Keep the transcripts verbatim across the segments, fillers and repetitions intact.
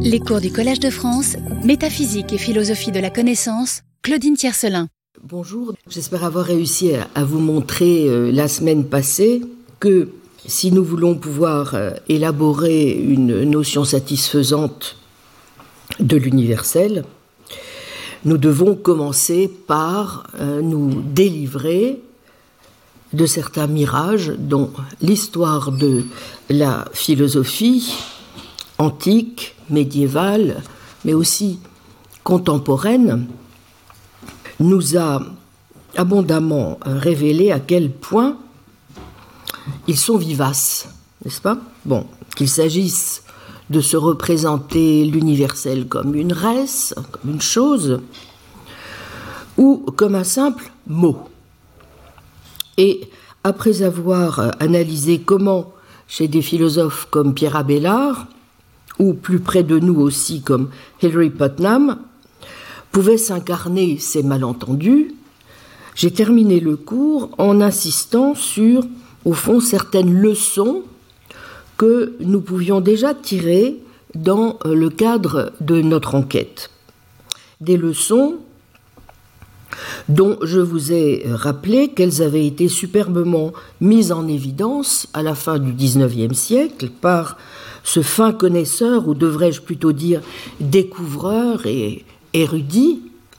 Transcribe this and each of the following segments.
Les cours du Collège de France, Métaphysique et philosophie de la connaissance, Claudine Tiercelin. Bonjour, j'espère avoir réussi à vous montrer euh, la semaine passée que si nous voulons pouvoir euh, élaborer une notion satisfaisante de l'universel, nous devons commencer par euh, nous délivrer de certains mirages dont l'histoire de la philosophie antique, médiévale, mais aussi contemporaine, nous a abondamment révélé à quel point ils sont vivaces, n'est-ce pas ? Bon, qu'il s'agisse de se représenter l'universel comme une res, comme une chose, ou comme un simple mot. Et après avoir analysé comment, chez des philosophes comme Pierre Abélard, ou plus près de nous aussi comme Hilary Putnam, pouvaient s'incarner ces malentendus, j'ai terminé le cours en insistant sur, au fond, certaines leçons que nous pouvions déjà tirer dans le cadre de notre enquête. Des leçons dont je vous ai rappelé qu'elles avaient été superbement mises en évidence à la fin du dix-neuvième siècle par ce fin connaisseur, ou devrais-je plutôt dire découvreur et érudit,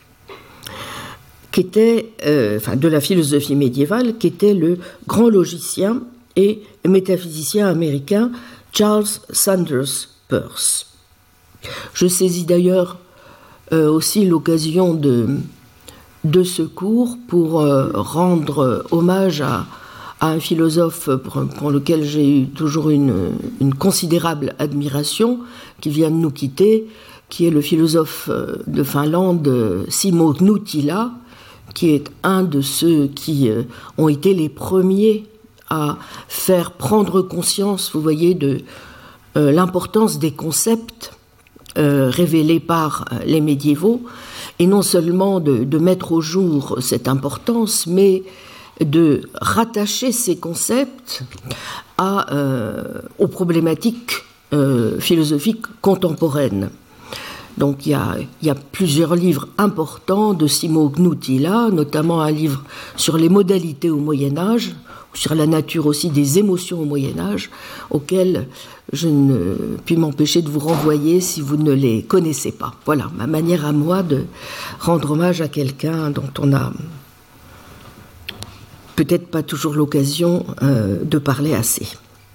qui était, euh, enfin, de la philosophie médiévale, qui était le grand logicien et métaphysicien américain Charles Sanders Peirce. Je saisis d'ailleurs euh, aussi l'occasion de, de ce cours pour euh, rendre hommage à à un philosophe pour, pour lequel j'ai eu toujours une, une considérable admiration, qui vient de nous quitter, qui est le philosophe de Finlande, Simo Nuttila, qui est un de ceux qui ont été les premiers à faire prendre conscience, vous voyez, de euh, l'importance des concepts euh, révélés par les médiévaux, et non seulement de, de mettre au jour cette importance, mais de rattacher ces concepts à, euh, aux problématiques euh, philosophiques contemporaines. Donc il y a, il y a plusieurs livres importants de Simo Nuttila, notamment un livre sur les modalités au Moyen-Âge, sur la nature aussi des émotions au Moyen-Âge, auxquels je ne puis m'empêcher de vous renvoyer si vous ne les connaissez pas. Voilà, ma manière à moi de rendre hommage à quelqu'un dont on a peut-être pas toujours l'occasion euh, de parler assez.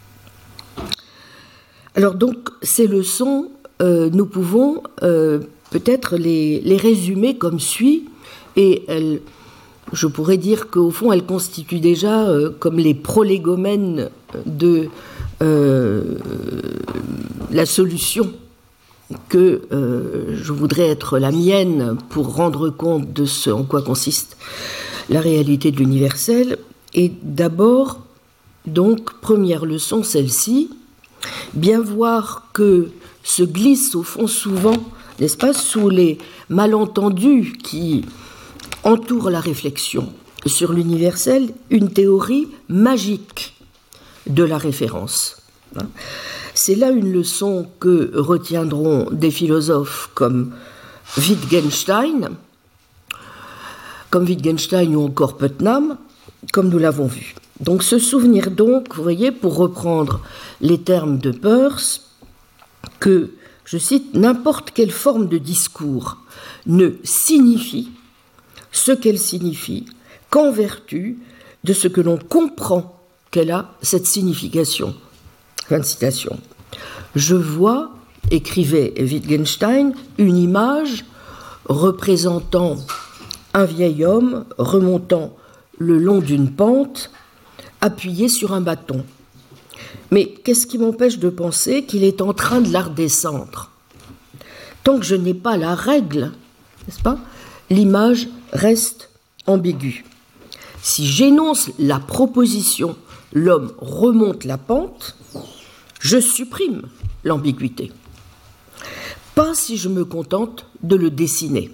Alors donc, ces leçons, euh, nous pouvons euh, peut-être les, les résumer comme suit, et elles, je pourrais dire qu'au fond, elles constituent déjà euh, comme les prolégomènes de euh, la solution que euh, je voudrais être la mienne pour rendre compte de ce en quoi consiste la réalité de l'universel. Et d'abord, donc, première leçon, celle-ci, bien voir que se glisse au fond souvent, n'est-ce pas, sous les malentendus qui entourent la réflexion sur l'universel, une théorie magique de la référence. C'est là une leçon que retiendront des philosophes comme Wittgenstein, comme Wittgenstein ou encore Putnam, comme nous l'avons vu. Donc se souvenir donc, vous voyez, pour reprendre les termes de Peirce, que, je cite, « n'importe quelle forme de discours ne signifie ce qu'elle signifie qu'en vertu de ce que l'on comprend qu'elle a cette signification. » Fin de citation. « Je vois, écrivait Wittgenstein, une image représentant un vieil homme remontant le long d'une pente, appuyé sur un bâton. Mais qu'est-ce qui m'empêche de penser qu'il est en train de la redescendre ? Tant que je n'ai pas la règle, n'est-ce pas ? L'image reste ambiguë. Si j'énonce la proposition « l'homme remonte la pente », je supprime l'ambiguïté. Pas si je me contente de le dessiner.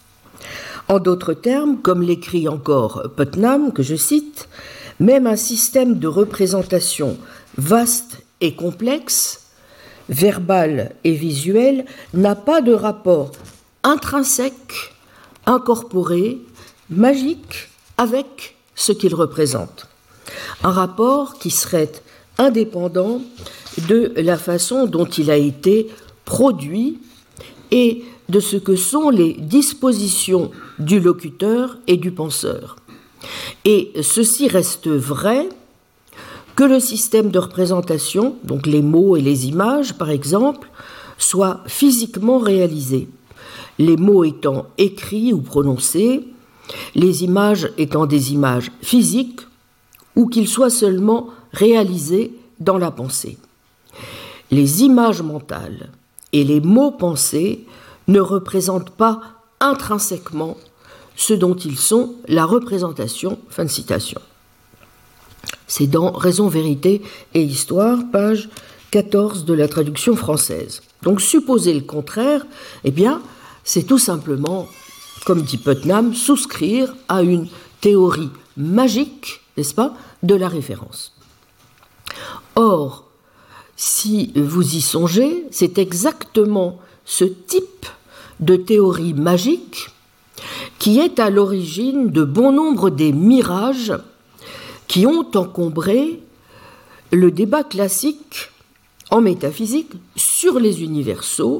En d'autres termes, comme l'écrit encore Putnam, que je cite, même un système de représentation vaste et complexe verbal et visuel n'a pas de rapport intrinsèque, incorporé, magique avec ce qu'il représente. Un rapport qui serait indépendant de la façon dont il a été produit et de ce que sont les dispositions du locuteur et du penseur. Et ceci reste vrai que le système de représentation, donc les mots et les images par exemple, soit physiquement réalisé, les mots étant écrits ou prononcés, les images étant des images physiques, ou qu'ils soient seulement réalisés dans la pensée. Les images mentales et les mots pensés ne représentent pas intrinsèquement ce dont ils sont la représentation. Fin de citation. C'est dans Raison, vérité et histoire, page quatorze de la traduction française. Donc supposer le contraire, eh bien, c'est tout simplement, comme dit Putnam, souscrire à une théorie magique, n'est-ce pas, de la référence. Or, si vous y songez, c'est exactement ce type de théorie magique qui est à l'origine de bon nombre des mirages qui ont encombré le débat classique en métaphysique sur les universaux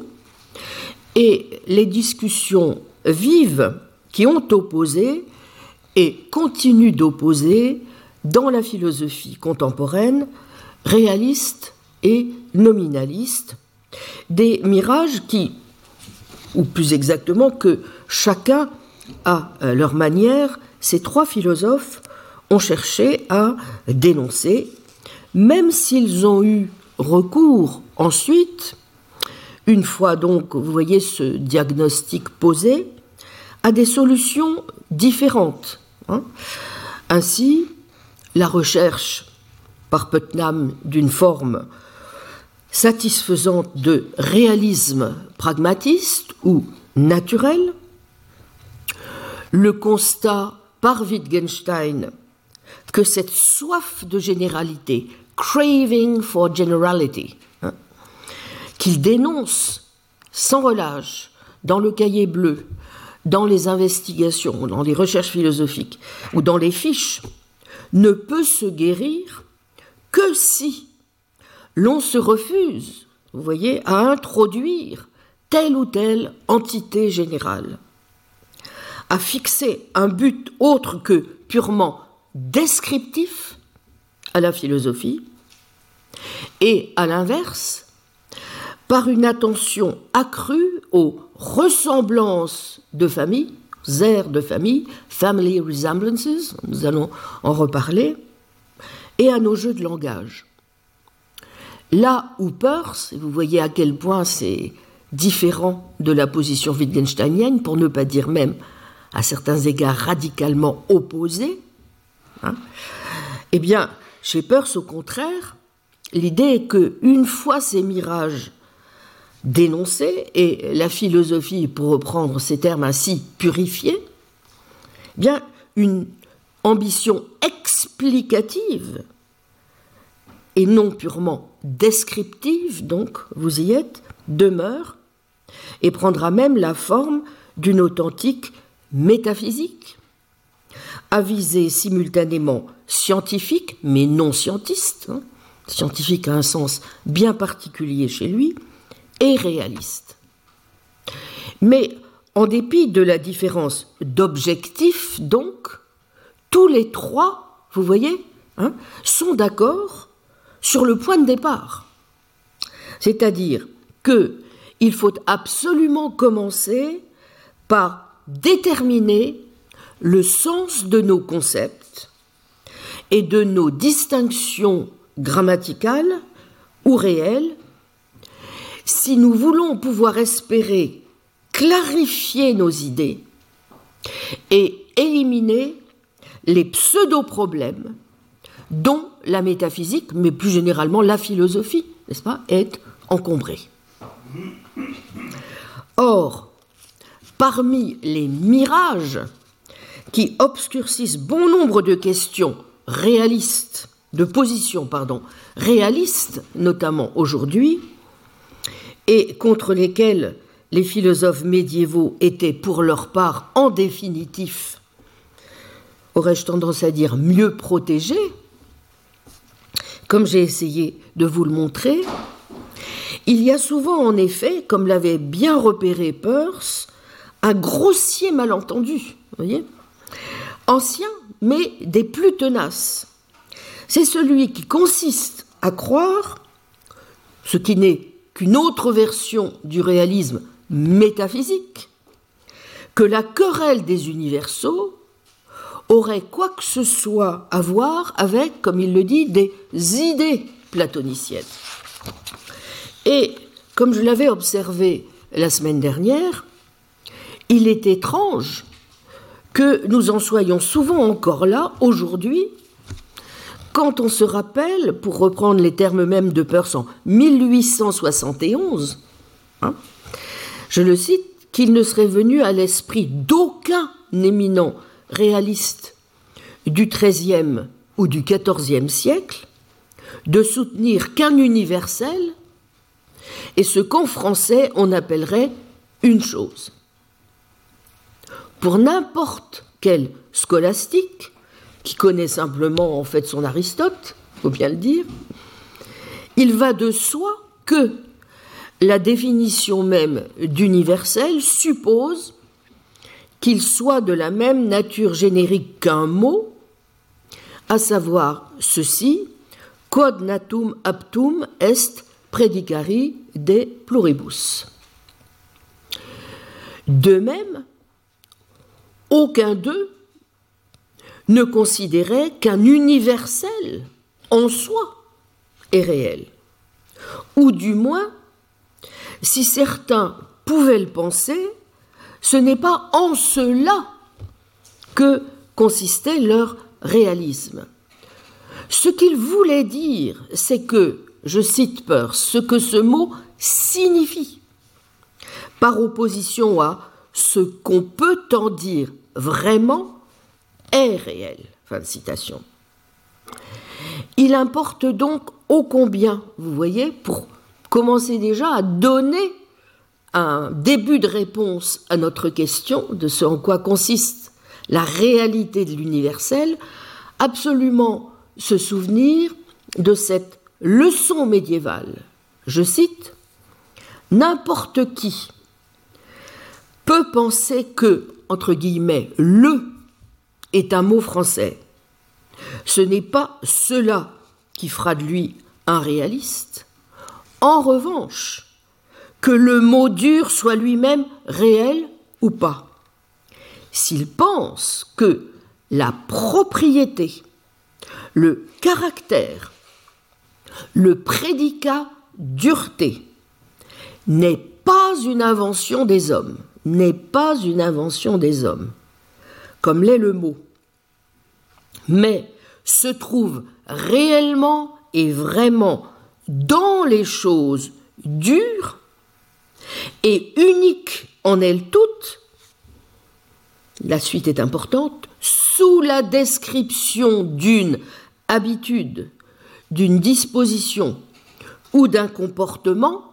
et les discussions vives qui ont opposé et continuent d'opposer dans la philosophie contemporaine réaliste et nominaliste, des mirages qui, ou plus exactement que chacun à leur manière, ces trois philosophes ont cherché à dénoncer, même s'ils ont eu recours ensuite, une fois donc, vous voyez ce diagnostic posé, à des solutions différentes. Hein. Ainsi, la recherche par Putnam d'une forme satisfaisante de réalisme pragmatiste ou naturel, le constat par Wittgenstein que cette soif de généralité, craving for generality, hein, qu'il dénonce sans relâche dans le cahier bleu, dans les investigations, dans les recherches philosophiques ou dans les fiches, ne peut se guérir que si l'on se refuse, vous voyez, à introduire telle ou telle entité générale, à fixer un but autre que purement descriptif à la philosophie, et à l'inverse, par une attention accrue aux ressemblances de famille, aires de famille, family resemblances, nous allons en reparler, et à nos jeux de langage. Là où Peirce, et vous voyez à quel point c'est différent de la position wittgensteinienne, pour ne pas dire même à certains égards radicalement opposé, hein, eh bien, chez Peirce, au contraire, l'idée est qu'une fois ces mirages dénoncés, et la philosophie, pour reprendre ces termes ainsi, purifiée, eh bien, une ambition explicative et non purement descriptive, donc, vous y êtes, demeure et prendra même la forme d'une authentique métaphysique, à visée simultanément scientifique, mais non scientiste, hein, scientifique a un sens bien particulier chez lui, et réaliste. Mais en dépit de la différence d'objectif, donc, tous les trois, vous voyez, hein, sont d'accord sur le point de départ. C'est-à-dire qu'il faut absolument commencer par déterminer le sens de nos concepts et de nos distinctions grammaticales ou réelles si nous voulons pouvoir espérer clarifier nos idées et éliminer les pseudo-problèmes dont la métaphysique, mais plus généralement la philosophie, n'est-ce pas, est encombrée. Or, parmi les mirages qui obscurcissent bon nombre de questions réalistes, de positions, pardon, réalistes, notamment aujourd'hui, et contre lesquels les philosophes médiévaux étaient pour leur part en définitif, aurais-je tendance à dire, mieux protégés, comme j'ai essayé de vous le montrer, il y a souvent en effet, comme l'avait bien repéré Peirce, un grossier malentendu, vous voyez, ancien, mais des plus tenaces. C'est celui qui consiste à croire, ce qui n'est qu'une autre version du réalisme métaphysique, que la querelle des universaux aurait quoi que ce soit à voir avec, comme il le dit, des idées platoniciennes. Et comme je l'avais observé la semaine dernière, il est étrange que nous en soyons souvent encore là, aujourd'hui, quand on se rappelle, pour reprendre les termes mêmes de Peirce en mille huit cent soixante et onze, hein, je le cite, qu'il ne serait venu à l'esprit d'aucun éminent réaliste du treizième ou du quatorzième siècle de soutenir qu'un universel est ce qu'en français on appellerait une chose. Pour n'importe quel scolastique qui connaît simplement en fait son Aristote, il faut bien le dire, il va de soi que la définition même d'universel suppose qu'il soit de la même nature générique qu'un mot, à savoir ceci, quod natum aptum est predicari de pluribus. De même, aucun d'eux ne considérait qu'un universel en soi est réel. Ou du moins, si certains pouvaient le penser, ce n'est pas en cela que consistait leur réalisme. Ce qu'il voulait dire, c'est que, je cite Peirce, ce que ce mot signifie, par opposition à ce qu'on peut en dire vraiment est réel. Fin de citation. Il importe donc ô combien, vous voyez, pour commencer déjà à donner un début de réponse à notre question de ce en quoi consiste la réalité de l'universel, absolument se souvenir de cette leçon médiévale. Je cite, « N'importe qui peut penser que, entre guillemets, le est un mot français. Ce n'est pas cela qui fera de lui un réaliste. En revanche, que le mot dur soit lui-même réel ou pas. S'il pense que la propriété, le caractère, le prédicat dureté n'est pas une invention des hommes, n'est pas une invention des hommes, comme l'est le mot, mais se trouve réellement et vraiment dans les choses dures et unique en elles toutes, la suite est importante, sous la description d'une habitude, d'une disposition ou d'un comportement,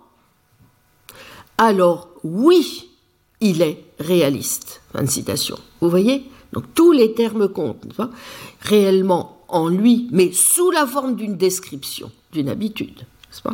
alors oui, il est réaliste. Fin de citation. Vous voyez ? Donc tous les termes comptent, pas réellement en lui, mais sous la forme d'une description, d'une habitude, n'est-ce pas ?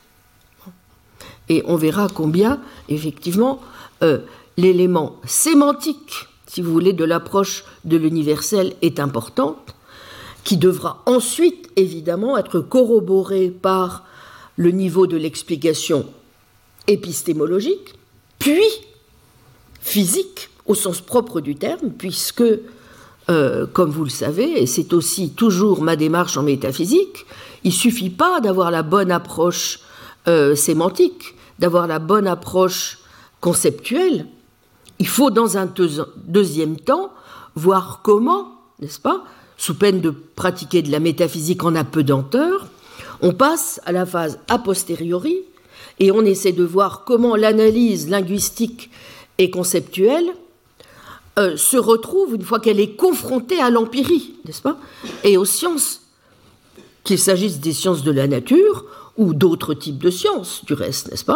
Et on verra combien, effectivement, euh, l'élément sémantique, si vous voulez, de l'approche de l'universel est importante, qui devra ensuite, évidemment, être corroboré par le niveau de l'explication épistémologique, puis physique, au sens propre du terme, puisque, euh, comme vous le savez, et c'est aussi toujours ma démarche en métaphysique, il ne suffit pas d'avoir la bonne approche euh, sémantique, d'avoir la bonne approche conceptuelle. Il faut, dans un deuxième temps, voir comment, n'est-ce pas, sous peine de pratiquer de la métaphysique en apesanteur, on passe à la phase a posteriori et on essaie de voir comment l'analyse linguistique et conceptuelle euh, se retrouve une fois qu'elle est confrontée à l'empirie, n'est-ce pas, et aux sciences, qu'il s'agisse des sciences de la nature ou d'autres types de sciences, du reste, n'est-ce pas,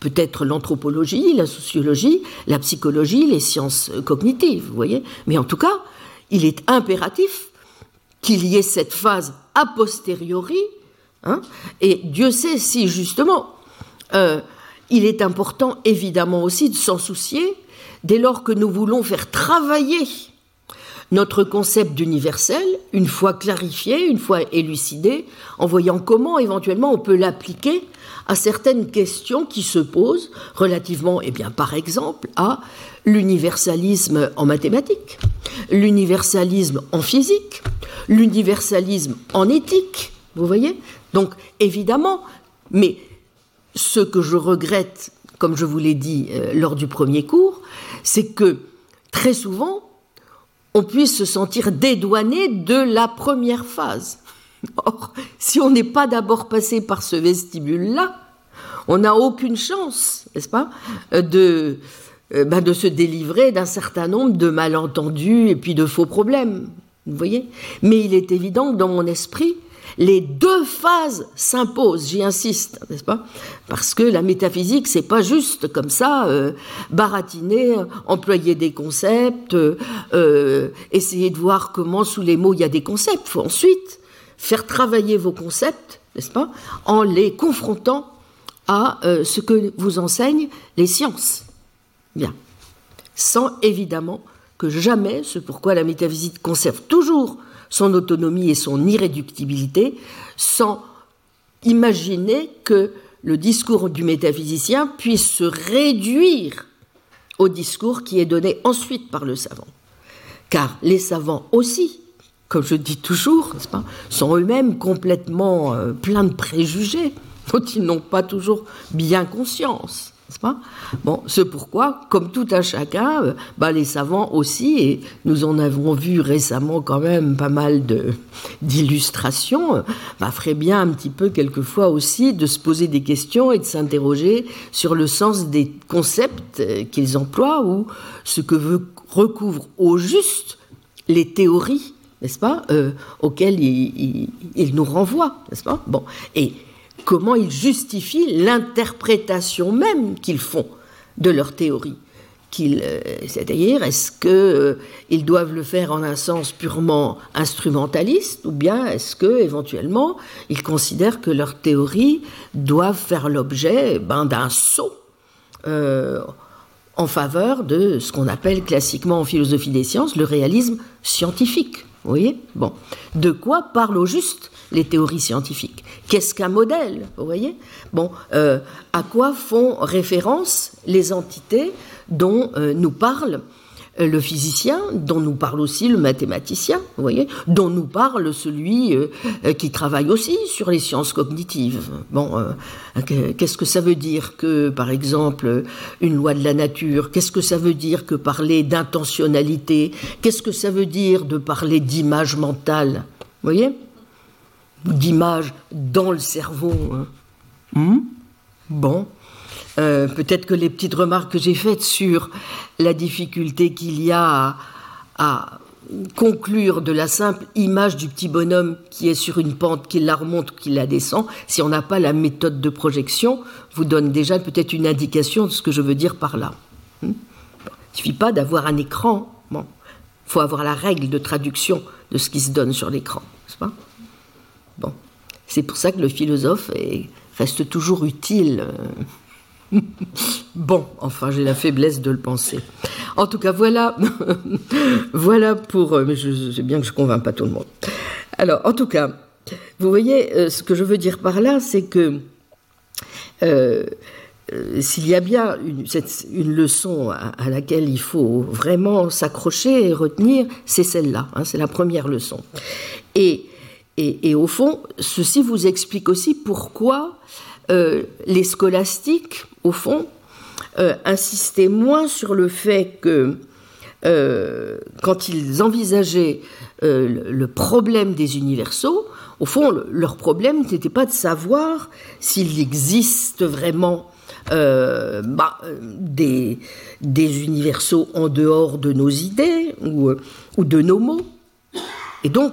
peut-être l'anthropologie, la sociologie, la psychologie, les sciences cognitives, vous voyez. Mais en tout cas, il est impératif qu'il y ait cette phase a posteriori, hein, et Dieu sait si, justement, euh, il est important, évidemment aussi, de s'en soucier dès lors que nous voulons faire travailler notre concept d'universel, une fois clarifié, une fois élucidé, en voyant comment, éventuellement, on peut l'appliquer à certaines questions qui se posent relativement, eh bien, par exemple, à l'universalisme en mathématiques, l'universalisme en physique, l'universalisme en éthique, vous voyez? Donc, évidemment, mais ce que je regrette, comme je vous l'ai dit euh, lors du premier cours, c'est que, très souvent, on puisse se sentir dédouané de la première phase. Or, si on n'est pas d'abord passé par ce vestibule-là, on n'a aucune chance, n'est-ce pas, de, euh, ben de se délivrer d'un certain nombre de malentendus et puis de faux problèmes, vous voyez. Mais il est évident que dans mon esprit, les deux phases s'imposent, j'y insiste, n'est-ce pas? Parce que la métaphysique, c'est pas juste comme ça, euh, baratiner, employer des concepts, euh, essayer de voir comment sous les mots il y a des concepts. Il faut ensuite faire travailler vos concepts, n'est-ce pas, en les confrontant à euh, ce que vous enseignent les sciences. Bien. Sans évidemment que jamais, ce pourquoi la métaphysique conserve toujours son autonomie et son irréductibilité, sans imaginer que le discours du métaphysicien puisse se réduire au discours qui est donné ensuite par le savant. Car les savants aussi, comme je dis toujours, n'est-ce pas, sont eux-mêmes complètement euh, pleins de préjugés dont ils n'ont pas toujours bien conscience. N'est-ce pas? Bon, c'est pourquoi, comme tout un chacun, euh, bah, les savants aussi, et nous en avons vu récemment quand même pas mal de, d'illustrations, euh, bah, ferait bien un petit peu quelquefois aussi de se poser des questions et de s'interroger sur le sens des concepts euh, qu'ils emploient ou ce que veut, recouvrent au juste les théories, n'est-ce pas, euh, auxquelles ils, ils, ils nous renvoient, n'est-ce pas? Bon, et comment ils justifient l'interprétation même qu'ils font de leur théorie. Qu'ils, euh, c'est-à-dire, est-ce qu'ils euh, doivent le faire en un sens purement instrumentaliste, ou bien est-ce qu'éventuellement, ils considèrent que leurs théories doivent faire l'objet ben, d'un saut euh, en faveur de ce qu'on appelle classiquement en philosophie des sciences le réalisme scientifique. Vous voyez? Bon. De quoi parlent au juste les théories scientifiques? Qu'est-ce qu'un modèle? Vous voyez? Bon, euh, à quoi font référence les entités dont euh, nous parle euh, le physicien, dont nous parle aussi le mathématicien, vous voyez, dont nous parle celui euh, euh, qui travaille aussi sur les sciences cognitives. Bon, euh, qu'est-ce que ça veut dire que, par exemple, une loi de la nature? Qu'est-ce que ça veut dire que parler d'intentionnalité? Qu'est-ce que ça veut dire de parler d'image mentale? Vous voyez? D'image dans le cerveau. Hein. Mmh. Bon. Euh, peut-être que les petites remarques que j'ai faites sur la difficulté qu'il y a à, à conclure de la simple image du petit bonhomme qui est sur une pente, qui la remonte ou qui la descend, si on n'a pas la méthode de projection, vous donne déjà peut-être une indication de ce que je veux dire par là. Hmm? Bon. Il ne suffit pas d'avoir un écran. Bon. Il faut avoir la règle de traduction de ce qui se donne sur l'écran, n'est-ce pas? Bon. C'est pour ça que le philosophe est, reste toujours utile. Bon, enfin, j'ai la faiblesse de le penser. En tout cas, voilà, voilà pour... Mais je sais bien que je ne convainc pas tout le monde. Alors, en tout cas, vous voyez, euh, ce que je veux dire par là, c'est que euh, euh, s'il y a bien une, cette, une leçon à, à laquelle il faut vraiment s'accrocher et retenir, c'est celle-là. Hein, c'est la première leçon. Et, et, et au fond, ceci vous explique aussi pourquoi euh, les scolastiques, au fond, euh, insistaient moins sur le fait que, euh, quand ils envisageaient euh, le, le problème des universaux, au fond, le, leur problème n'était pas de savoir s'il existe vraiment euh, bah, des, des universaux en dehors de nos idées ou, ou de nos mots. Et donc,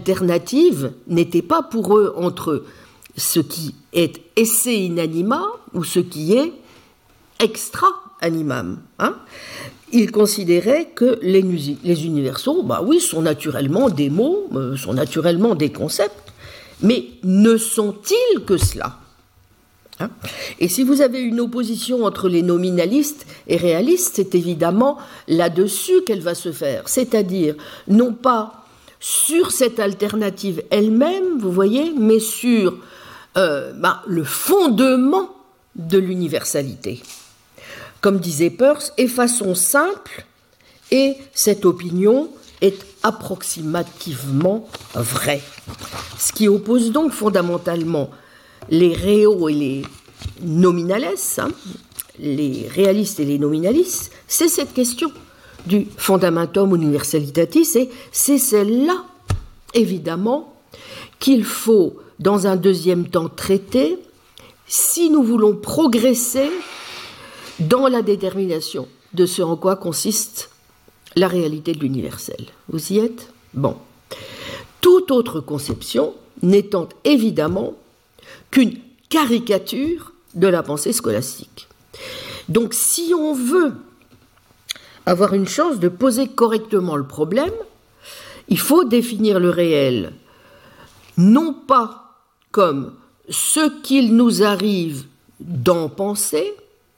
l'alternative n'était pas pour eux entre ce qui est esse inanima, ou ce qui est extra-animam. Hein. Il considérait que les, les universaux, bah oui, sont naturellement des mots, euh, sont naturellement des concepts, mais ne sont-ils que cela? Hein. Et si vous avez une opposition entre les nominalistes et réalistes, c'est évidemment là-dessus qu'elle va se faire, c'est-à-dire non pas sur cette alternative elle-même, vous voyez, mais sur euh, bah, le fondement de l'universalité. Comme disait Peirce, et façon simple, et cette opinion est approximativement vraie. Ce qui oppose donc fondamentalement les réaux et les nominales, hein, les réalistes et les nominalistes, c'est cette question du fundamentum universalitatis, et c'est celle-là, évidemment, qu'il faut, dans un deuxième temps, traiter si nous voulons progresser dans la détermination de ce en quoi consiste la réalité de l'universel. Vous y êtes ? Bon. Toute autre conception n'étant évidemment qu'une caricature de la pensée scolastique. Donc, si on veut avoir une chance de poser correctement le problème, il faut définir le réel, non pas comme ce qu'il nous arrive d'en penser,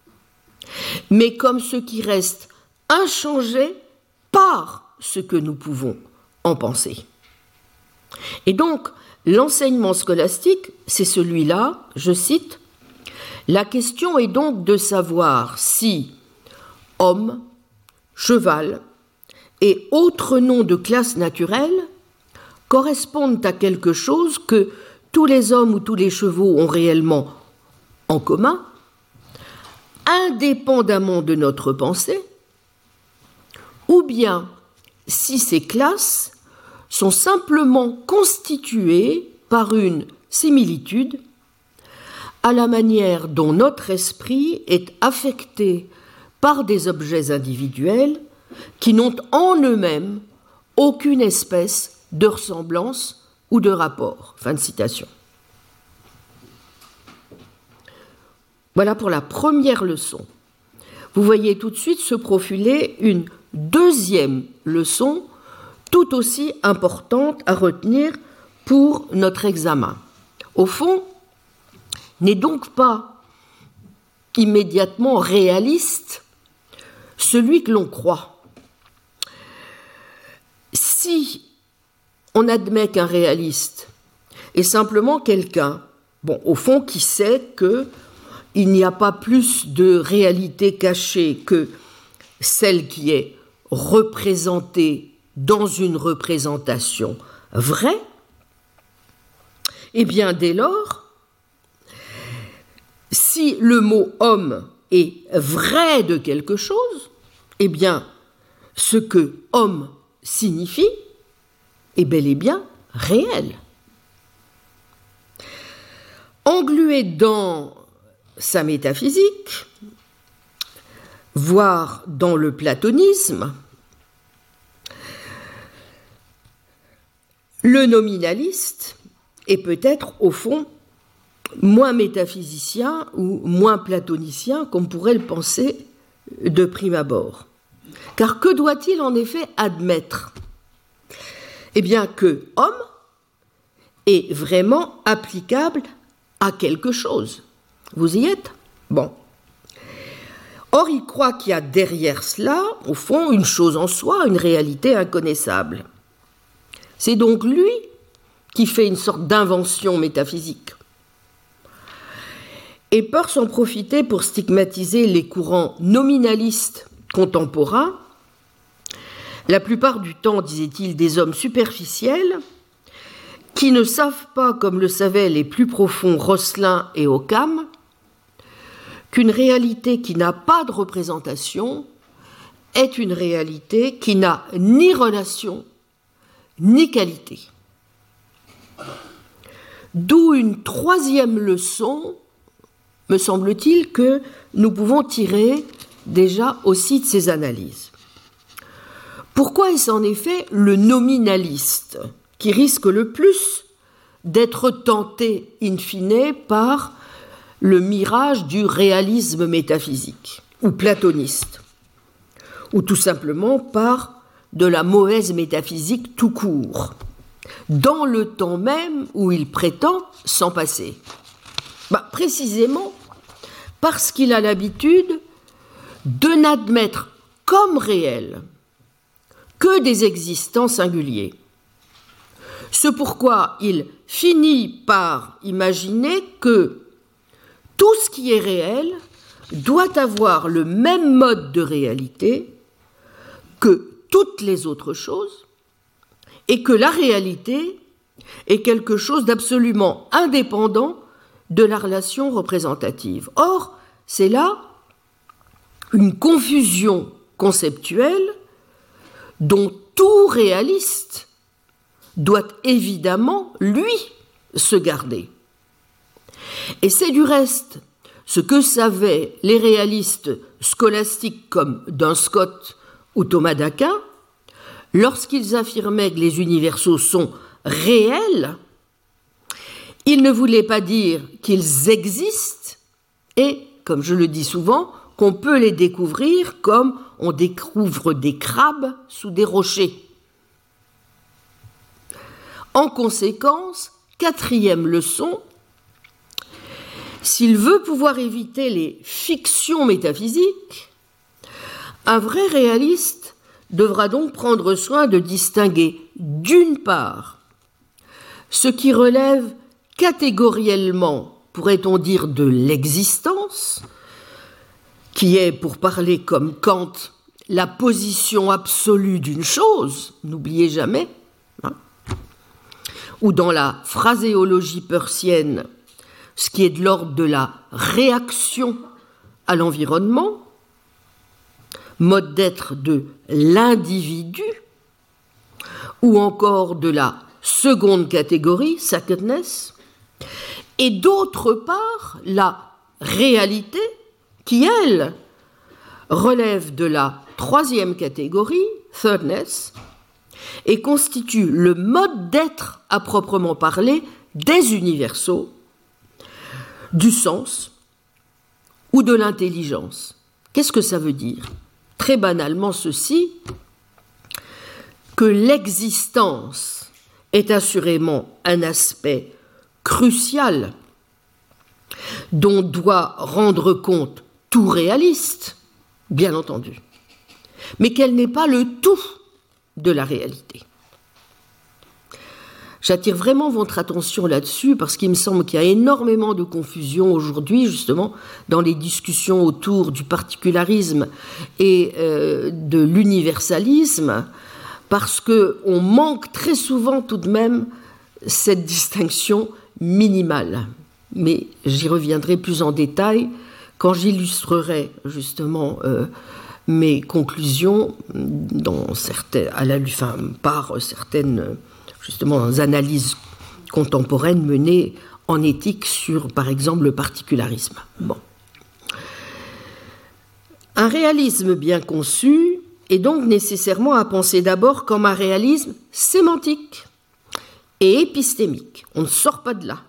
mais comme ce qui reste inchangé par ce que nous pouvons en penser. Et donc, l'enseignement scolastique, c'est celui-là, je cite, « La question est donc de savoir si homme, cheval et autres noms de classe naturelle correspondent à quelque chose que tous les hommes ou tous les chevaux ont réellement en commun, indépendamment de notre pensée, ou bien si ces classes sont simplement constituées par une similitude à la manière dont notre esprit est affecté par des objets individuels qui n'ont en eux-mêmes aucune espèce de ressemblance ou de rapport. » Fin de citation. Voilà pour la première leçon. Vous voyez tout de suite se profiler une deuxième leçon tout aussi importante à retenir pour notre examen. Au fond, n'est donc pas immédiatement réaliste celui que l'on croit. Si on admet qu'un réaliste est simplement quelqu'un, bon, au fond, qui sait qu'il n'y a pas plus de réalité cachée que celle qui est représentée dans une représentation vraie, eh bien, dès lors, si le mot « homme » est vrai de quelque chose, eh bien, ce que « homme » signifie est bel et bien réel. Englué dans sa métaphysique, voire dans le platonisme, le nominaliste est peut-être, au fond, moins métaphysicien ou moins platonicien qu'on pourrait le penser de prime abord. Car que doit-il en effet admettre ? Eh bien que homme est vraiment applicable à quelque chose. Vous y êtes ? Bon. Or, il croit qu'il y a derrière cela, au fond, une chose en soi, une réalité inconnaissable. C'est donc lui qui fait une sorte d'invention métaphysique. Et Peirce en profitait pour stigmatiser les courants nominalistes contemporains, la plupart du temps, disait-il, des hommes superficiels, qui ne savent pas, comme le savaient les plus profonds Rosselin et Occam, qu'une réalité qui n'a pas de représentation est une réalité qui n'a ni relation ni qualité. D'où une troisième leçon, me semble-t-il, que nous pouvons tirer déjà aussi de ces analyses. Pourquoi est-ce en effet le nominaliste qui risque le plus d'être tenté in fine par le mirage du réalisme métaphysique ou platoniste, ou tout simplement par de la mauvaise métaphysique tout court, dans le temps même où il prétend s'en passer. Bah, précisément parce qu'il a l'habitude de n'admettre comme réel que des existants singuliers. C'est pourquoi il finit par imaginer que tout ce qui est réel doit avoir le même mode de réalité que toutes les autres choses, et que la réalité est quelque chose d'absolument indépendant de la relation représentative. Or, c'est là une confusion conceptuelle dont tout réaliste doit évidemment, lui, se garder. Et c'est du reste ce que savaient les réalistes scolastiques comme Duns Scott ou Thomas d'Aquin lorsqu'ils affirmaient que les universaux sont réels. Ils ne voulaient pas dire qu'ils existent et, comme je le dis souvent, qu'on peut les découvrir comme on découvre des crabes sous des rochers. En conséquence, quatrième leçon, s'il veut pouvoir éviter les fictions métaphysiques, un vrai réaliste devra donc prendre soin de distinguer, d'une part, ce qui relève catégoriellement, pourrait-on dire, de l'existence, qui est, pour parler comme Kant, la position absolue d'une chose, n'oubliez jamais, hein, ou dans la phraséologie peircienne, ce qui est de l'ordre de la réaction à l'environnement, mode d'être de l'individu, ou encore de la seconde catégorie, secondness, et d'autre part, la réalité, qui, elle, relève de la troisième catégorie, thirdness, et constitue le mode d'être à proprement parler des universaux, du sens ou de l'intelligence. Qu'est-ce que ça veut dire ? Très banalement ceci, que l'existence est assurément un aspect crucial dont doit rendre compte tout réaliste, bien entendu, mais qu'elle n'est pas le tout de la réalité. J'attire vraiment votre attention là-dessus parce qu'il me semble qu'il y a énormément de confusion aujourd'hui, justement, dans les discussions autour du particularisme et euh, de l'universalisme, parce qu'on manque très souvent tout de même cette distinction minimale. Mais j'y reviendrai plus en détail quand j'illustrerai justement euh, mes conclusions dans certaines, à la, enfin, par certaines justement analyses contemporaines menées en éthique sur, par exemple, le particularisme. Bon. Un réalisme bien conçu est donc nécessairement à penser d'abord comme un réalisme sémantique et épistémique. On ne sort pas de là.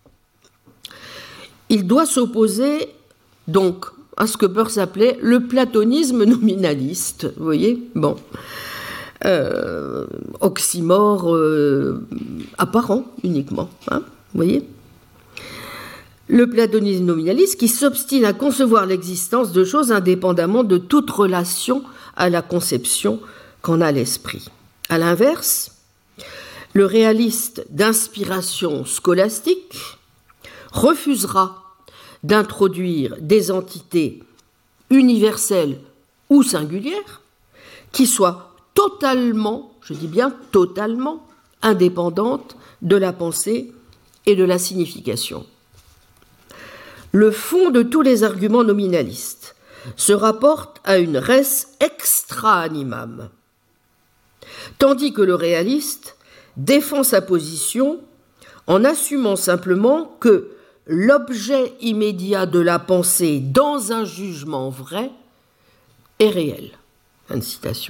Il doit s'opposer donc à ce que Peirce appelait le platonisme nominaliste. Vous voyez ? Bon. Euh, oxymore euh, apparent uniquement. Hein, vous voyez ? Le platonisme nominaliste qui s'obstine à concevoir l'existence de choses indépendamment de toute relation à la conception qu'en a l'esprit. À l'inverse, le réaliste d'inspiration scolastique refusera d'introduire des entités universelles ou singulières qui soient totalement, je dis bien totalement, indépendantes de la pensée et de la signification. Le fond de tous les arguments nominalistes se rapporte à une res extra animam, tandis que le réaliste défend sa position en assumant simplement que l'objet immédiat de la pensée dans un jugement vrai est réel. Fin de citation.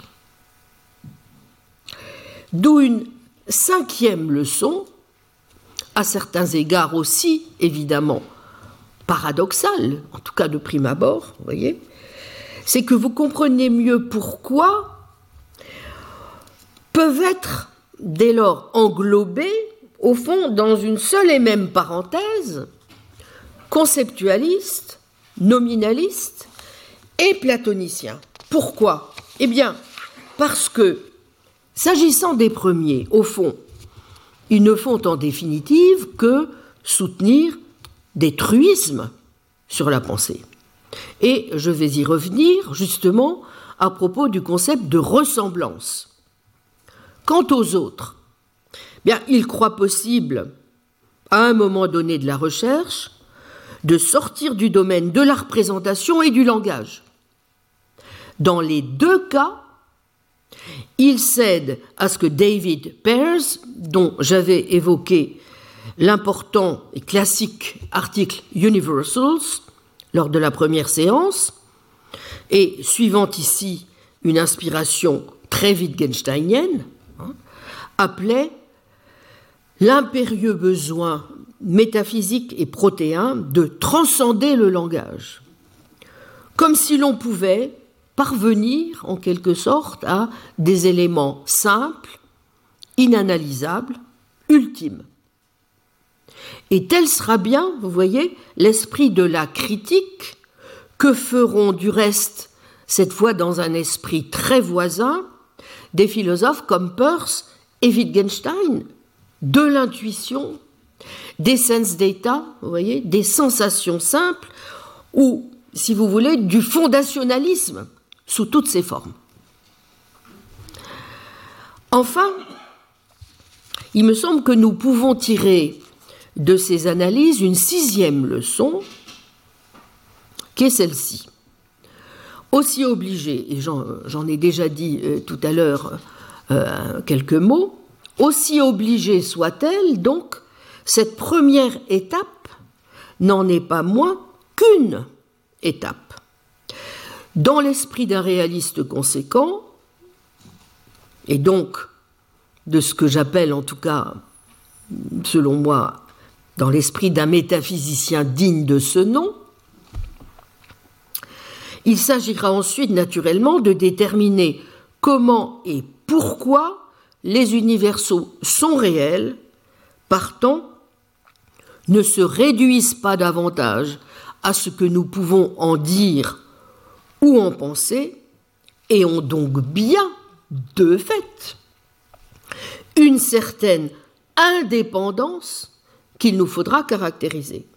D'où une cinquième leçon, à certains égards aussi, évidemment, paradoxal, en tout cas de prime abord, vous voyez, c'est que vous comprenez mieux pourquoi peuvent être dès lors englobés, au fond, dans une seule et même parenthèse, conceptualiste, nominaliste et platonicien. Pourquoi ? Eh bien, parce que, s'agissant des premiers, au fond, ils ne font en définitive que soutenir des truismes sur la pensée. Et je vais y revenir, justement, à propos du concept de ressemblance. Quant aux autres, bien, ils croient possible, à un moment donné de la recherche, de sortir du domaine de la représentation et du langage. Dans les deux cas, ils cèdent à ce que David Pearce, dont j'avais évoqué l'important et classique article Universals lors de la première séance, et suivant ici une inspiration très wittgensteinienne, hein, appelait l'impérieux besoin métaphysique et protéin de transcender le langage, comme si l'on pouvait parvenir en quelque sorte à des éléments simples, inanalysables, ultimes. Et tel sera bien, vous voyez, l'esprit de la critique que feront du reste, cette fois dans un esprit très voisin, des philosophes comme Peirce et Wittgenstein, de l'intuition, des sense data, vous voyez, des sensations simples, ou, si vous voulez, du fondationalisme sous toutes ses formes. Enfin, il me semble que nous pouvons tirer de ces analyses une sixième leçon, qui est celle-ci. Aussi obligé, et j'en, j'en ai déjà dit euh, tout à l'heure euh, quelques mots, aussi obligée soit-elle, donc, cette première étape n'en est pas moins qu'une étape. Dans l'esprit d'un réaliste conséquent, et donc de ce que j'appelle en tout cas, selon moi, dans l'esprit d'un métaphysicien digne de ce nom, il s'agira ensuite naturellement de déterminer comment et pourquoi les universaux sont réels, partant, ne se réduisent pas davantage à ce que nous pouvons en dire ou en penser, et ont donc bien, de fait, une certaine indépendance qu'il nous faudra caractériser.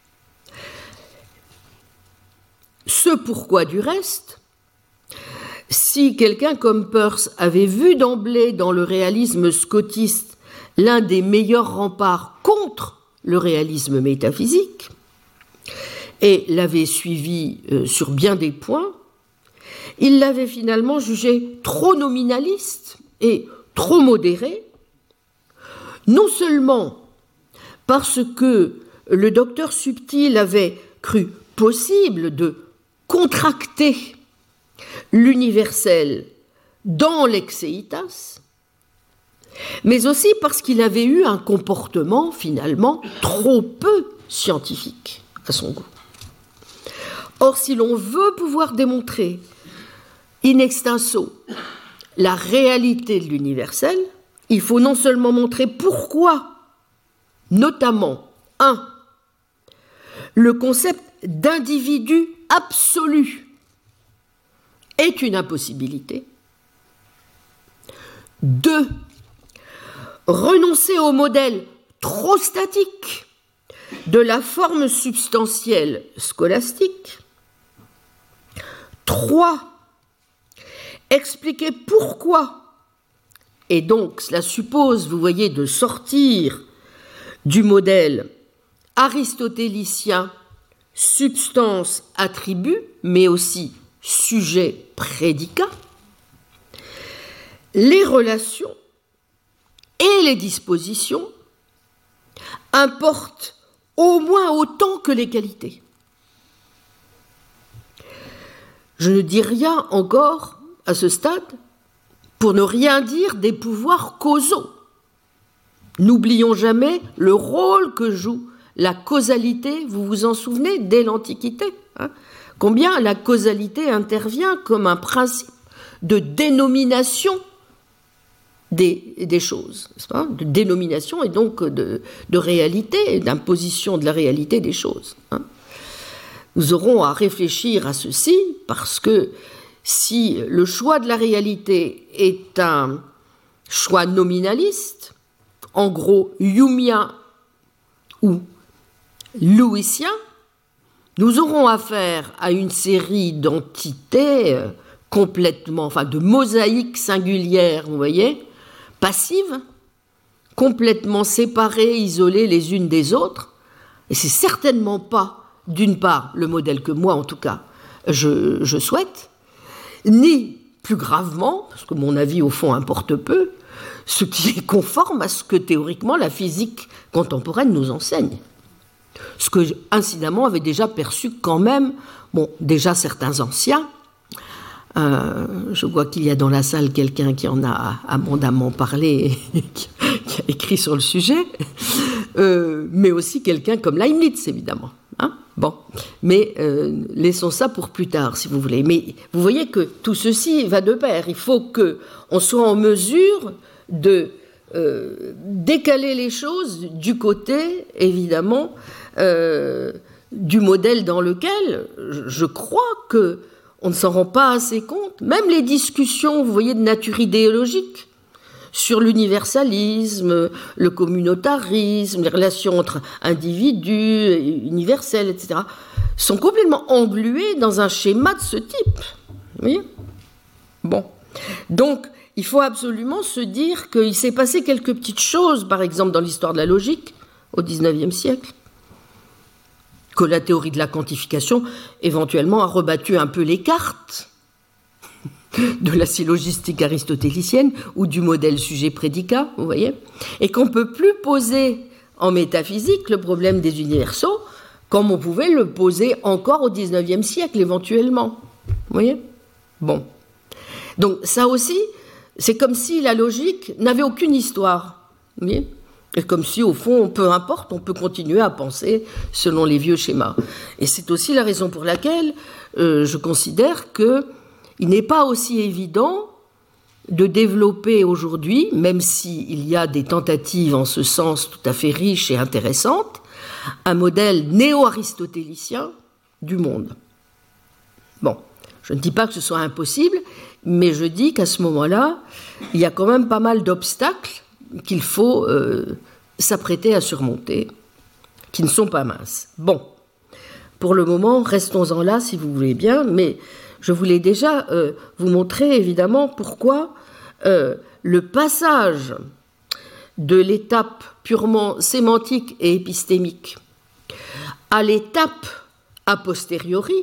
Ce pourquoi, du reste, si quelqu'un comme Peirce avait vu d'emblée dans le réalisme scotiste l'un des meilleurs remparts contre le réalisme métaphysique, et l'avait suivi euh, sur bien des points, il l'avait finalement jugé trop nominaliste et trop modéré, non seulement parce que le docteur Subtil avait cru possible de contracter l'universel dans l'exeitas, mais aussi parce qu'il avait eu un comportement finalement trop peu scientifique à son goût. Or, si l'on veut pouvoir démontrer in extenso la réalité de l'universel, il faut non seulement montrer pourquoi, notamment, un, le concept d'individu absolu est une impossibilité, deux, renoncer au modèle trop statique de la forme substantielle scolastique, trois, expliquer pourquoi, et donc cela suppose, vous voyez, de sortir du modèle aristotélicien substance-attribut, mais aussi sujet-prédicat, les relations et les dispositions importent au moins autant que les qualités. Je ne dis rien encore à ce stade pour ne rien dire des pouvoirs causaux. N'oublions jamais le rôle que joue la causalité, vous vous en souvenez, dès l'Antiquité, hein, combien la causalité intervient comme un principe de dénomination des, des choses, n'est-ce pas, de dénomination et donc de, de réalité, d'imposition de la réalité des choses. Hein. Nous aurons à réfléchir à ceci parce que si le choix de la réalité est un choix nominaliste, en gros humeien ou louisien, nous aurons affaire à une série d'entités complètement, enfin de mosaïques singulières, vous voyez, passives, complètement séparées, isolées les unes des autres, et c'est certainement pas, d'une part, le modèle que moi, en tout cas, je, je souhaite, ni, plus gravement, parce que mon avis, au fond, importe peu, ce qui est conforme à ce que, théoriquement, la physique contemporaine nous enseigne. Ce que, incidemment, avait déjà perçu quand même, bon, déjà certains anciens. Euh, je vois qu'il y a dans la salle quelqu'un qui en a abondamment parlé, qui, qui a écrit sur le sujet, euh, mais aussi quelqu'un comme Leibniz, évidemment. Hein, bon, mais euh, laissons ça pour plus tard, si vous voulez. Mais vous voyez que tout ceci va de pair. Il faut qu'on soit en mesure de euh, décaler les choses du côté, évidemment, euh, du modèle dans lequel je crois que on ne s'en rend pas assez compte. Même les discussions, vous voyez, de nature idéologique, sur l'universalisme, le communautarisme, les relations entre individus, universels, et cetera, sont complètement engluées dans un schéma de ce type. Vous voyez ? Bon. Donc, il faut absolument se dire qu'il s'est passé quelques petites choses, par exemple dans l'histoire de la logique, au dix-neuvième siècle, que la théorie de la quantification, éventuellement, a rebattu un peu les cartes de la syllogistique aristotélicienne ou du modèle sujet-prédicat, vous voyez, et qu'on ne peut plus poser en métaphysique le problème des universaux comme on pouvait le poser encore au dix-neuvième siècle, éventuellement. Vous voyez ? Bon. Donc ça aussi, c'est comme si la logique n'avait aucune histoire. Vous voyez ? Et comme si, au fond, peu importe, on peut continuer à penser selon les vieux schémas. Et c'est aussi la raison pour laquelle euh, je considère qu'il n'est pas aussi évident de développer aujourd'hui, même s'il y a des tentatives en ce sens tout à fait riches et intéressantes, un modèle néo-aristotélicien du monde. Bon, je ne dis pas que ce soit impossible, mais je dis qu'à ce moment-là, il y a quand même pas mal d'obstacles qu'il faut euh, s'apprêter à surmonter, qui ne sont pas minces. Bon, pour le moment, restons-en là, si vous voulez bien, mais je voulais déjà euh, vous montrer, évidemment, pourquoi euh, le passage de l'étape purement sémantique et épistémique à l'étape a posteriori,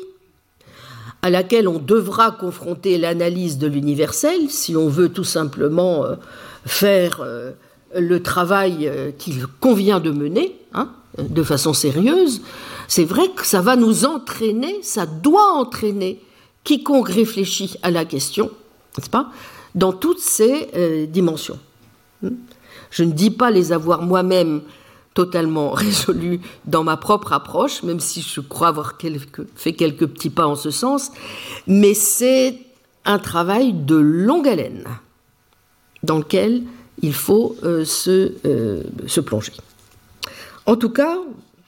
à laquelle on devra confronter l'analyse de l'universel, si on veut tout simplement euh, faire euh, le travail euh, qu'il convient de mener, hein, de façon sérieuse, c'est vrai que ça va nous entraîner, ça doit entraîner quiconque réfléchit à la question, n'est-ce pas, dans toutes ces euh, dimensions. Je ne dis pas les avoir moi-même totalement résolues dans ma propre approche, même si je crois avoir quelques, fait quelques petits pas en ce sens, mais c'est un travail de longue haleine dans lequel il faut euh, se, euh, se plonger. En tout cas,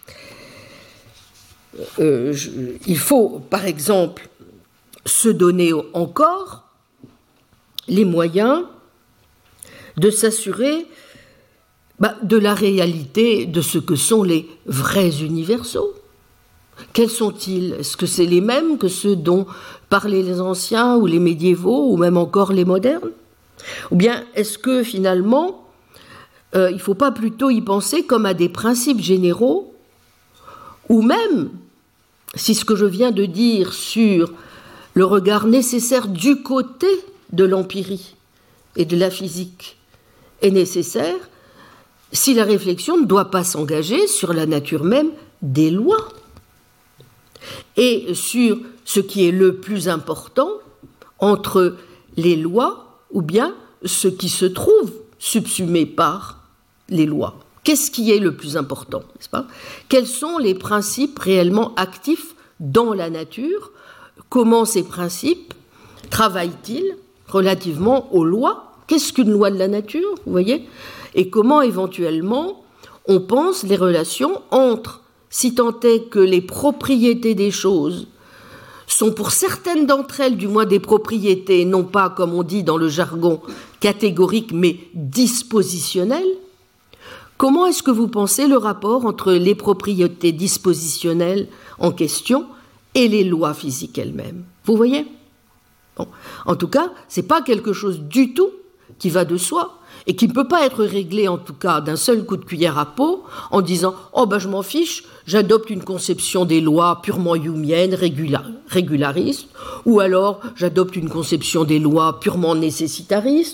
euh, je, il faut, par exemple, se donner encore les moyens de s'assurer bah, de la réalité de ce que sont les vrais universaux. Quels sont-ils ? Est-ce que c'est les mêmes que ceux dont parlaient les anciens ou les médiévaux ou même encore les modernes ? Ou bien est-ce que finalement, euh, il ne faut pas plutôt y penser comme à des principes généraux, ou même, si ce que je viens de dire sur le regard nécessaire du côté de l'empirie et de la physique est nécessaire, si la réflexion ne doit pas s'engager sur la nature même des lois et sur ce qui est le plus important entre les lois ou bien ce qui se trouve subsumé par les lois. qu'est-ce qui est le plus important, n'est-ce pas? Quels sont les principes réellement actifs dans la nature? Comment ces principes travaillent-ils relativement aux lois? Qu'est-ce qu'une loi de la nature, vous voyez? Et comment éventuellement on pense les relations entre, si tant est que les propriétés des choses sont pour certaines d'entre elles, du moins des propriétés, non pas, comme on dit dans le jargon, catégoriques, mais dispositionnelles. Comment est-ce que vous pensez le rapport entre les propriétés dispositionnelles en question et les lois physiques elles-mêmes? Vous voyez? Bon. En tout cas, ce n'est pas quelque chose du tout qui va de soi et qui ne peut pas être réglé, en tout cas, d'un seul coup de cuillère à peau en disant « Oh, ben je m'en fiche, j'adopte une conception des lois purement humienne, régula- régulariste, ou alors j'adopte une conception des lois purement nécessitariste. »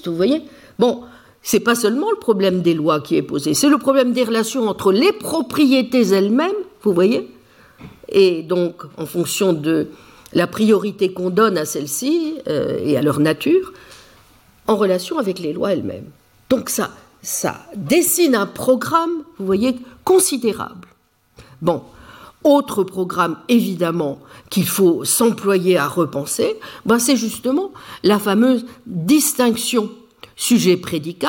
Vous voyez? Bon, c'est pas seulement le problème des lois qui est posé, c'est le problème des relations entre les propriétés elles-mêmes, vous voyez? Et donc, en fonction de la priorité qu'on donne à celles-ci euh, et à leur nature, en relation avec les lois elles-mêmes. Donc ça, ça dessine un programme, vous voyez, considérable. Bon, autre programme, évidemment, qu'il faut s'employer à repenser, ben c'est justement la fameuse distinction sujet-prédicat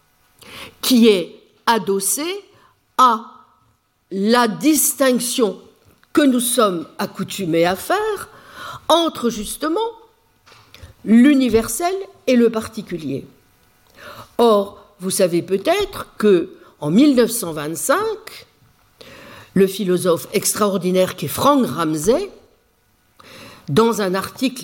qui est adossée à la distinction que nous sommes accoutumés à faire entre, justement, l'universel et le particulier. Or, vous savez peut-être que en mille neuf cent vingt-cinq, le philosophe extraordinaire qui est Frank Ramsey, dans un article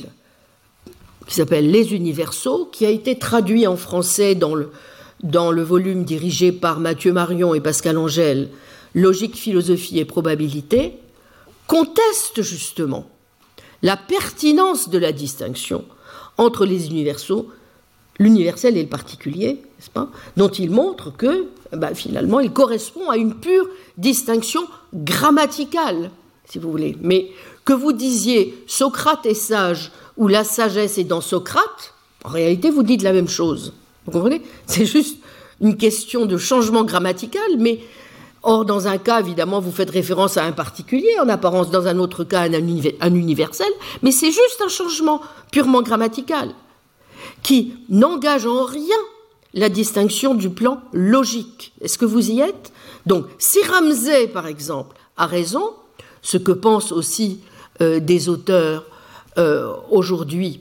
qui s'appelle « Les universaux », qui a été traduit en français dans le, dans le volume dirigé par Mathieu Marion et Pascal Angèle, « Logique, philosophie et probabilité », conteste justement la pertinence de la distinction entre les universaux, l'universel et le particulier, n'est-ce pas, dont il montre que, ben, finalement, il correspond à une pure distinction grammaticale, si vous voulez. Mais que vous disiez Socrate est sage ou la sagesse est dans Socrate, en réalité, vous dites la même chose. Vous comprenez? C'est juste une question de changement grammatical, mais or, dans un cas, évidemment, vous faites référence à un particulier, en apparence, dans un autre cas, à un universel, mais c'est juste un changement purement grammatical qui n'engage en rien la distinction du plan logique. Est-ce que vous y êtes? Donc, si Ramsey, par exemple, a raison, ce que pensent aussi euh, des auteurs euh, aujourd'hui,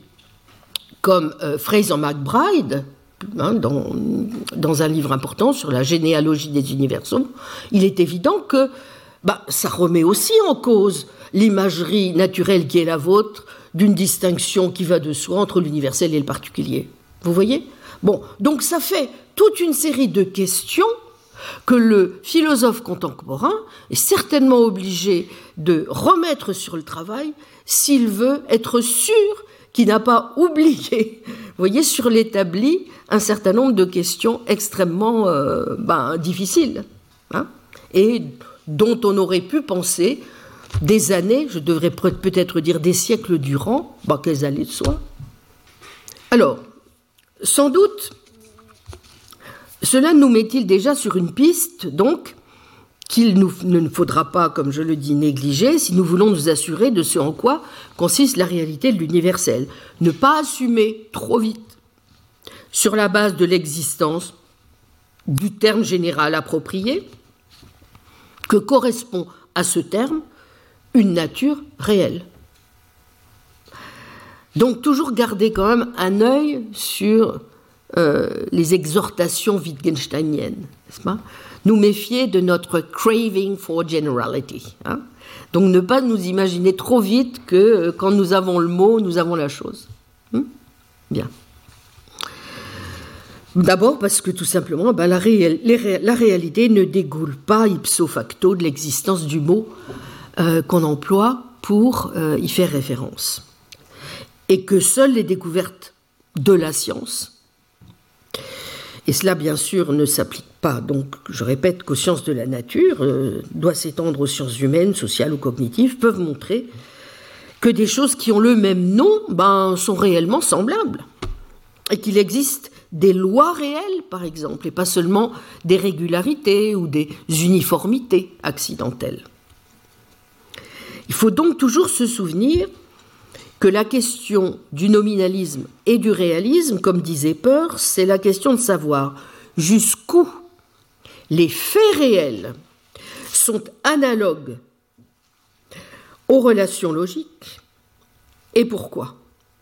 comme euh, Fraser McBride, hein, dans, dans un livre important sur la généalogie des universaux, il est évident que bah, ça remet aussi en cause l'imagerie naturelle qui est la vôtre, d'une distinction qui va de soi entre l'universel et le particulier. Vous voyez? Bon, donc ça fait toute une série de questions que le philosophe contemporain est certainement obligé de remettre sur le travail s'il veut être sûr qu'il n'a pas oublié, vous voyez, sur l'établi, un certain nombre de questions extrêmement euh, ben, difficiles, hein, et dont on aurait pu penser des années, je devrais peut-être dire des siècles durant, bah, qu'elles allaient de soi. Alors, sans doute, cela nous met-il déjà sur une piste, donc, qu'il nous, ne nous faudra pas, comme je le dis, négliger si nous voulons nous assurer de ce en quoi consiste la réalité de l'universel. Ne pas assumer trop vite, sur la base de l'existence du terme général approprié, que correspond à ce terme une nature réelle. Donc toujours garder quand même un œil sur euh, les exhortations wittgensteiniennes, n'est-ce pas? Nous méfier de notre craving for generality, hein? Donc ne pas nous imaginer trop vite que euh, quand nous avons le mot, nous avons la chose. Hum? Bien. D'abord parce que tout simplement, ben, la, réel, les, la réalité ne découle pas ipso facto de l'existence du mot euh, qu'on emploie pour euh, y faire référence. Et que seules les découvertes de la science, et cela bien sûr ne s'applique pas, donc je répète qu'aux sciences de la nature, euh, doit s'étendre aux sciences humaines, sociales ou cognitives, peuvent montrer que des choses qui ont le même nom ben, sont réellement semblables, et qu'il existe des lois réelles, par exemple, et pas seulement des régularités ou des uniformités accidentelles. Il faut donc toujours se souvenir que la question du nominalisme et du réalisme, comme disait Peirce, c'est la question de savoir jusqu'où les faits réels sont analogues aux relations logiques et pourquoi.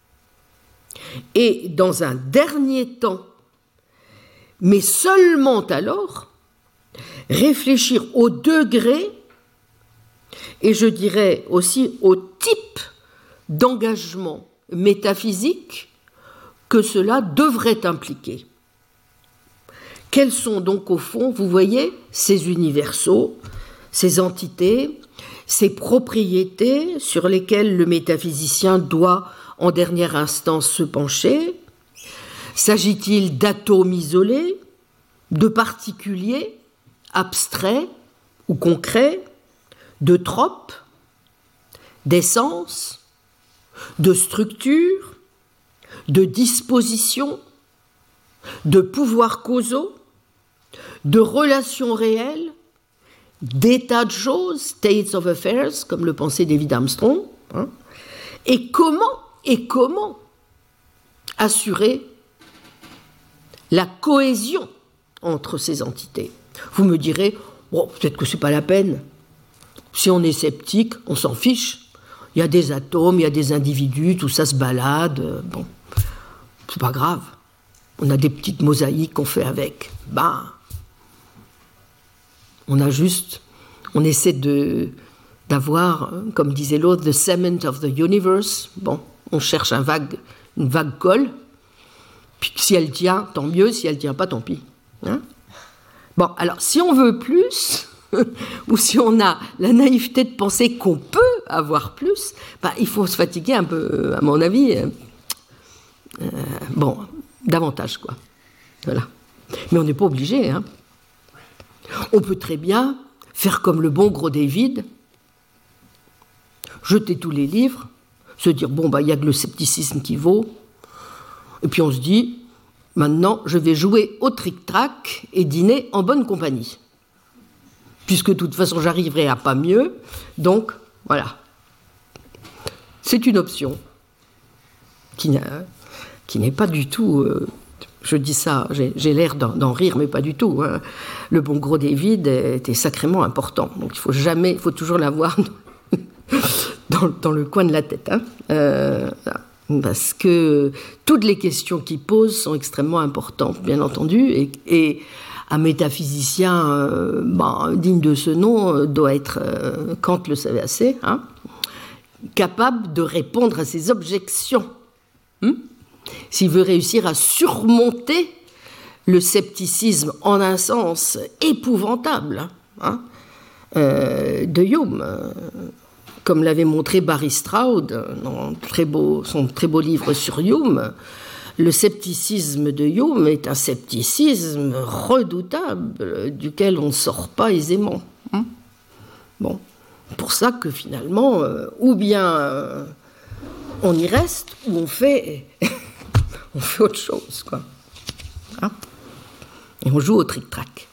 Et dans un dernier temps, mais seulement alors, réfléchir au degré et je dirais aussi au type d'engagement métaphysique que cela devrait impliquer. Quels sont donc au fond, vous voyez, ces universaux, ces entités, ces propriétés sur lesquelles le métaphysicien doit en dernière instance se pencher? S'agit-il d'atomes isolés, de particuliers, abstraits ou concrets, de tropes, d'essences, de structures, de dispositions, de pouvoirs causaux, de relations réelles, d'états de choses, states of affairs, comme le pensait David Armstrong, hein, et comment, et comment assurer la cohésion entre ces entités. Vous me direz, bon, peut-être que c'est pas la peine. Si on est sceptique, on s'en fiche. Il y a des atomes, il y a des individus, tout ça se balade. Bon, c'est pas grave. On a des petites mosaïques qu'on fait avec. Ben, on a juste, on essaie de, d'avoir, comme disait l'autre, the cement of the universe. Bon, on cherche un vague, une vague colle. Puis si elle tient, tant mieux. Si elle tient pas, tant pis. Hein? Bon, alors si on veut plus, ou si on a la naïveté de penser qu'on peut avoir plus, ben, il faut se fatiguer un peu, à mon avis. Euh, bon, davantage, quoi. Voilà. Mais on n'est pas obligé, hein. On peut très bien faire comme le bon gros David, jeter tous les livres, se dire, bon, bah, il n'y a que le scepticisme qui vaut, et puis on se dit, maintenant, je vais jouer au tric-trac et dîner en bonne compagnie. Puisque de toute façon, j'arriverai à pas mieux, donc, voilà. C'est une option qui, n'a, qui n'est pas du tout... Euh, je dis ça, j'ai, j'ai l'air d'en, d'en rire, mais pas du tout. Hein. Le bon gros David était sacrément important. Donc il faut jamais, il faut toujours l'avoir dans, dans le coin de la tête. Hein. Euh, parce que toutes les questions qu'il pose sont extrêmement importantes, bien entendu. Et, et un métaphysicien euh, ben, digne de ce nom doit être, euh, Kant le savait assez, hein, capable de répondre à ces objections. Hum S'il veut réussir à surmonter le scepticisme en un sens épouvantable hein, euh, de Hume, euh, comme l'avait montré Barry Stroud dans très beau, son très beau livre sur Hume, le scepticisme de Hume est un scepticisme redoutable duquel on ne sort pas aisément. Hein. Bon, pour ça que finalement, euh, ou bien euh, on y reste, ou on fait... on fait autre chose, quoi. Hein? Et on joue au tric-trac.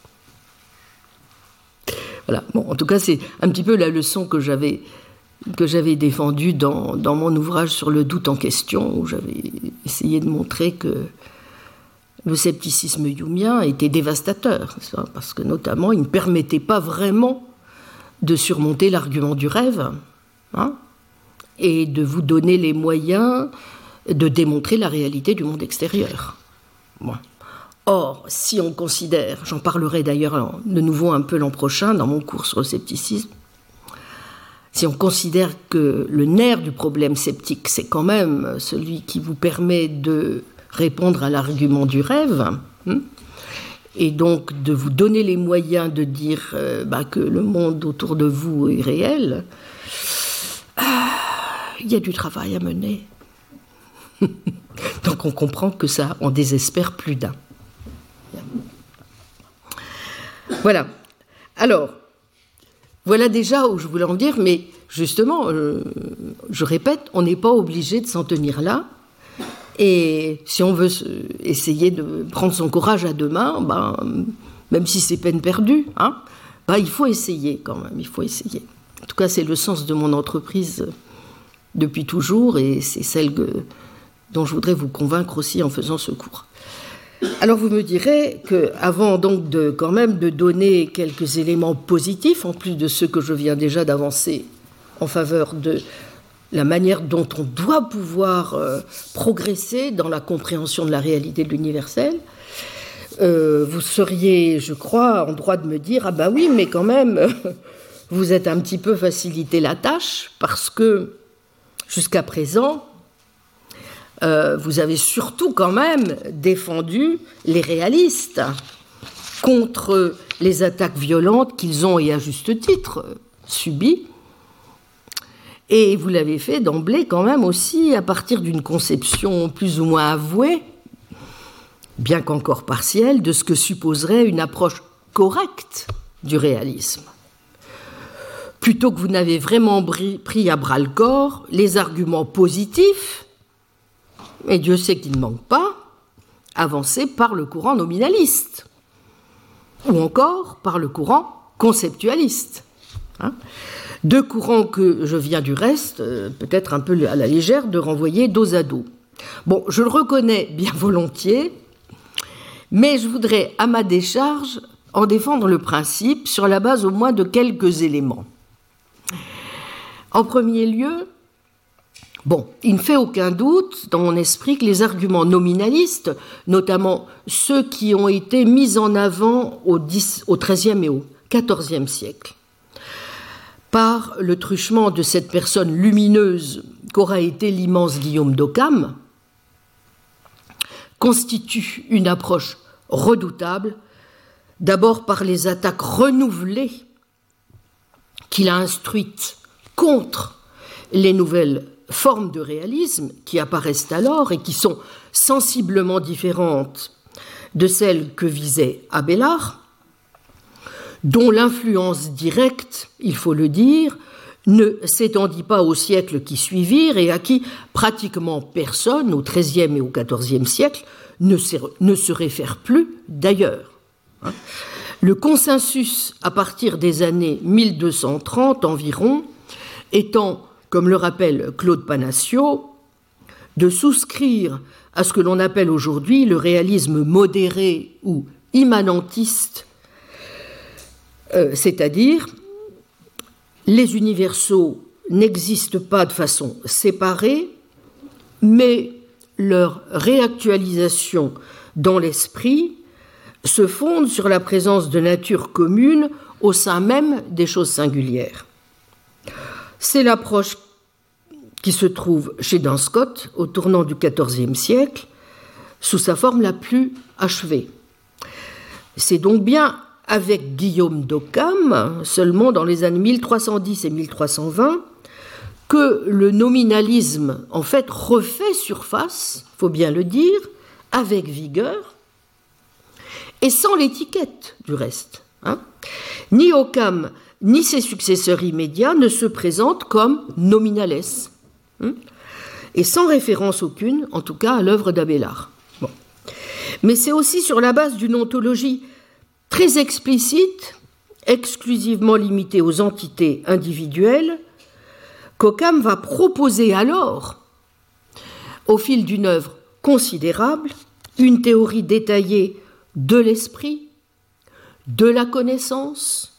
Voilà. Bon, en tout cas, c'est un petit peu la leçon que j'avais, que j'avais défendue dans, dans mon ouvrage sur le doute en question, où j'avais essayé de montrer que le scepticisme humien était dévastateur, parce que notamment, il ne permettait pas vraiment de surmonter l'argument du rêve, hein, et de vous donner les moyens de démontrer la réalité du monde extérieur. Bon. Or, si on considère, j'en parlerai d'ailleurs de nouveau un peu l'an prochain dans mon cours sur le scepticisme, si on considère que le nerf du problème sceptique, c'est quand même celui qui vous permet de répondre à l'argument du rêve, hein, et donc de vous donner les moyens de dire euh, bah, que le monde autour de vous est réel, il euh, y a du travail à mener. Donc on comprend que ça en désespère plus d'un. Voilà. Alors, voilà déjà où je voulais en dire, mais justement, euh, je répète, on n'est pas obligé de s'en tenir là. Et si on veut essayer de prendre son courage à deux mains, ben, même si c'est peine perdue, hein, ben, il faut essayer quand même, il faut essayer. En tout cas, c'est le sens de mon entreprise depuis toujours, et c'est celle que, dont je voudrais vous convaincre aussi en faisant ce cours. Alors vous me direz qu'avant donc de, quand même de donner quelques éléments positifs, en plus de ceux que je viens déjà d'avancer en faveur de la manière dont on doit pouvoir euh, progresser dans la compréhension de la réalité de l'universel, euh, vous seriez, je crois, en droit de me dire « Ah ben oui, mais quand même, vous êtes un petit peu facilité la tâche, parce que jusqu'à présent, Euh, vous avez surtout quand même défendu les réalistes contre les attaques violentes qu'ils ont, et à juste titre, subies. Et vous l'avez fait d'emblée quand même aussi à partir d'une conception plus ou moins avouée, bien qu'encore partielle, de ce que supposerait une approche correcte du réalisme. Plutôt que vous n'avez vraiment pris à bras-le-corps les arguments positifs, et Dieu sait qu'il ne manque pas, avancé par le courant nominaliste, ou encore par le courant conceptualiste. Hein, deux courants que je viens du reste, euh, peut-être un peu à la légère, de renvoyer dos à dos. Bon, je le reconnais bien volontiers, mais je voudrais, à ma décharge, en défendre le principe sur la base au moins de quelques éléments. En premier lieu, bon, il ne fait aucun doute dans mon esprit que les arguments nominalistes, notamment ceux qui ont été mis en avant au, dix, au treizième et au quatorzième siècle, par le truchement de cette personne lumineuse qu'aura été l'immense Guillaume d'Occam, constituent une approche redoutable, d'abord par les attaques renouvelées qu'il a instruites contre les nouvelles formes de réalisme qui apparaissent alors et qui sont sensiblement différentes de celles que visait Abélard, dont l'influence directe, il faut le dire, ne s'étendit pas aux siècles qui suivirent et à qui pratiquement personne, au treizième et au quatorzième siècle, ne se, ne se réfère plus d'ailleurs. Le consensus à partir des années mille deux cent trente environ étant, comme le rappelle Claude Panassiot, de souscrire à ce que l'on appelle aujourd'hui le réalisme modéré ou immanentiste, euh, c'est-à-dire les universaux n'existent pas de façon séparée, mais leur réactualisation dans l'esprit se fonde sur la présence de natures communes au sein même des choses singulières. C'est l'approche qui se trouve chez Duns Scott au tournant du quatorzième siècle, sous sa forme la plus achevée. C'est donc bien avec Guillaume d'Occam, seulement dans les années mille trois cent dix et mille trois cent vingt, que le nominalisme, en fait, refait surface, il faut bien le dire, avec vigueur, et sans l'étiquette du reste. Hein. Ni Occam, ni ses successeurs immédiats ne se présentent comme nominales, hein, et sans référence aucune, en tout cas, à l'œuvre d'Abélard. Bon. Mais c'est aussi sur la base d'une ontologie très explicite, exclusivement limitée aux entités individuelles, qu'Occam va proposer alors, au fil d'une œuvre considérable, une théorie détaillée de l'esprit, de la connaissance,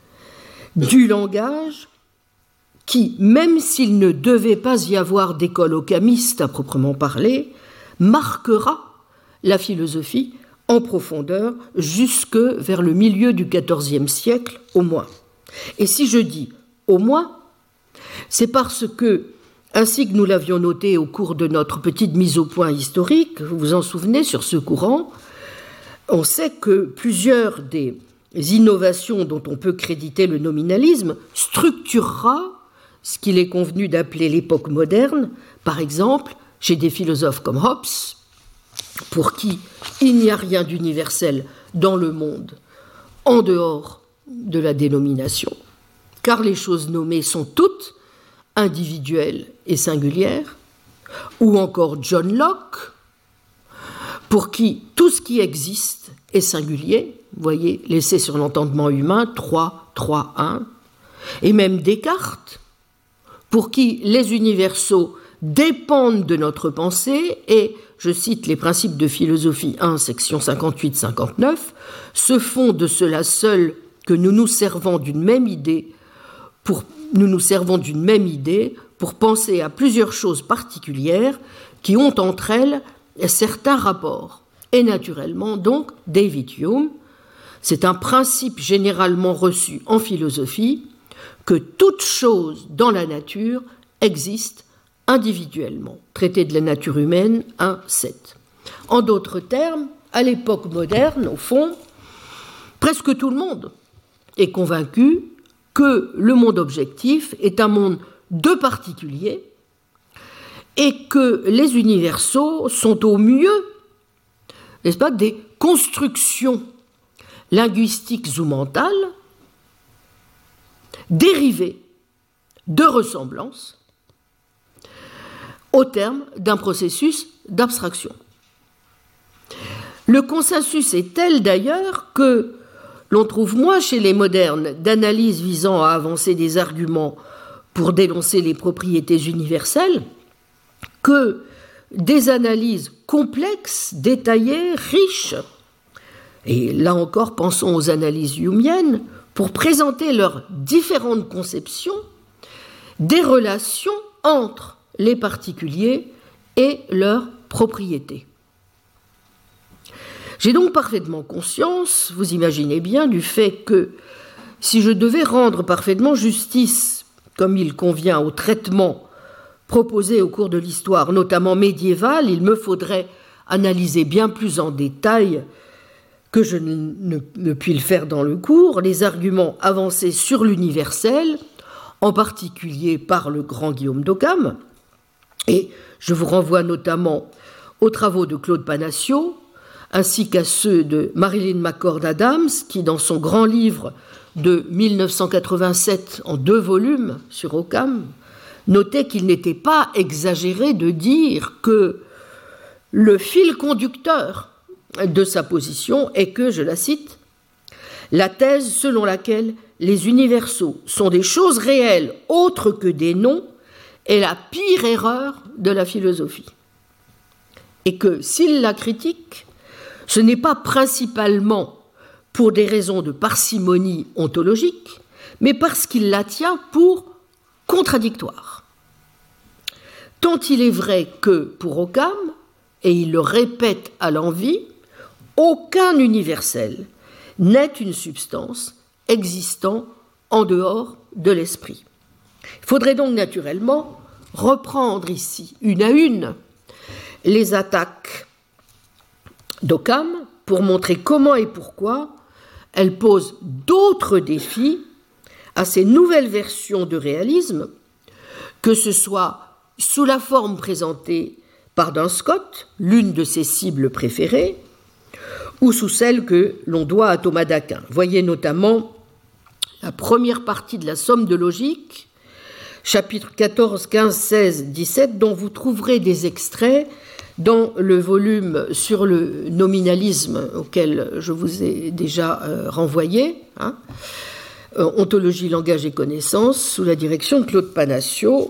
du langage, qui, même s'il ne devait pas y avoir d'école occamiste à proprement parler, marquera la philosophie en profondeur jusque vers le milieu du quatorzième siècle au moins. Et si je dis au moins, c'est parce que, ainsi que nous l'avions noté au cours de notre petite mise au point historique, vous vous en souvenez sur ce courant, on sait que plusieurs des innovations dont on peut créditer le nominalisme structurera ce qu'il est convenu d'appeler l'époque moderne, par exemple chez des philosophes comme Hobbes, pour qui il n'y a rien d'universel dans le monde en dehors de la dénomination, car les choses nommées sont toutes individuelles et singulières, ou encore John Locke, pour qui tout ce qui existe est singulier, vous voyez, l'essai sur l'entendement humain, trois, trois, un, et même Descartes, pour qui les universaux dépendent de notre pensée et, je cite les principes de philosophie un, section cinquante-huit cinquante-neuf, se font de cela seul que nous nous servons d'une même idée pour, nous nous servons d'une même idée pour penser à plusieurs choses particulières qui ont entre elles certains rapports. Et naturellement, donc, David Hume, c'est un principe généralement reçu en philosophie que toute chose dans la nature existe individuellement. Traité de la nature humaine un, sept. En d'autres termes, à l'époque moderne, au fond, presque tout le monde est convaincu que le monde objectif est un monde de particuliers et que les universaux sont au mieux, n'est-ce pas, des constructions linguistiques ou mentales dérivées de ressemblances au terme d'un processus d'abstraction. Le consensus est tel d'ailleurs que l'on trouve moins chez les modernes d'analyses visant à avancer des arguments pour dénoncer les propriétés universelles que des analyses complexes, détaillées, riches, et là encore pensons aux analyses humiennes, pour présenter leurs différentes conceptions des relations entre les particuliers et leurs propriétés. J'ai donc parfaitement conscience, vous imaginez bien, du fait que si je devais rendre parfaitement justice, comme il convient, au traitement proposé au cours de l'histoire, notamment médiévale, il me faudrait analyser bien plus en détail que je ne, ne, ne puis le faire dans le cours, les arguments avancés sur l'universel, en particulier par le grand Guillaume d'Occam, et je vous renvoie notamment aux travaux de Claude Panassiot, ainsi qu'à ceux de Marilyn McCord Adams, qui, dans son grand livre de mille neuf cent quatre-vingt-sept, en deux volumes sur Occam, notait qu'il n'était pas exagéré de dire que le fil conducteur de sa position est que, je la cite, « la thèse selon laquelle les universaux sont des choses réelles autres que des noms est la pire erreur de la philosophie. » Et que, s'il la critique, ce n'est pas principalement pour des raisons de parcimonie ontologique, mais parce qu'il la tient pour contradictoire. Tant il est vrai que, pour Occam, et il le répète à l'envi, aucun universel n'est une substance existant en dehors de l'esprit. Il faudrait donc naturellement reprendre ici, une à une, les attaques d'Occam pour montrer comment et pourquoi elles posent d'autres défis à ces nouvelles versions de réalisme, que ce soit sous la forme présentée par Duns Scott, l'une de ses cibles préférées, ou sous celle que l'on doit à Thomas d'Aquin. Voyez notamment la première partie de la Somme de logique, chapitres quatorze, quinze, seize, dix-sept, dont vous trouverez des extraits dans le volume sur le nominalisme auquel je vous ai déjà euh, renvoyé, hein, euh, Ontologie, langage et connaissance, sous la direction de Claude Panassiot.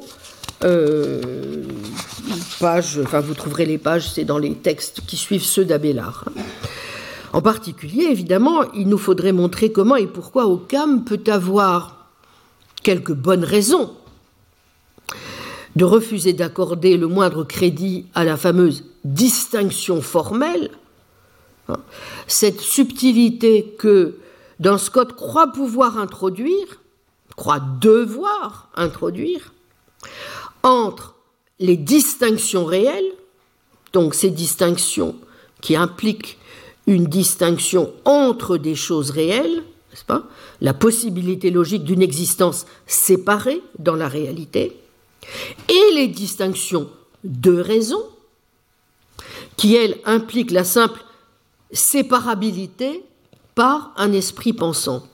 Euh, page, enfin, vous trouverez les pages, c'est dans les textes qui suivent ceux d'Abélard. En particulier, évidemment, il nous faudrait montrer comment et pourquoi Occam peut avoir quelques bonnes raisons de refuser d'accorder le moindre crédit à la fameuse distinction formelle, cette subtilité que Duns Scott croit pouvoir introduire, croit devoir introduire, entre les distinctions réelles, donc ces distinctions qui impliquent une distinction entre des choses réelles, n'est-ce pas, la possibilité logique d'une existence séparée dans la réalité, et les distinctions de raison, qui, elles, impliquent la simple séparabilité par un esprit pensant.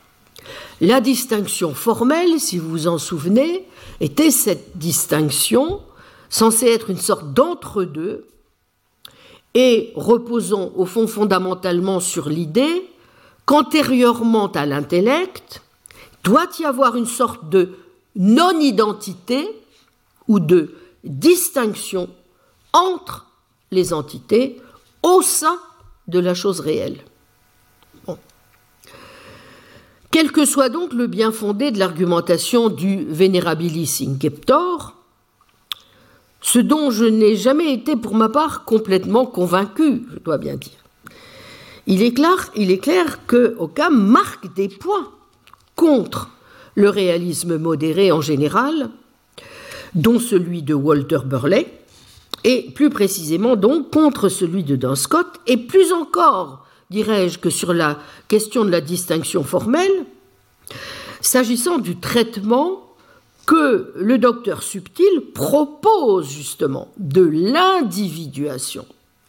La distinction formelle, si vous vous en souvenez, était cette distinction censé être une sorte d'entre-deux, et reposant au fond fondamentalement sur l'idée qu'antérieurement à l'intellect, doit y avoir une sorte de non-identité ou de distinction entre les entités au sein de la chose réelle. Bon. Quel que soit donc le bien fondé de l'argumentation du Venerabilis Inceptor, ce dont je n'ai jamais été pour ma part complètement convaincu, je dois bien dire, il est clair, il est clair que Occam marque des points contre le réalisme modéré en général, dont celui de Walter Burley, et plus précisément donc contre celui de Duns Scott, et plus encore, dirais-je, que sur la question de la distinction formelle, s'agissant du traitement que le docteur Subtil propose justement de l'individuation.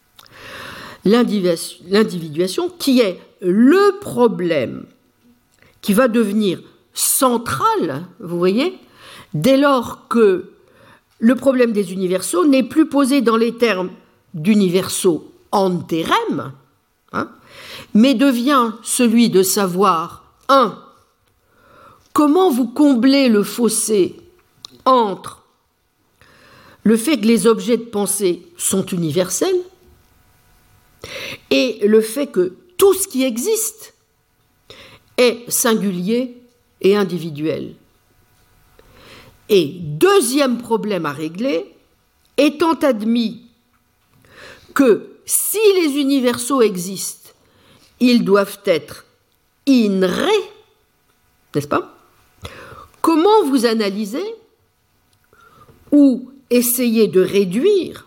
L'individuation qui est le problème qui va devenir central, vous voyez, dès lors que le problème des universaux n'est plus posé dans les termes d'universaux anterem, hein, mais devient celui de savoir, un, comment vous comblez le fossé entre le fait que les objets de pensée sont universels et le fait que tout ce qui existe est singulier et individuel. Et deuxième problème à régler, étant admis que si les universaux existent, ils doivent être in re, n'est-ce pas ? Comment vous analysez ou essayez de réduire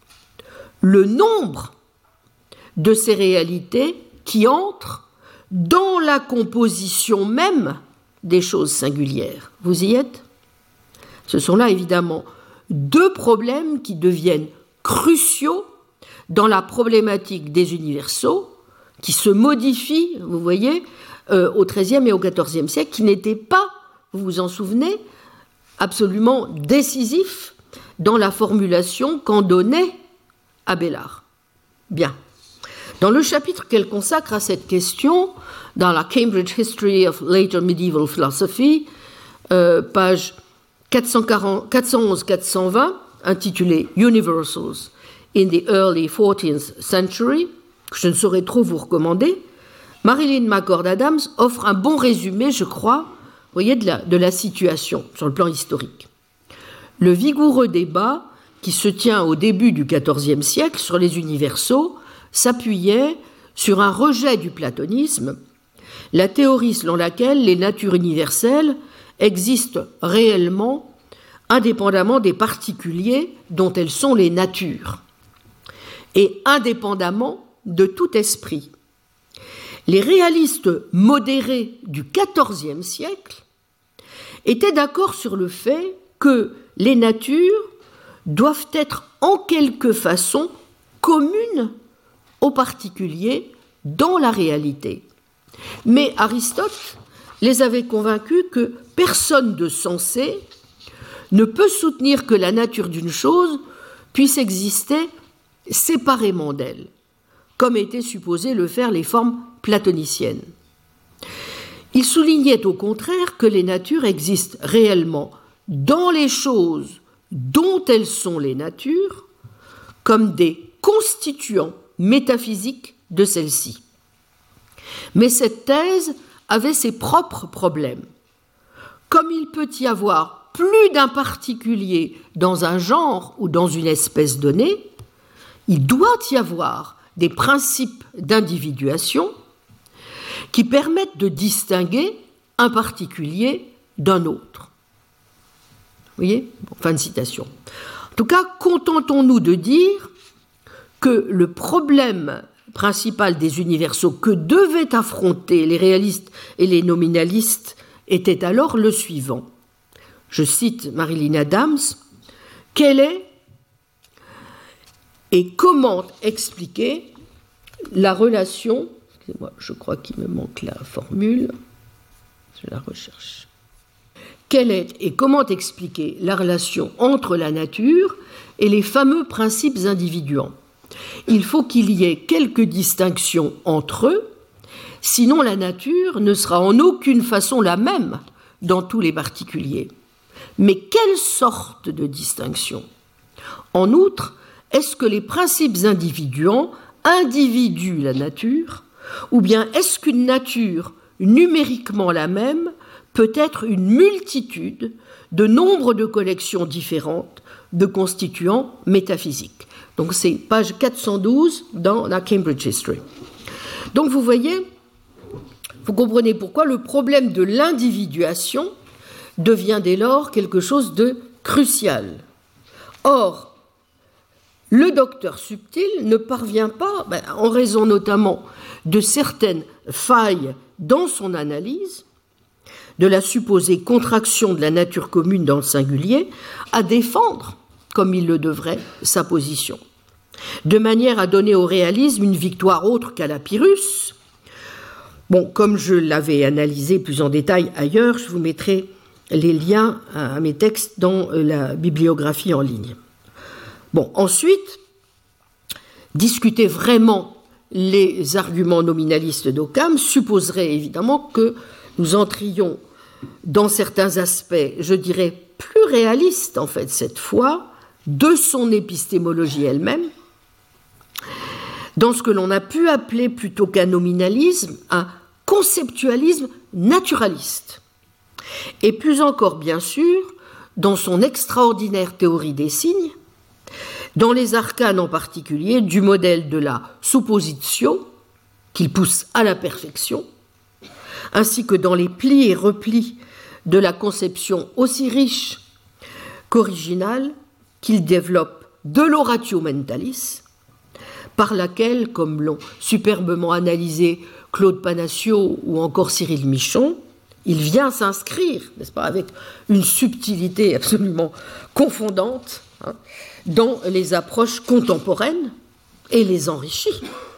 le nombre de ces réalités qui entrent dans la composition même des choses singulières? Vous y êtes ? Ce sont là évidemment deux problèmes qui deviennent cruciaux dans la problématique des universaux, qui se modifient, vous voyez, euh, au treizième et au quatorzième siècle, qui n'étaient pas, vous vous en souvenez, absolument décisifs dans la formulation qu'en donnait Abélard. Bien. Dans le chapitre qu'elle consacre à cette question, dans la Cambridge History of Later Medieval Philosophy, euh, page quatre cent onze à quatre cent vingt, intitulé Universals in the Early fourteenth Century, que je ne saurais trop vous recommander, Marilyn McCord Adams offre un bon résumé, je crois, vous voyez, de la, de la situation sur le plan historique. Le vigoureux débat qui se tient au début du quatorzième siècle sur les universaux s'appuyait sur un rejet du platonisme, la théorie selon laquelle les natures universelles existent réellement indépendamment des particuliers dont elles sont les natures et indépendamment de tout esprit. Les réalistes modérés du quatorzième siècle étaient d'accord sur le fait que les natures doivent être en quelque façon communes aux particuliers dans la réalité. Mais Aristote les avait convaincus que personne de sensé ne peut soutenir que la nature d'une chose puisse exister séparément d'elle, comme étaient supposées le faire les formes platoniciennes. Il soulignait au contraire que les natures existent réellement dans les choses dont elles sont les natures, comme des constituants métaphysiques de celles-ci. Mais cette thèse avait ses propres problèmes. Comme il peut y avoir plus d'un particulier dans un genre ou dans une espèce donnée, il doit y avoir des principes d'individuation qui permettent de distinguer un particulier d'un autre. Vous voyez ? Bon, fin de citation. En tout cas, contentons-nous de dire que le problème principal des universaux que devaient affronter les réalistes et les nominalistes était alors le suivant. Je cite Marilyn Adams, « Quelle est et comment expliquer la relation, excusez-moi, je crois qu'il me manque la formule, je la recherche, quelle est et comment expliquer la relation entre la nature et les fameux principes individuants. Il faut qu'il y ait quelques distinctions entre eux, sinon la nature ne sera en aucune façon la même dans tous les particuliers. Mais quelle sorte de distinction? En outre, est-ce que les principes individuants individuent la nature, ou bien est-ce qu'une nature numériquement la même peut être une multitude de nombre de collections différentes de constituants métaphysiques? Donc c'est page quatre cent douze dans la Cambridge History. Donc vous voyez, vous comprenez pourquoi le problème de l'individuation devient dès lors quelque chose de crucial. Or, le docteur Subtil ne parvient pas, ben, en raison notamment de certaines failles dans son analyse, de la supposée contraction de la nature commune dans le singulier, à défendre, comme il le devrait, sa position, de manière à donner au réalisme une victoire autre qu'à la Pyrrhus. Bon, comme je l'avais analysé plus en détail ailleurs, je vous mettrai les liens à mes textes dans la bibliographie en ligne. Bon, ensuite, discuter vraiment les arguments nominalistes d'Occam supposerait évidemment que nous entrions dans certains aspects, je dirais, plus réalistes, en fait, cette fois, de son épistémologie elle-même, dans ce que l'on a pu appeler, plutôt qu'un nominalisme, un conceptualisme naturaliste. Et plus encore, bien sûr, dans son extraordinaire théorie des signes, dans les arcanes en particulier, du modèle de la suppositio, qu'il pousse à la perfection, ainsi que dans les plis et replis de la conception aussi riche qu'originale qu'il développe de l'oratio mentalis, par laquelle, comme l'ont superbement analysé Claude Panassiot ou encore Cyril Michon, il vient s'inscrire, n'est-ce pas, avec une subtilité absolument confondante, hein, dans les approches contemporaines et les enrichit.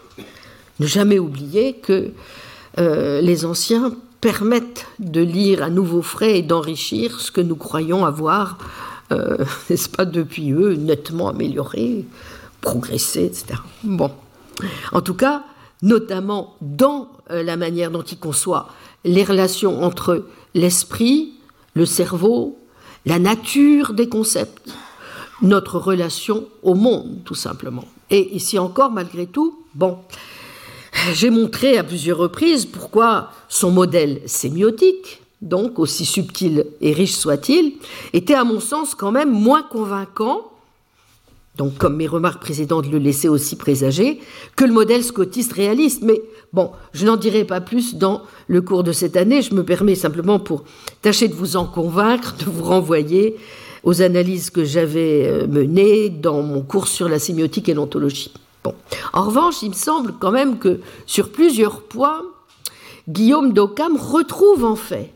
Ne jamais oublier que euh, les anciens permettent de lire à nouveau frais et d'enrichir ce que nous croyons avoir, euh, n'est-ce pas, depuis eux, nettement amélioré, progressé, et cetera. Bon. En tout cas, notamment dans euh, la manière dont il conçoit les relations entre l'esprit, le cerveau, la nature des concepts, notre relation au monde, tout simplement. Et ici encore, malgré tout, bon, j'ai montré à plusieurs reprises pourquoi son modèle sémiotique, donc aussi subtil et riche soit-il, était à mon sens quand même moins convaincant, donc comme mes remarques précédentes le laissaient aussi présager, que le modèle scotiste réaliste. Mais bon, je n'en dirai pas plus dans le cours de cette année, je me permets simplement, pour tâcher de vous en convaincre, de vous renvoyer aux analyses que j'avais menées dans mon cours sur la sémiotique et l'ontologie. Bon. En revanche, il me semble quand même que sur plusieurs points, Guillaume d'Occam retrouve en fait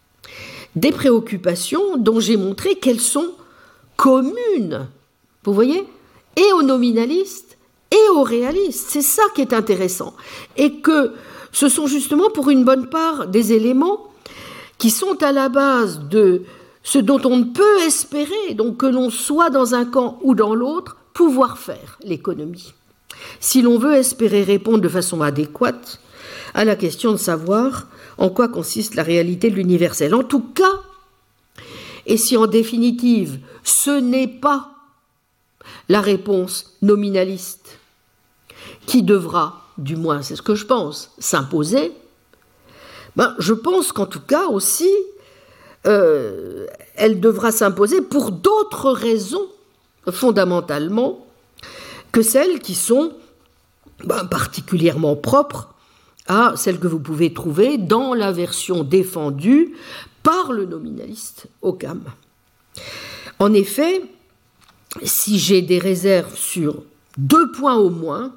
des préoccupations dont j'ai montré qu'elles sont communes, vous voyez, et aux nominalistes et aux réalistes. C'est ça qui est intéressant. Et que ce sont justement pour une bonne part des éléments qui sont à la base de ce dont on ne peut espérer, donc que l'on soit dans un camp ou dans l'autre, pouvoir faire l'économie. Si l'on veut espérer répondre de façon adéquate à la question de savoir en quoi consiste la réalité de l'universel. En tout cas, et si en définitive ce n'est pas la réponse nominaliste qui devra, du moins c'est ce que je pense, s'imposer, ben, je pense qu'en tout cas aussi, euh, elle devra s'imposer pour d'autres raisons fondamentalement que celles qui sont ben, particulièrement propres à celles que vous pouvez trouver dans la version défendue par le nominaliste Occam. En effet, si j'ai des réserves sur deux points au moins,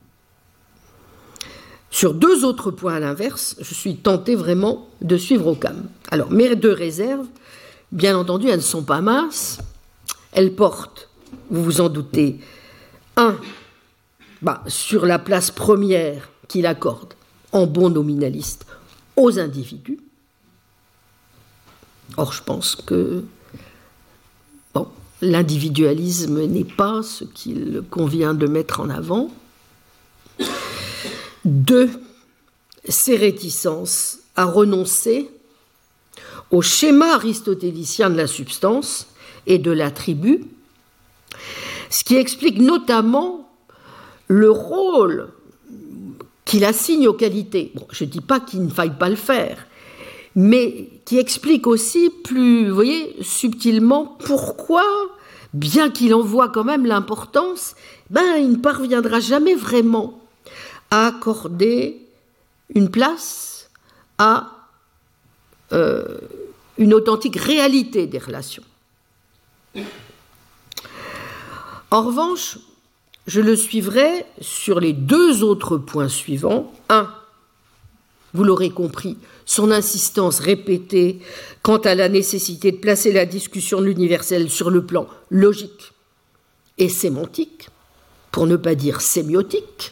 sur deux autres points à l'inverse, je suis tenté vraiment de suivre Occam. Alors, mes deux réserves, bien entendu, elles ne sont pas minces. Elles portent, vous vous en doutez, un, bah, sur la place première qu'il accorde en bon nominaliste aux individus. Or, je pense que bon, l'individualisme n'est pas ce qu'il convient de mettre en avant. Deux, ses réticences à renoncer au schéma aristotélicien de la substance et de l'attribut, ce qui explique notamment le rôle qu'il assigne aux qualités. Bon, je ne dis pas qu'il ne faille pas le faire, mais qui explique aussi plus, vous voyez, subtilement pourquoi, bien qu'il en voit quand même l'importance, ben, il ne parviendra jamais vraiment à accorder une place à euh, une authentique réalité des relations. En revanche, je le suivrai sur les deux autres points suivants. Un, vous l'aurez compris, son insistance répétée quant à la nécessité de placer la discussion de l'universel sur le plan logique et sémantique, pour ne pas dire sémiotique.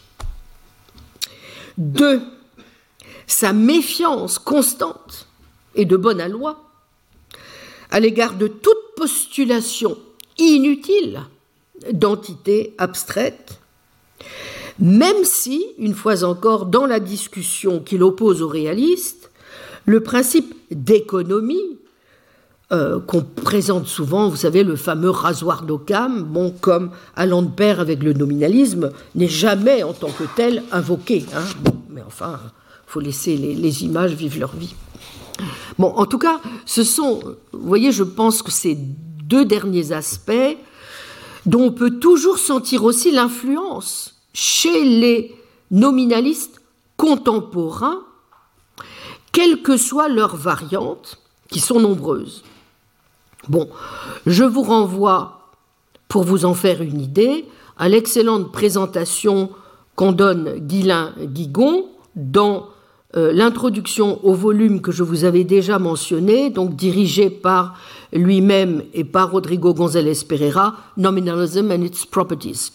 Deux, sa méfiance constante et de bonne aloi à l'égard de toute postulation inutile d'entités abstraites, même si, une fois encore, dans la discussion qu'il oppose aux réalistes, le principe d'économie, euh, qu'on présente souvent, vous savez, le fameux rasoir d'Occam, bon, comme allant de pair avec le nominalisme, n'est jamais en tant que tel invoqué. Hein. Bon, mais enfin, il faut laisser les, les images vivre leur vie. Bon, en tout cas, ce sont, vous voyez, je pense que ces deux derniers aspects dont on peut toujours sentir aussi l'influence chez les nominalistes contemporains, quelles que soient leurs variantes, qui sont nombreuses. Bon, je vous renvoie, pour vous en faire une idée, à l'excellente présentation qu'en donne Guillain-Guigon dans euh, l'introduction au volume que je vous avais déjà mentionné, donc dirigé par lui-même et par Rodrigo González Pereira, Nominalism and its Properties.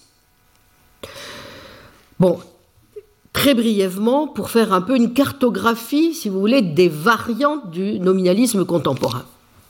Bon, très brièvement, pour faire un peu une cartographie, si vous voulez, des variantes du nominalisme contemporain.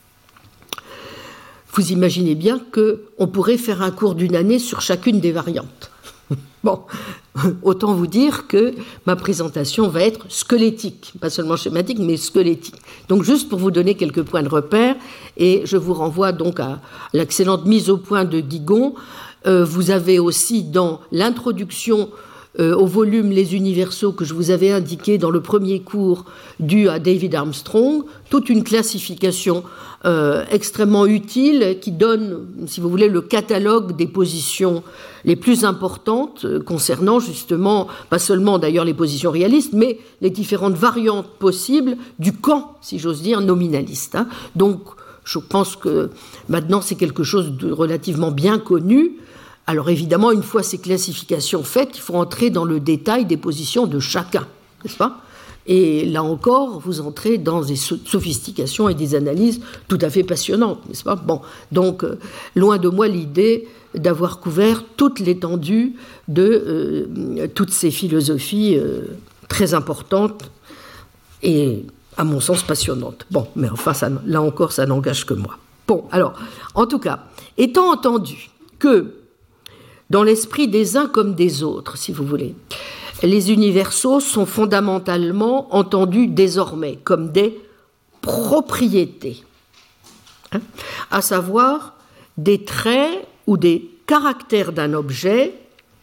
Vous imaginez bien qu'on pourrait faire un cours d'une année sur chacune des variantes. Bon, autant vous dire que ma présentation va être squelettique, pas seulement schématique, mais squelettique. Donc juste pour vous donner quelques points de repère, et je vous renvoie donc à l'excellente mise au point de Guigon. Euh, vous avez aussi dans l'introduction euh, au volume Les Universaux que je vous avais indiqué dans le premier cours dû à David Armstrong, toute une classification Euh, extrêmement utile qui donne, si vous voulez, le catalogue des positions les plus importantes euh, concernant justement, pas seulement d'ailleurs les positions réalistes, mais les différentes variantes possibles du camp, si j'ose dire, nominaliste. Hein. Donc, je pense que maintenant c'est quelque chose de relativement bien connu. Alors évidemment, une fois ces classifications faites, il faut entrer dans le détail des positions de chacun, n'est-ce pas ? Et là encore, vous entrez dans des sophistications et des analyses tout à fait passionnantes, n'est-ce pas ? Bon, donc, euh, loin de moi l'idée d'avoir couvert toute l'étendue de euh, toutes ces philosophies euh, très importantes et, à mon sens, passionnantes. Bon, mais enfin, ça, là encore, ça n'engage que moi. Bon, alors, en tout cas, étant entendu que, dans l'esprit des uns comme des autres, si vous voulez, les universaux sont fondamentalement entendus désormais comme des propriétés, hein, à savoir des traits ou des caractères d'un objet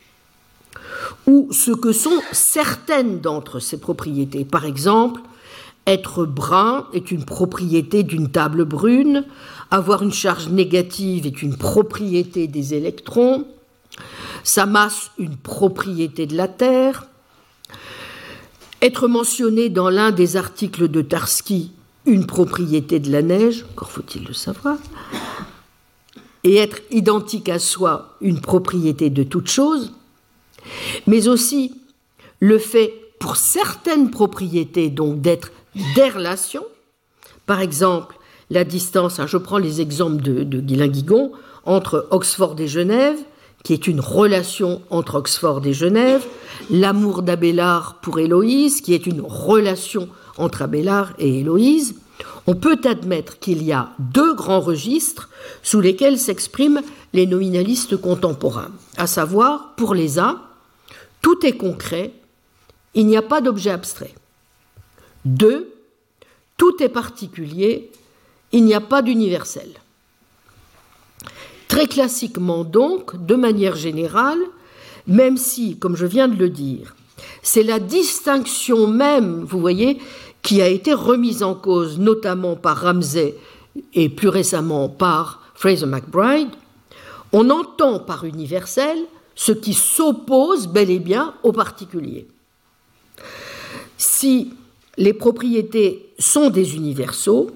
ou ce que sont certaines d'entre ces propriétés. Par exemple, être brun est une propriété d'une table brune, avoir une charge négative est une propriété des électrons, sa masse une propriété de la Terre, être mentionné dans l'un des articles de Tarski une propriété de la neige, encore faut-il le savoir, et être identique à soi une propriété de toute chose, mais aussi le fait pour certaines propriétés donc d'être des relations, par exemple la distance, hein, je prends les exemples de, de Guillain-Guigon, entre Oxford et Genève, qui est une relation entre Oxford et Genève, l'amour d'Abélard pour Héloïse, qui est une relation entre Abélard et Héloïse. on peut admettre qu'il y a deux grands registres sous lesquels s'expriment les nominalistes contemporains, à savoir, pour les uns, tout est concret, il n'y a pas d'objet abstrait. Deux, tout est particulier, il n'y a pas d'universel. Très classiquement donc, de manière générale, même si, comme je viens de le dire, c'est la distinction même, vous voyez, qui a été remise en cause notamment par Ramsay et plus récemment par Fraser McBride, on entend par universel ce qui s'oppose bel et bien au particulier. Si les propriétés sont des universaux,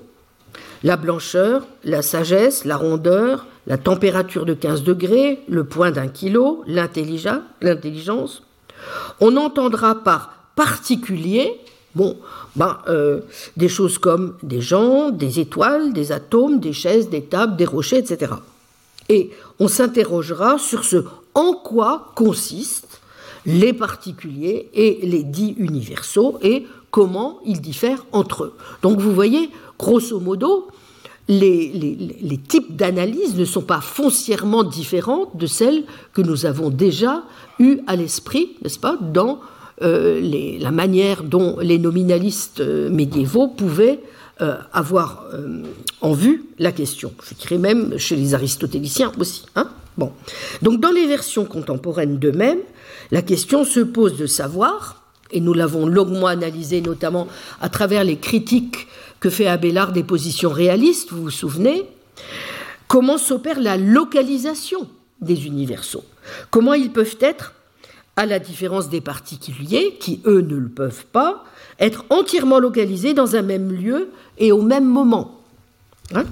la blancheur, la sagesse, la rondeur, la température de quinze degrés, le poids d'un kilo, l'intelligence, on entendra par particulier, bon, ben, euh, des choses comme des gens, des étoiles, des atomes, des chaises, des tables, des rochers, et cetera. Et on s'interrogera sur ce en quoi consistent les particuliers et les dits universaux et comment ils diffèrent entre eux. Donc vous voyez, grosso modo, les, les, les types d'analyse ne sont pas foncièrement différentes de celles que nous avons déjà eues à l'esprit, n'est-ce pas, dans euh, les, la manière dont les nominalistes euh, médiévaux pouvaient euh, avoir euh, en vue la question. Je dirais même chez les aristotéliciens aussi. Hein, bon. Donc dans les versions contemporaines d'eux-mêmes, la question se pose de savoir, et nous l'avons longuement analysé notamment à travers les critiques que fait Abélard des positions réalistes, vous vous souvenez, comment s'opère la localisation des universaux, comment ils peuvent être, à la différence des particuliers, qui eux ne le peuvent pas, être entièrement localisés dans un même lieu et au même moment. Hein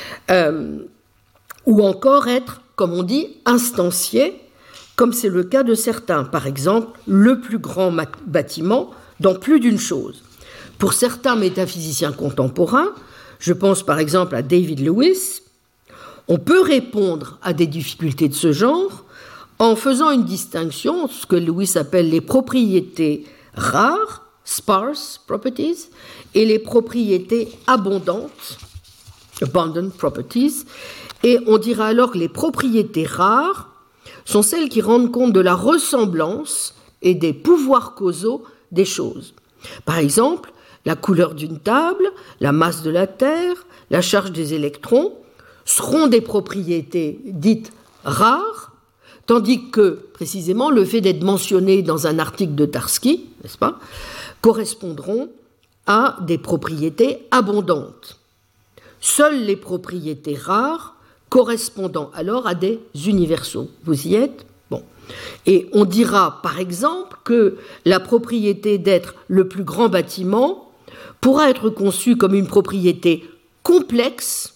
euh, ou encore être, comme on dit, instanciés, comme c'est le cas de certains. Par exemple, le plus grand bâtiment dans plus d'une chose. Pour certains métaphysiciens contemporains, je pense par exemple à David Lewis, on peut répondre à des difficultés de ce genre en faisant une distinction, ce que Lewis appelle les propriétés rares, sparse properties, et les propriétés abondantes, abundant properties, et on dira alors que les propriétés rares sont celles qui rendent compte de la ressemblance et des pouvoirs causaux des choses. Par exemple, la couleur d'une table, la masse de la Terre, la charge des électrons seront des propriétés dites rares, tandis que, précisément, le fait d'être mentionné dans un article de Tarski, n'est-ce pas, correspondront à des propriétés abondantes. Seules les propriétés rares correspondant alors à des universaux. Vous y êtes ? Bon. Et on dira, par exemple, que la propriété d'être le plus grand bâtiment pourra être conçue comme une propriété complexe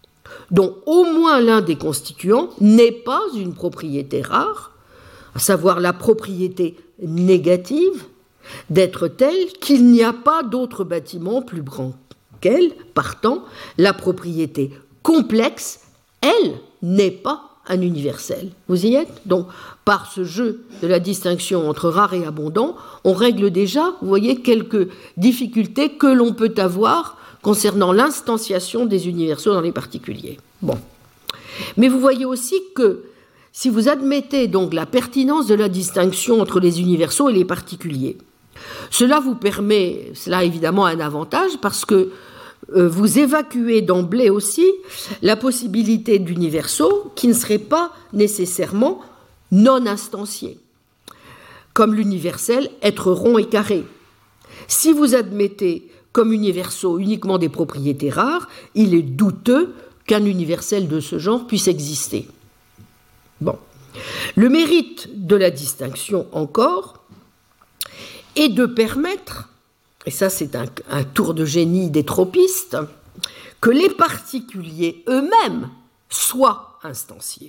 dont au moins l'un des constituants n'est pas une propriété rare, à savoir la propriété négative d'être telle qu'il n'y a pas d'autre bâtiment plus grand qu'elle. Partant, la propriété complexe, elle, n'est pas un universel. Vous y êtes ? Donc, par ce jeu de la distinction entre rare et abondant, on règle déjà, vous voyez, quelques difficultés que l'on peut avoir concernant l'instanciation des universaux dans les particuliers. Bon. Mais vous voyez aussi que si vous admettez donc la pertinence de la distinction entre les universaux et les particuliers, cela vous permet, cela a évidemment un avantage parce que euh, vous évacuez d'emblée aussi la possibilité d'universaux qui ne seraient pas nécessairement non instanciés, comme l'universel être rond et carré. Si vous admettez comme universaux uniquement des propriétés rares, il est douteux qu'un universel de ce genre puisse exister. Bon. Le mérite de la distinction encore est de permettre, et ça c'est un, un tour de génie des tropistes, que les particuliers eux-mêmes soient instanciés,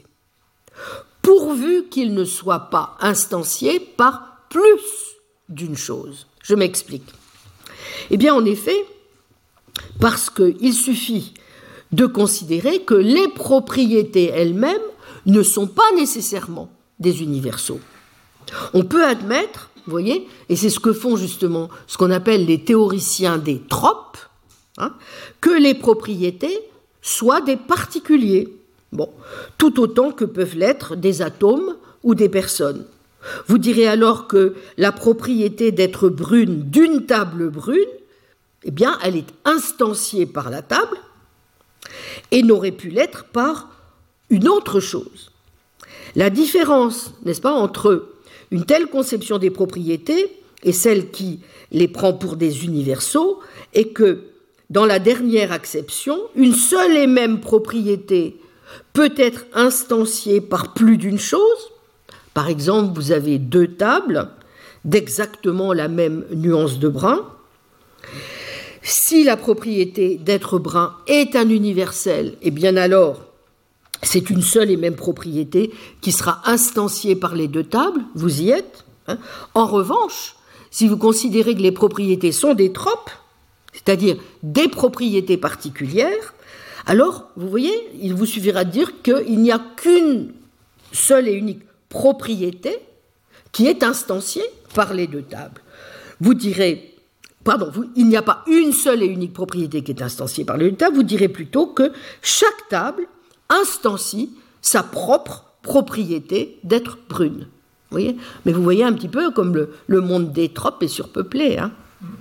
pourvu qu'ils ne soient pas instanciés par plus d'une chose. Je m'explique. Eh bien, en effet, parce qu'il suffit de considérer que les propriétés elles-mêmes ne sont pas nécessairement des universaux. On peut admettre, vous voyez, et c'est ce que font justement ce qu'on appelle les théoriciens des tropes, hein, que les propriétés soient des particuliers, bon, tout autant que peuvent l'être des atomes ou des personnes. Vous direz alors que la propriété d'être brune d'une table brune, eh bien, elle est instanciée par la table et n'aurait pu l'être par une autre chose. La différence, n'est-ce pas, entre une telle conception des propriétés et celle qui les prend pour des universaux est que, dans la dernière acception, une seule et même propriété peut être instanciée par plus d'une chose. Par exemple, vous avez deux tables d'exactement la même nuance de brun. Si la propriété d'être brun est un universel, eh bien alors, c'est une seule et même propriété qui sera instanciée par les deux tables, vous y êtes. Hein. En revanche, si vous considérez que les propriétés sont des tropes, c'est-à-dire des propriétés particulières, alors, vous voyez, il vous suffira de dire qu'il n'y a qu'une seule et unique propriété qui est instanciée par les deux tables. Vous direz, pardon, vous, il n'y a pas une seule et unique propriété qui est instanciée par les deux tables, vous direz plutôt que chaque table instancie sa propre propriété d'être brune. Vous voyez ? Mais vous voyez un petit peu comme le, le monde des tropes est surpeuplé. Hein ?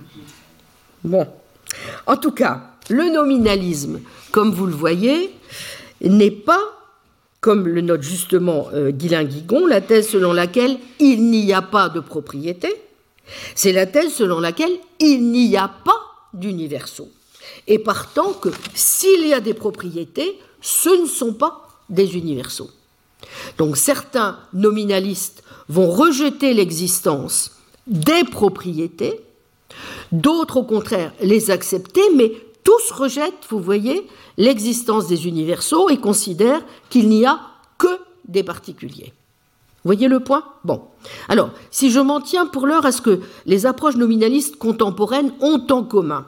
Bon. En tout cas, le nominalisme, comme vous le voyez, n'est pas, comme le note justement euh, Guillain-Guigon, la thèse selon laquelle il n'y a pas de propriété, c'est la thèse selon laquelle il n'y a pas d'universaux. Et partant que s'il y a des propriétés, ce ne sont pas des universaux. Donc certains nominalistes vont rejeter l'existence des propriétés, d'autres au contraire les accepter, mais tous rejettent, vous voyez, l'existence des universaux et considèrent qu'il n'y a que des particuliers. Vous voyez le point ? Bon. Alors, si je m'en tiens pour l'heure à ce que les approches nominalistes contemporaines ont en commun,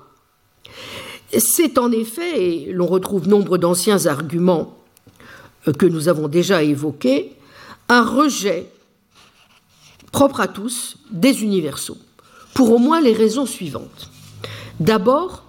c'est en effet, et l'on retrouve nombre d'anciens arguments que nous avons déjà évoqués, un rejet propre à tous des universaux, pour au moins les raisons suivantes. D'abord,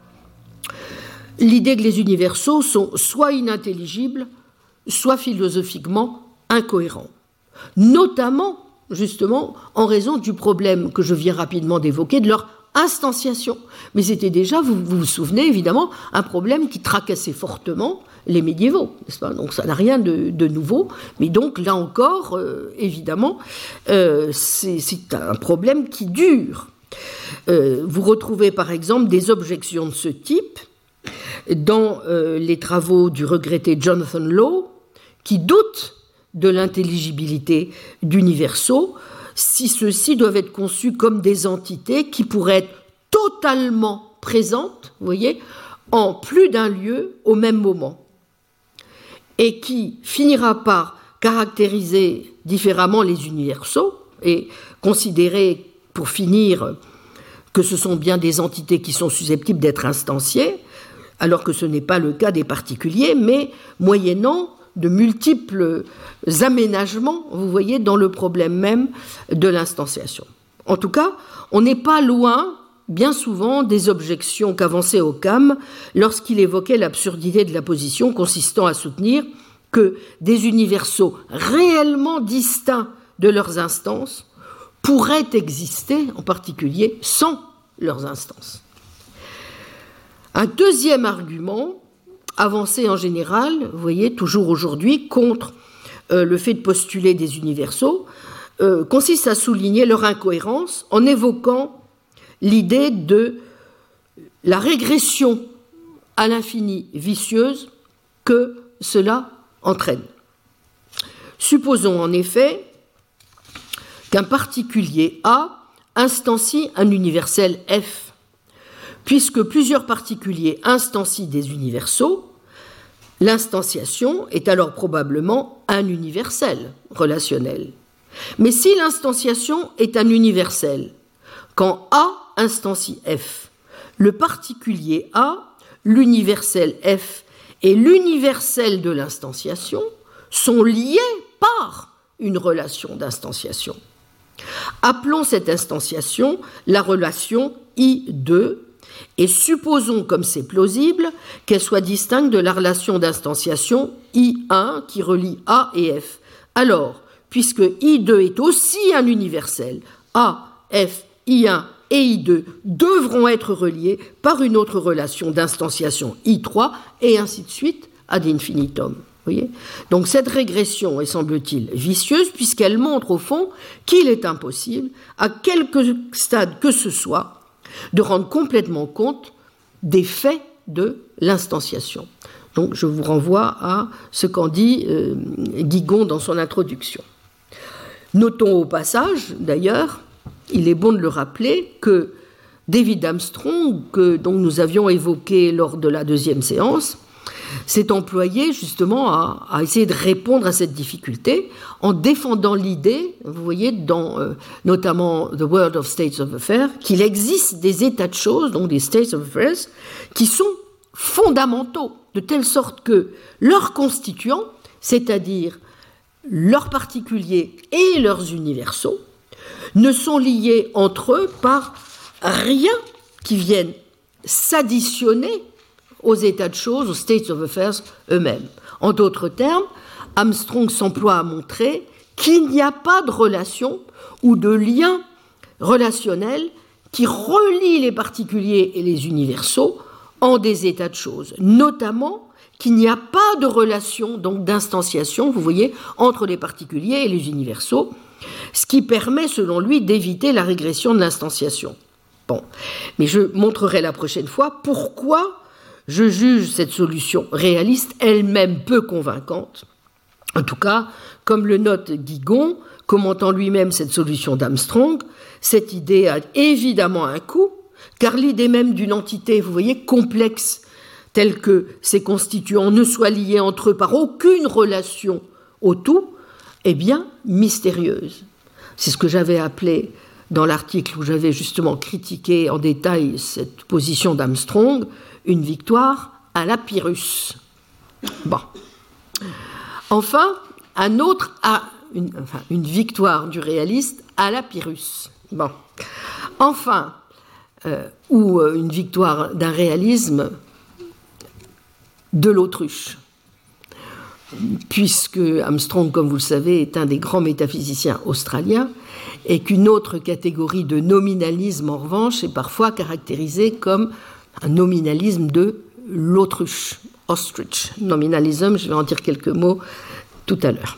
l'idée que les universaux sont soit inintelligibles, soit philosophiquement incohérents, notamment, justement, en raison du problème que je viens rapidement d'évoquer, de leur instanciation. Mais c'était déjà, vous, vous vous souvenez évidemment, un problème qui tracassait fortement les médiévaux, n'est-ce pas ? Donc ça n'a rien de, de nouveau, mais donc là encore, euh, évidemment, euh, c'est, c'est un problème qui dure. Euh, vous retrouvez par exemple des objections de ce type dans euh, les travaux du regretté Jonathan Law, qui doute de l'intelligibilité d'universaux, si ceux-ci doivent être conçus comme des entités qui pourraient être totalement présentes, vous voyez, en plus d'un lieu au même moment, et qui finira par caractériser différemment les universaux et considérer, pour finir, que ce sont bien des entités qui sont susceptibles d'être instanciées, alors que ce n'est pas le cas des particuliers, mais moyennant de multiples aménagements, vous voyez, dans le problème même de l'instanciation. En tout cas, on n'est pas loin, bien souvent, des objections qu'avançait Occam lorsqu'il évoquait l'absurdité de la position consistant à soutenir que des universaux réellement distincts de leurs instances pourraient exister, en particulier, sans leurs instances. Un deuxième argument, avancé en général, vous voyez, toujours aujourd'hui, contre euh, le fait de postuler des universaux, euh, consiste à souligner leur incohérence en évoquant l'idée de la régression à l'infini vicieuse que cela entraîne. Supposons en effet qu'un particulier A instancie un universel F. Puisque plusieurs particuliers instancient des universaux, l'instanciation est alors probablement un universel relationnel. Mais si l'instanciation est un universel, quand A instancie F, le particulier A, l'universel F et l'universel de l'instanciation sont liés par une relation d'instanciation. Appelons cette instanciation la relation I deux, Et supposons, comme c'est plausible, qu'elle soit distincte de la relation d'instanciation I un qui relie A et F. Alors, puisque I deux est aussi un universel, A, F, I un et I deux devront être reliés par une autre relation d'instanciation I trois, et ainsi de suite ad infinitum. Voyez ? Donc cette régression est, semble-t-il, vicieuse, puisqu'elle montre au fond qu'il est impossible, à quelque stade que ce soit, de rendre complètement compte des faits de l'instanciation. Donc je vous renvoie à ce qu'en dit euh, Guigon dans son introduction. Notons au passage, d'ailleurs, il est bon de le rappeler, que David Armstrong, que donc nous avions évoqué lors de la deuxième séance, s'est employé justement à, à essayer de répondre à cette difficulté en défendant l'idée, vous voyez, dans euh, notamment The World of States of Affairs, qu'il existe des états de choses, donc des States of Affairs, qui sont fondamentaux, de telle sorte que leurs constituants, c'est-à-dire leurs particuliers et leurs universaux, ne sont liés entre eux par rien qui vienne s'additionner aux états de choses, aux states of affairs eux-mêmes. En d'autres termes, Armstrong s'emploie à montrer qu'il n'y a pas de relation ou de lien relationnel qui relie les particuliers et les universaux en des états de choses, notamment qu'il n'y a pas de relation, donc d'instanciation, vous voyez, entre les particuliers et les universaux, ce qui permet, selon lui, d'éviter la régression de l'instanciation. Bon, mais je montrerai la prochaine fois pourquoi je juge cette solution réaliste elle-même peu convaincante. En tout cas, comme le note Guigon, commentant lui-même cette solution d'Armstrong, cette idée a évidemment un coût, car l'idée même d'une entité, vous voyez, complexe, telle que ses constituants ne soient liés entre eux par aucune relation au tout, est bien mystérieuse. C'est ce que j'avais appelé, dans l'article où j'avais justement critiqué en détail cette position d'Armstrong, une victoire à la Pyrrhus. Bon. Enfin, un autre a une, enfin, une victoire du réaliste à la Pyrrhus. Bon. Enfin, euh, ou euh, une victoire d'un réalisme de l'autruche. Puisque Armstrong, comme vous le savez, est un des grands métaphysiciens australiens, et qu'une autre catégorie de nominalisme, en revanche, est parfois caractérisée comme un nominalisme de l'autruche, ostrich, nominalisme, je vais en dire quelques mots tout à l'heure.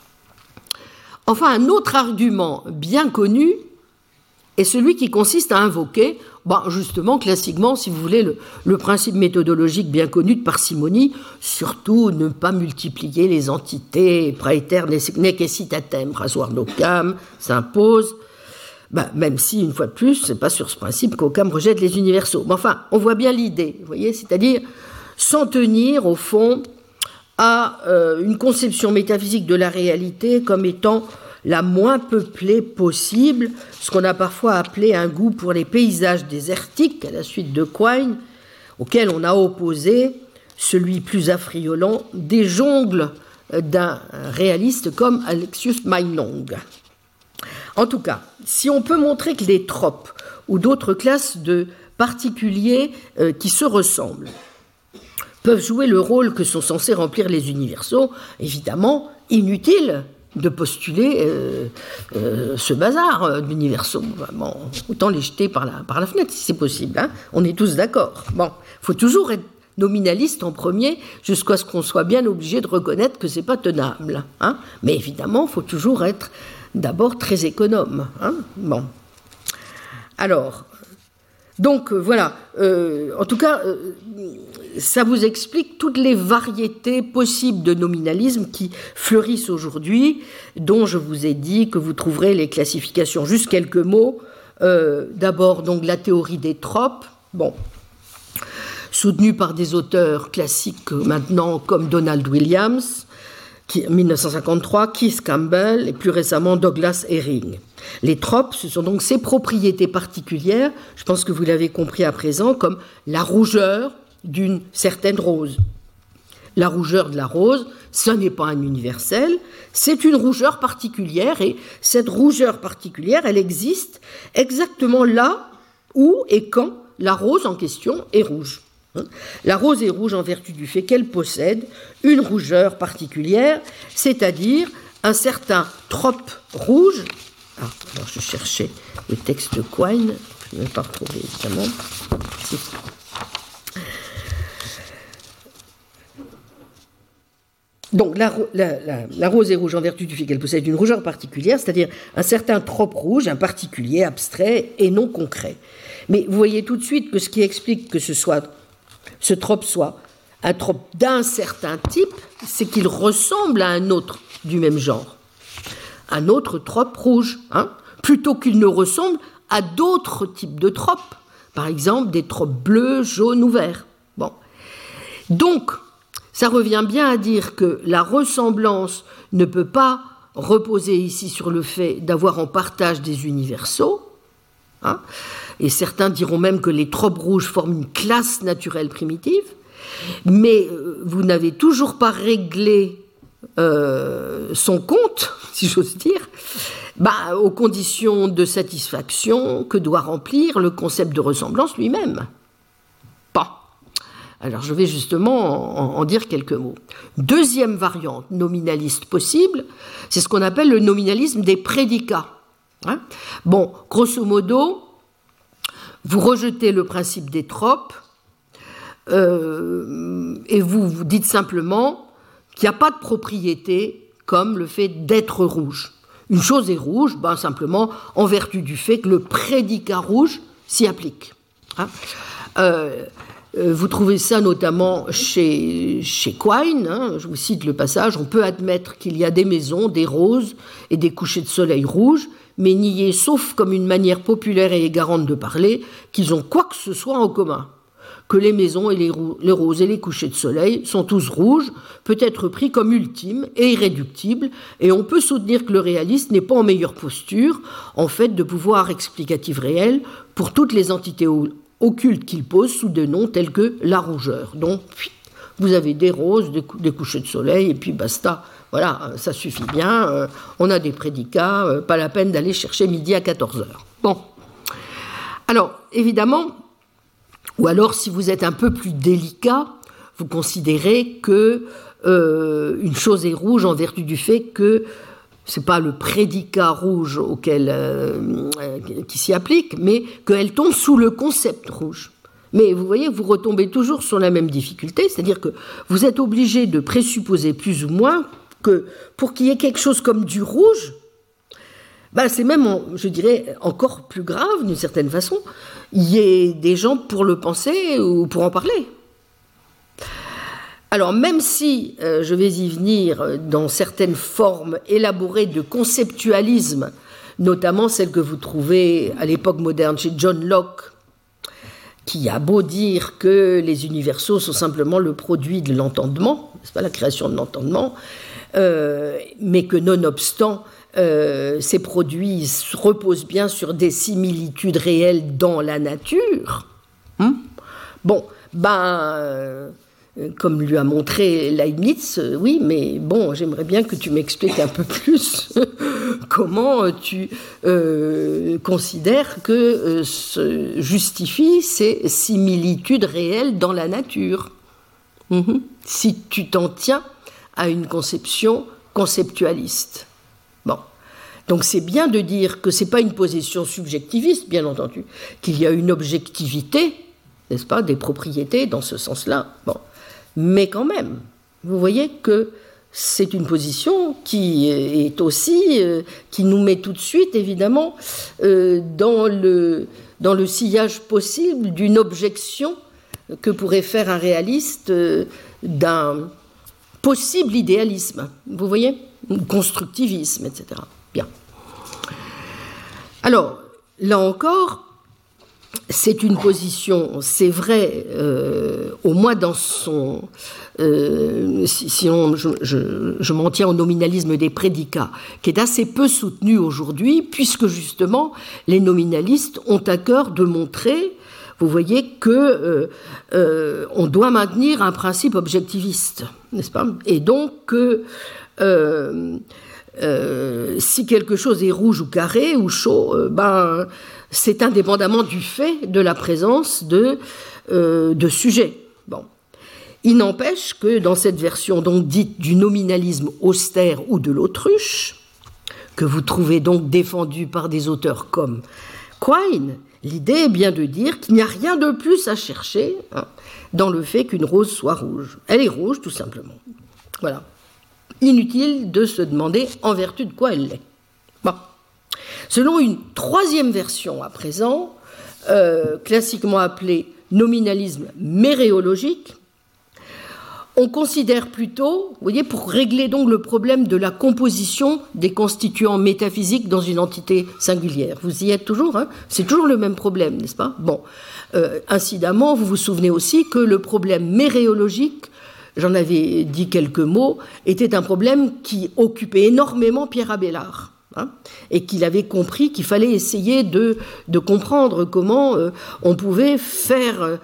Enfin, un autre argument bien connu est celui qui consiste à invoquer, ben justement, classiquement, si vous voulez, le, le principe méthodologique bien connu de parcimonie, surtout ne pas multiplier les entités praeter necessitatem, rasoir Occam s'impose, ben, même si, une fois de plus, ce n'est pas sur ce principe qu'Occam rejette les universaux. Mais enfin, on voit bien l'idée, vous voyez, c'est-à-dire s'en tenir, au fond, à euh, une conception métaphysique de la réalité comme étant la moins peuplée possible, ce qu'on a parfois appelé un goût pour les paysages désertiques, à la suite de Quine, auquel on a opposé celui plus affriolant des jungles d'un réaliste comme Alexius Meinong. En tout cas, si on peut montrer que les tropes ou d'autres classes de particuliers euh, qui se ressemblent peuvent jouer le rôle que sont censés remplir les universaux, évidemment, inutile de postuler euh, euh, ce bazar euh, d'universaux. Bon, autant les jeter par la, par la fenêtre si c'est possible, hein. On est tous d'accord. Bon, il faut toujours être nominaliste en premier jusqu'à ce qu'on soit bien obligé de reconnaître que c'est pas tenable, hein. Mais évidemment, il faut toujours être d'abord très économe, hein. Bon. Alors, donc euh, voilà, euh, en tout cas, euh, ça vous explique toutes les variétés possibles de nominalisme qui fleurissent aujourd'hui, dont je vous ai dit que vous trouverez les classifications. Juste quelques mots. Euh, d'abord, donc, la théorie des tropes, bon, soutenue par des auteurs classiques maintenant comme Donald Williams, qui, en dix-neuf cent cinquante-trois, Keith Campbell et plus récemment Douglas Ehring. Les tropes, ce sont donc ces propriétés particulières, je pense que vous l'avez compris à présent, comme la rougeur d'une certaine rose. La rougeur de la rose, ce n'est pas un universel, c'est une rougeur particulière, et cette rougeur particulière, elle existe exactement là où et quand la rose en question est rouge. La rose est rouge en vertu du fait qu'elle possède une rougeur particulière, c'est-à-dire un certain trope rouge. Ah, alors je cherchais le texte de Quine, je ne vais pas retrouver évidemment. C'est... Donc la, la, la, la rose est rouge en vertu du fait qu'elle possède une rougeur particulière, c'est-à-dire un certain trope rouge, un particulier, abstrait et non concret. Mais vous voyez tout de suite que ce qui explique que ce, soit, ce trope soit un trope d'un certain type, c'est qu'il ressemble à un autre du même genre. Un autre trope rouge, hein, plutôt qu'il ne ressemble à d'autres types de tropes, par exemple des tropes bleus, jaunes ou verts. Bon. Donc, ça revient bien à dire que la ressemblance ne peut pas reposer ici sur le fait d'avoir en partage des universaux, hein, et certains diront même que les tropes rouges forment une classe naturelle primitive, mais vous n'avez toujours pas réglé euh, son compte, si j'ose dire, bah, aux conditions de satisfaction que doit remplir le concept de ressemblance lui-même. Pas. Alors je vais justement en, en dire quelques mots. Deuxième variante nominaliste possible, c'est ce qu'on appelle le nominalisme des prédicats. Hein ? Bon, grosso modo, vous rejetez le principe des tropes euh, et vous vous dites simplement qu'il n'y a pas de propriété comme le fait d'être rouge. Une chose est rouge, ben simplement en vertu du fait que le prédicat rouge s'y applique. Hein ? euh, Vous trouvez ça notamment chez, chez Quine, hein, je vous cite le passage, on peut admettre qu'il y a des maisons, des roses et des couchers de soleil rouges, mais nier, sauf comme une manière populaire et égarante de parler, qu'ils ont quoi que ce soit en commun. Que les maisons et les, rou- les roses et les couchers de soleil sont tous rouges, peut être pris comme ultime et irréductible, et on peut soutenir que le réaliste n'est pas en meilleure posture, en fait, de pouvoir explicatif réel pour toutes les entités occulte qu'il pose sous des noms tels que la rougeur. Donc, vous avez des roses, des, cou- des couchers de soleil, et puis basta. Voilà, ça suffit bien. Euh, on a des prédicats, euh, pas la peine d'aller chercher midi à quatorze heures. Bon. Alors, évidemment, ou alors si vous êtes un peu plus délicat, vous considérez que euh, une chose est rouge en vertu du fait que c'est pas le prédicat rouge auquel, euh, qui s'y applique, mais qu'elle tombe sous le concept rouge. Mais vous voyez, vous retombez toujours sur la même difficulté, c'est-à-dire que vous êtes obligé de présupposer plus ou moins que pour qu'il y ait quelque chose comme du rouge, ben c'est même, je dirais, encore plus grave d'une certaine façon, il y ait des gens pour le penser ou pour en parler. Alors, même si euh, je vais y venir dans certaines formes élaborées de conceptualisme, notamment celles que vous trouvez à l'époque moderne chez John Locke, qui a beau dire que les universaux sont simplement le produit de l'entendement, c'est pas la création de l'entendement, euh, mais que nonobstant, euh, ces produits reposent bien sur des similitudes réelles dans la nature. Hum bon, ben... Euh, comme lui a montré Leibniz, oui, mais bon, j'aimerais bien que tu m'expliques un peu plus comment tu euh, considères que euh, se justifient ces similitudes réelles dans la nature, mmh. Si tu t'en tiens à une conception conceptualiste. Bon, donc c'est bien de dire que c'est pas une position subjectiviste, bien entendu, qu'il y a une objectivité, n'est-ce pas, des propriétés dans ce sens-là. Bon. Mais quand même, vous voyez que c'est une position qui est aussi, euh, qui nous met tout de suite, évidemment, euh, dans le, dans le sillage possible d'une objection que pourrait faire un réaliste euh, d'un possible idéalisme, vous voyez, constructivisme, et cetera. Bien. Alors, là encore, c'est une position, c'est vrai, euh, au moins dans son... Euh, si, si on, je, je, je m'en tiens au nominalisme des prédicats, qui est assez peu soutenu aujourd'hui, puisque justement, les nominalistes ont à cœur de montrer, vous voyez, que euh, euh, on doit maintenir un principe objectiviste, n'est-ce pas ? Et donc, que... Euh, euh, si quelque chose est rouge ou carré ou chaud, euh, ben, c'est indépendamment du fait de la présence de, euh, de sujets. Bon. Il n'empêche que dans cette version donc dite du nominalisme austère ou de l'autruche, que vous trouvez donc défendue par des auteurs comme Quine, l'idée est bien de dire qu'il n'y a rien de plus à chercher hein, dans le fait qu'une rose soit rouge. Elle est rouge, tout simplement. Voilà. Inutile de se demander en vertu de quoi elle l'est. Bon. Selon une troisième version à présent, euh, classiquement appelée nominalisme méréologique, on considère plutôt, vous voyez, pour régler donc le problème de la composition des constituants métaphysiques dans une entité singulière. Vous y êtes toujours, hein, c'est toujours le même problème, n'est-ce pas? Bon, euh, incidemment, vous vous souvenez aussi que le problème méréologique, j'en avais dit quelques mots, était un problème qui occupait énormément Pierre Abélard. Hein, et qu'il avait compris qu'il fallait essayer de, de comprendre comment euh, on pouvait faire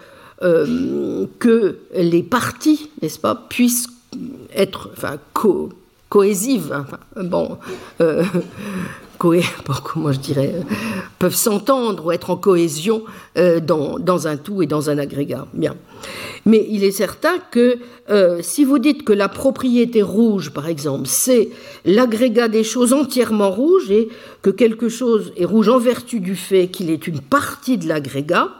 euh, que les parties, n'est-ce pas, puissent être enfin, co- cohésives, enfin, bon, euh, cohé- bon, comment je dirais, euh, peuvent s'entendre ou être en cohésion euh, dans, dans un tout et dans un agrégat. Bien. Mais il est certain que euh, si vous dites que la propriété rouge, par exemple, c'est l'agrégat des choses entièrement rouges et que quelque chose est rouge en vertu du fait qu'il est une partie de l'agrégat,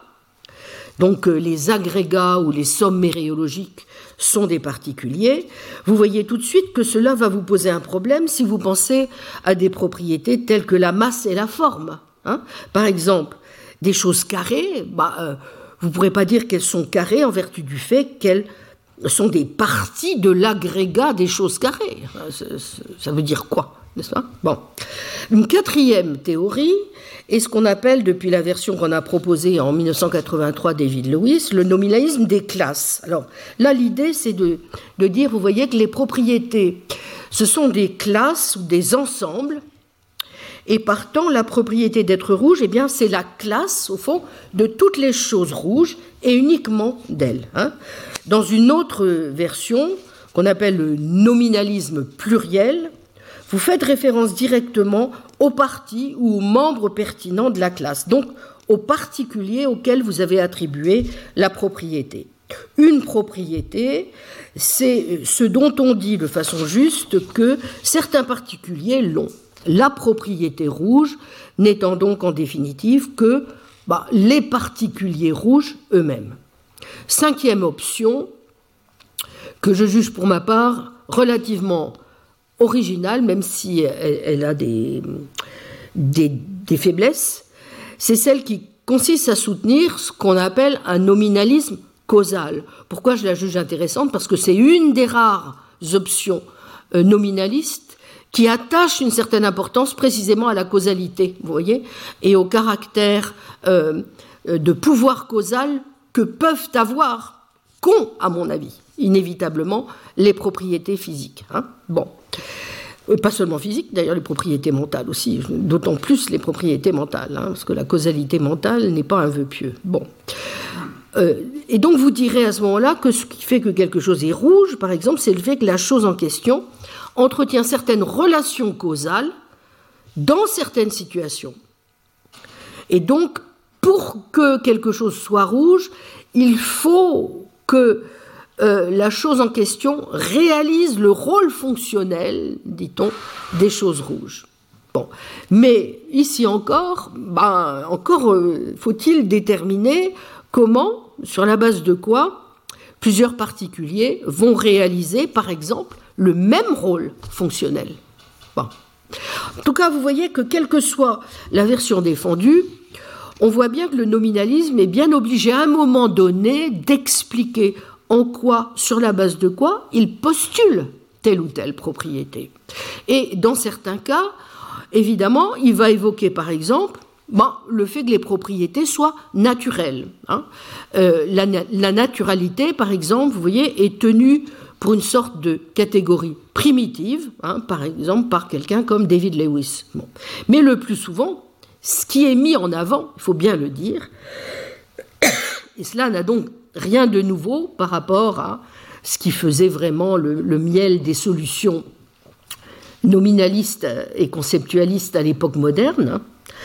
donc euh, les agrégats ou les sommes méréologiques sont des particuliers, vous voyez tout de suite que cela va vous poser un problème si vous pensez à des propriétés telles que la masse et la forme. Hein. Par exemple, des choses carrées, bah, euh, vous ne pourrez pas dire qu'elles sont carrées en vertu du fait qu'elles sont des parties de l'agrégat des choses carrées. Ça veut dire quoi, n'est-ce pas? Bon. Une quatrième théorie est ce qu'on appelle, depuis la version qu'on a proposée en mille neuf cent quatre-vingt-trois David Lewis, le nominalisme des classes. Alors là, l'idée, c'est de, de dire, vous voyez, que les propriétés, ce sont des classes ou des ensembles. Et partant, la propriété d'être rouge, eh bien, c'est la classe, au fond, de toutes les choses rouges et uniquement d'elles. Hein. Dans une autre version, qu'on appelle le nominalisme pluriel, vous faites référence directement aux parties ou aux membres pertinents de la classe, donc aux particuliers auxquels vous avez attribué la propriété. Une propriété, c'est ce dont on dit de façon juste que certains particuliers l'ont. La propriété rouge n'étant donc en définitive que bah, les particuliers rouges eux-mêmes. Cinquième option, que je juge pour ma part relativement originale, même si elle, elle a des, des, des faiblesses, c'est celle qui consiste à soutenir ce qu'on appelle un nominalisme causal. Pourquoi je la juge intéressante? Parce que c'est une des rares options euh, nominalistes qui attache une certaine importance précisément à la causalité, vous voyez, et au caractère euh, de pouvoir causal que peuvent avoir, qu'ont, à mon avis, inévitablement, les propriétés physiques. Hein. Bon, pas seulement physiques, d'ailleurs les propriétés mentales aussi, d'autant plus les propriétés mentales, hein, parce que la causalité mentale n'est pas un vœu pieux. Bon. Euh, et donc vous direz à ce moment-là que ce qui fait que quelque chose est rouge, par exemple, c'est le fait que la chose en question entretient certaines relations causales dans certaines situations. Et donc, pour que quelque chose soit rouge, il faut que euh, la chose en question réalise le rôle fonctionnel, dit-on, des choses rouges. Bon. Mais ici encore, ben, encore euh, faut-il déterminer comment, sur la base de quoi, plusieurs particuliers vont réaliser, par exemple, le même rôle fonctionnel. Bon. En tout cas, vous voyez que quelle que soit la version défendue, on voit bien que le nominalisme est bien obligé à un moment donné d'expliquer en quoi, sur la base de quoi, il postule telle ou telle propriété. Et dans certains cas, évidemment, il va évoquer par exemple ben, le fait que les propriétés soient naturelles. Hein. Euh, la, la naturalité, par exemple, vous voyez, est tenue pour une sorte de catégorie primitive, hein, par exemple par quelqu'un comme David Lewis. Bon. Mais le plus souvent, ce qui est mis en avant, il faut bien le dire, et cela n'a donc rien de nouveau par rapport à ce qui faisait vraiment le, le miel des solutions nominalistes et conceptualistes à l'époque moderne,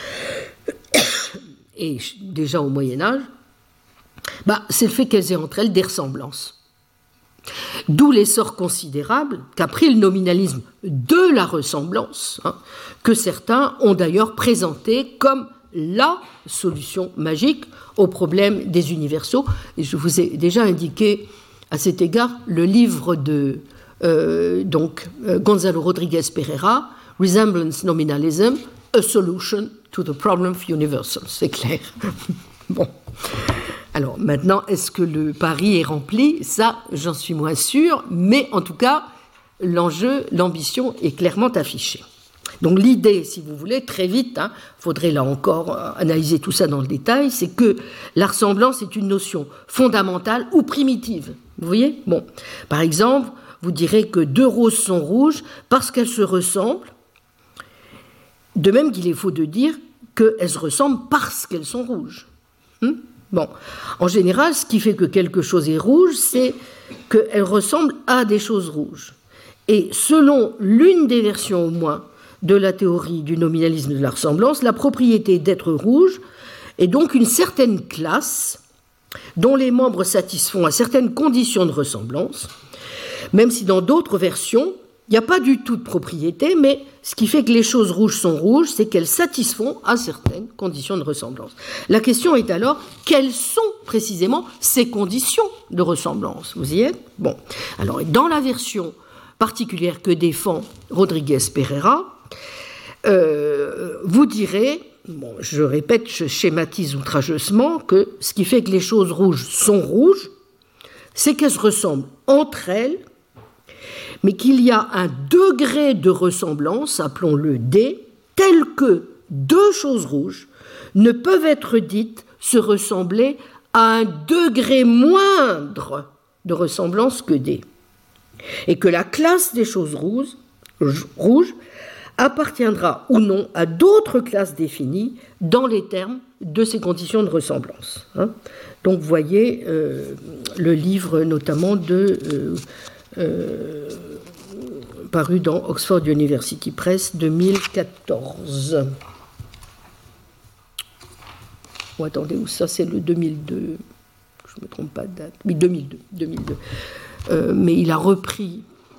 et déjà au Moyen-Âge, bah, c'est le fait qu'elles aient entre elles des ressemblances. D'où l'essor considérable qu'a pris le nominalisme de la ressemblance, hein, que certains ont d'ailleurs présenté comme la solution magique au problème des universaux. Et je vous ai déjà indiqué à cet égard le livre de euh, donc, euh, Gonzalo Rodriguez Pereira, Resemblance Nominalism, A Solution to the Problem of Universals. C'est clair. Bon. Alors maintenant, est-ce que le pari est rempli? Ça, j'en suis moins sûre, mais en tout cas, l'enjeu, l'ambition est clairement affichée. Donc l'idée, si vous voulez, très vite, il hein, faudrait là encore analyser tout ça dans le détail, c'est que la ressemblance est une notion fondamentale ou primitive. Vous voyez? Bon, par exemple, vous direz que deux roses sont rouges parce qu'elles se ressemblent, de même qu'il est faux de dire qu'elles se ressemblent parce qu'elles sont rouges. Hum Bon, en général, ce qui fait que quelque chose est rouge, c'est qu'elle ressemble à des choses rouges. Et selon l'une des versions au moins de la théorie du nominalisme de la ressemblance, la propriété d'être rouge est donc une certaine classe dont les membres satisfont à certaines conditions de ressemblance, même si dans d'autres versions, il n'y a pas du tout de propriété, mais ce qui fait que les choses rouges sont rouges, c'est qu'elles satisfont à certaines conditions de ressemblance. La question est alors, quelles sont précisément ces conditions de ressemblance? Vous y êtes? Bon. Alors, dans la version particulière que défend Rodriguez Pereira, euh, vous direz, bon, je répète, je schématise outrageusement, que ce qui fait que les choses rouges sont rouges, c'est qu'elles se ressemblent entre elles, mais qu'il y a un degré de ressemblance, appelons-le D, tel que deux choses rouges ne peuvent être dites se ressembler à un degré moindre de ressemblance que D, et que la classe des choses rouges, rouges appartiendra ou non à d'autres classes définies dans les termes de ces conditions de ressemblance. Hein. Donc, vous voyez euh, le livre notamment de... Euh, euh, paru dans Oxford University Press deux mille quatorze. Oh, attendez, où ça? C'est le deux mille deux. Je ne me trompe pas de date. Oui, deux mille deux. deux mille deux. Euh, mais il a repris,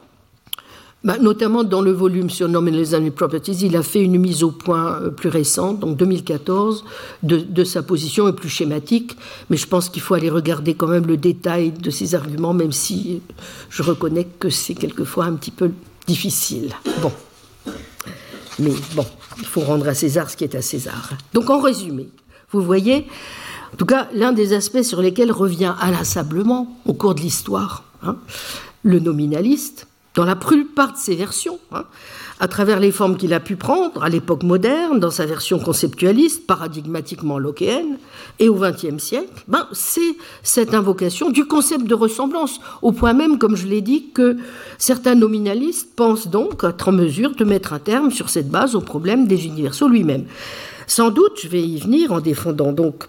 bah, notamment dans le volume sur Nominalism and Properties, il a fait une mise au point euh, plus récente, donc deux mille quatorze, de, de sa position et plus schématique. Mais je pense qu'il faut aller regarder quand même le détail de ses arguments, même si je reconnais que c'est quelquefois un petit peu difficile. Bon. Mais bon, il faut rendre à César ce qui est à César. Donc, en résumé, vous voyez, en tout cas, l'un des aspects sur lesquels revient inlassablement au cours de l'histoire, hein, le nominaliste, dans la plupart de ses versions, hein, à travers les formes qu'il a pu prendre à l'époque moderne, dans sa version conceptualiste, paradigmatiquement lockéenne, et au vingtième siècle, ben, c'est cette invocation du concept de ressemblance, au point même, comme je l'ai dit, que certains nominalistes pensent donc être en mesure de mettre un terme sur cette base au problème des universaux lui-même. Sans doute, je vais y venir en défendant donc,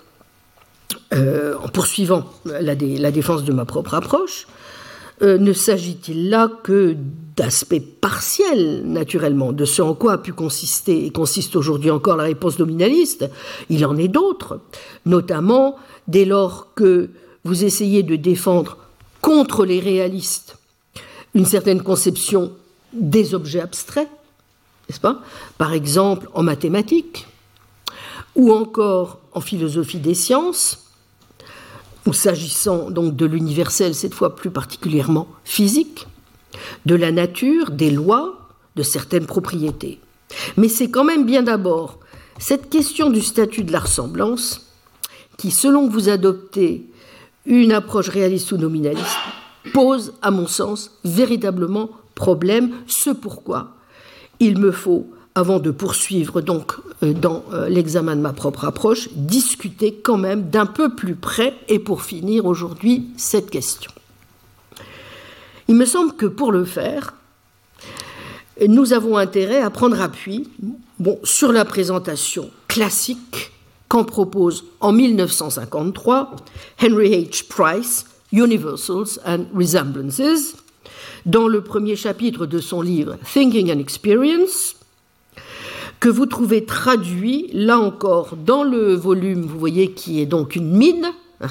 euh, en poursuivant la, dé, la défense de ma propre approche. Euh, ne s'agit-il là que d'aspects partiels, naturellement, de ce en quoi a pu consister et consiste aujourd'hui encore la réponse nominaliste? Il en est d'autres, notamment dès lors que vous essayez de défendre contre les réalistes une certaine conception des objets abstraits, n'est-ce pas? Par exemple en mathématiques, ou encore en philosophie des sciences, ou s'agissant donc de l'universel, cette fois plus particulièrement physique, de la nature, des lois, de certaines propriétés. Mais c'est quand même bien d'abord cette question du statut de la ressemblance qui, selon que vous adoptez une approche réaliste ou nominaliste, pose, à mon sens, véritablement problème, ce pourquoi il me faut, avant de poursuivre donc euh, dans euh, l'examen de ma propre approche, discuter quand même d'un peu plus près et pour finir aujourd'hui cette question. Il me semble que pour le faire, nous avons intérêt à prendre appui bon, sur la présentation classique qu'en propose en mille neuf cent cinquante-trois Henry H. Price, Universals and Resemblances, dans le premier chapitre de son livre Thinking and Experience, que vous trouvez traduit, là encore, dans le volume, vous voyez, qui est donc une mine,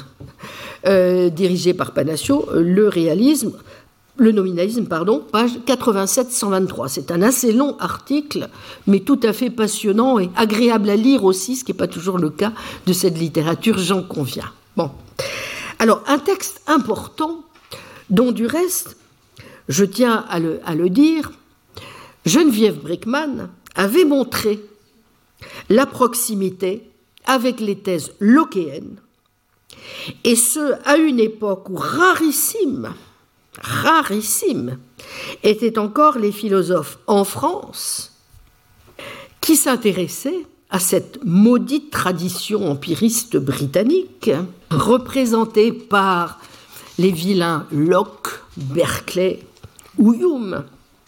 euh, dirigé par Panacio, le réalisme, le nominalisme, pardon, page quatre-vingt-sept cent vingt-trois. C'est un assez long article, mais tout à fait passionnant et agréable à lire aussi, ce qui n'est pas toujours le cas de cette littérature, j'en conviens. Bon. Alors, un texte important, dont du reste, je tiens à le, à le dire, Geneviève Brickman avait montré la proximité avec les thèses lockéennes, et ce, à une époque où rarissime, rarissime, étaient encore les philosophes en France qui s'intéressaient à cette maudite tradition empiriste britannique, représentée par les vilains Locke, Berkeley ou Hume,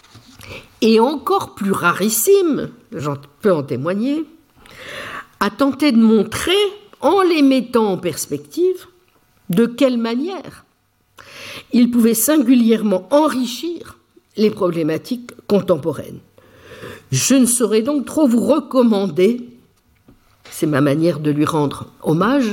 et encore plus rarissime, j'en peux en témoigner, a tenté de montrer, en les mettant en perspective, de quelle manière il pouvait singulièrement enrichir les problématiques contemporaines. Je ne saurais donc trop vous recommander, c'est ma manière de lui rendre hommage,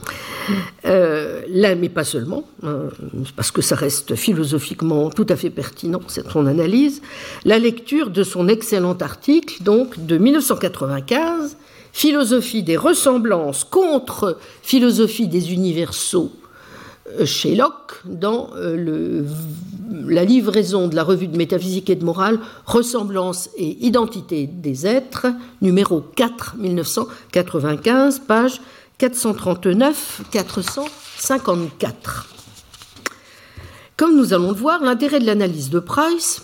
euh, là, mais pas seulement, hein, parce que ça reste philosophiquement tout à fait pertinent, c'est son analyse, la lecture de son excellent article, donc, de mille neuf cent quatre-vingt-quinze, Philosophie des ressemblances contre philosophie des universaux chez Locke, dans le, la livraison de la revue de métaphysique et de morale, Ressemblance et identité des êtres, numéro quatre, mille neuf cent quatre-vingt-quinze, page quatre cent trente-neuf à quatre cent cinquante-quatre. Comme nous allons le voir, l'intérêt de l'analyse de Price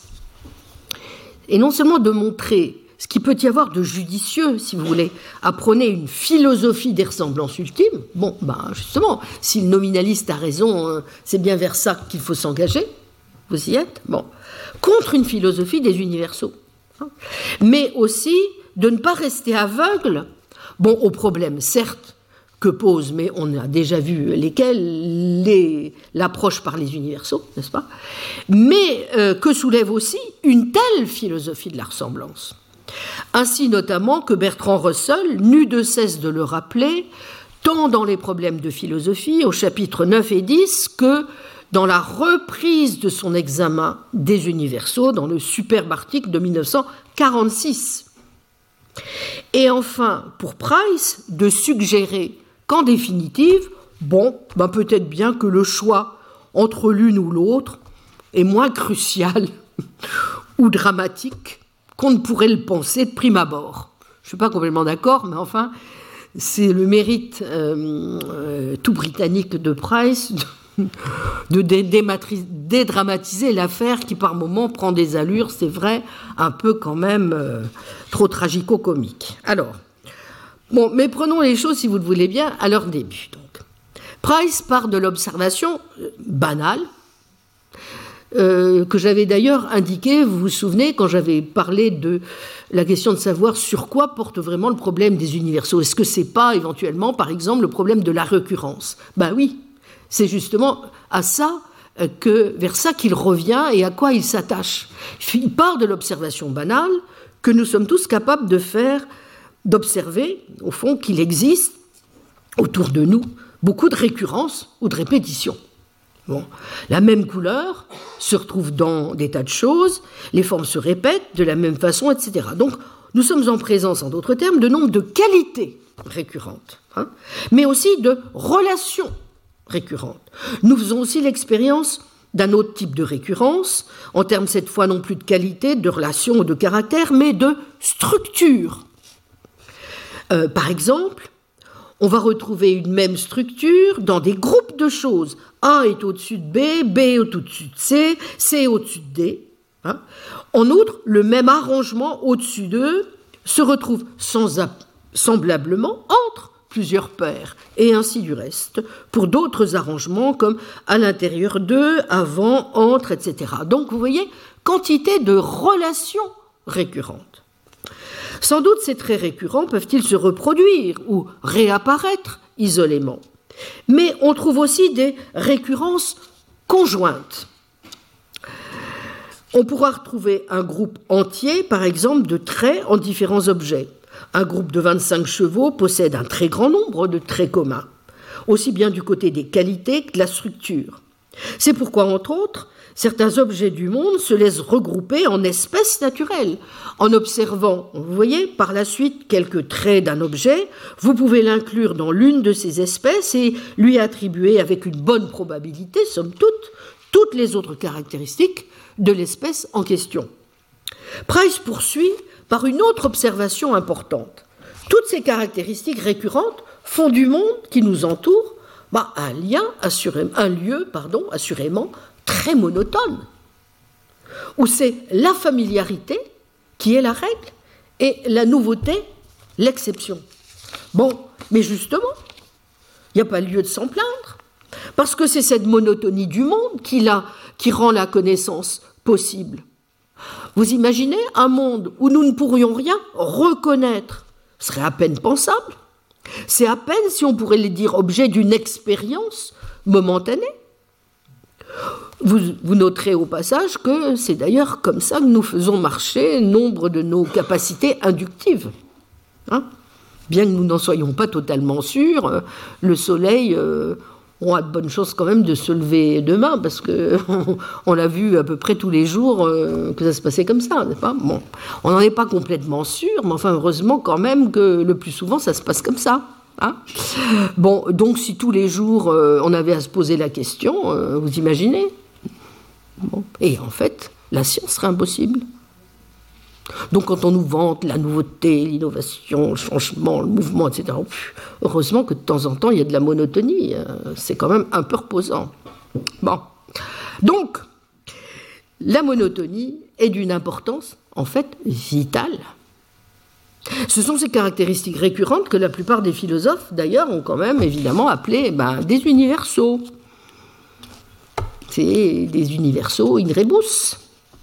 est non seulement de montrer ce qu'il peut y avoir de judicieux, si vous voulez, à prôner une philosophie des ressemblances ultimes. Bon, ben justement, si le nominaliste a raison, hein, c'est bien vers ça qu'il faut s'engager. Vous y êtes ? Bon. Contre une philosophie des universaux. Hein. Mais aussi de ne pas rester aveugle, bon, aux problèmes, certes, que pose, mais on a déjà vu lesquels, les, l'approche par les universaux, n'est-ce pas ? Mais euh, que soulève aussi une telle philosophie de la ressemblance. Ainsi notamment que Bertrand Russell n'eut de cesse de le rappeler, tant dans les problèmes de philosophie, au chapitre neuf et dix, que dans la reprise de son examen des universaux, dans le superbe article de mille neuf cent quarante-six. Et enfin, pour Price, de suggérer qu'en définitive, bon, ben peut-être bien que le choix entre l'une ou l'autre est moins crucial ou dramatique qu'on ne pourrait le penser de prime abord. Je ne suis pas complètement d'accord, mais enfin, c'est le mérite euh, euh, tout britannique de Price de dé- dématri- dédramatiser l'affaire qui, par moments, prend des allures, c'est vrai, un peu quand même euh, trop tragico-comique. Alors, bon, mais prenons les choses, si vous le voulez bien, à leur début. Donc, Price part de l'observation euh, banale, Euh, que j'avais d'ailleurs indiqué, vous vous souvenez, quand j'avais parlé de la question de savoir sur quoi porte vraiment le problème des universaux. Est-ce que c'est pas éventuellement, par exemple, le problème de la récurrence ? Ben oui, c'est justement à ça euh, que, vers ça qu'il revient et à quoi il s'attache. Il part de l'observation banale que nous sommes tous capables de faire, d'observer, au fond, qu'il existe autour de nous beaucoup de récurrences ou de répétitions. Bon. La même couleur se retrouve dans des tas de choses, les formes se répètent de la même façon, et cetera. Donc, nous sommes en présence, en d'autres termes, de nombre de qualités récurrentes, hein, mais aussi de relations récurrentes. Nous faisons aussi l'expérience d'un autre type de récurrence, en termes cette fois non plus de qualité, de relation ou de caractère, mais de structure. Euh, par exemple, on va retrouver une même structure dans des groupes de choses. A est au-dessus de B, B est au-dessus de C, C est au-dessus de D. Hein. En outre, le même arrangement au-dessus d'eux se retrouve sans, semblablement entre plusieurs paires, et ainsi du reste, pour d'autres arrangements comme à l'intérieur d'eux, avant, entre, et cetera. Donc, vous voyez, quantité de relations récurrentes. Sans doute, ces traits récurrents peuvent-ils se reproduire ou réapparaître isolément. Mais on trouve aussi des récurrences conjointes. On pourra retrouver un groupe entier, par exemple, de traits en différents objets. Un groupe de vingt-cinq chevaux possède un très grand nombre de traits communs, aussi bien du côté des qualités que de la structure. C'est pourquoi, entre autres, certains objets du monde se laissent regrouper en espèces naturelles. En observant, vous voyez, par la suite, quelques traits d'un objet, vous pouvez l'inclure dans l'une de ces espèces et lui attribuer avec une bonne probabilité, somme toute, toutes les autres caractéristiques de l'espèce en question. Price poursuit par une autre observation importante. Toutes ces caractéristiques récurrentes font du monde qui nous entoure bah, un lien, assurément, un lieu, pardon, assurément très monotone, où c'est la familiarité qui est la règle et la nouveauté l'exception. Bon, mais justement, il n'y a pas lieu de s'en plaindre, parce que c'est cette monotonie du monde qui, la, qui rend la connaissance possible. Vous imaginez un monde où nous ne pourrions rien reconnaître, ce serait à peine pensable. C'est à peine si on pourrait les dire objet d'une expérience momentanée. Vous, vous noterez au passage que c'est d'ailleurs comme ça que nous faisons marcher nombre de nos capacités inductives. Hein ? Bien que nous n'en soyons pas totalement sûrs, le soleil, euh, on a de bonnes chances quand même de se lever demain, parce qu'on on l'a vu à peu près tous les jours euh, que ça se passait comme ça, n'est-ce pas ? Bon, on n'en est pas complètement sûr, mais enfin heureusement quand même que le plus souvent ça se passe comme ça. Hein ? Bon, donc si tous les jours euh, on avait à se poser la question, euh, vous imaginez ? Bon. Et en fait, la science serait impossible. Donc quand on nous vante la nouveauté, l'innovation, le changement, le mouvement, et cetera, heureusement que de temps en temps il y a de la monotonie, c'est quand même un peu reposant. Bon, donc la monotonie est d'une importance en fait vitale. Ce sont ces caractéristiques récurrentes que la plupart des philosophes d'ailleurs ont quand même évidemment appelées ben, des universaux. C'est des universaux in rebus.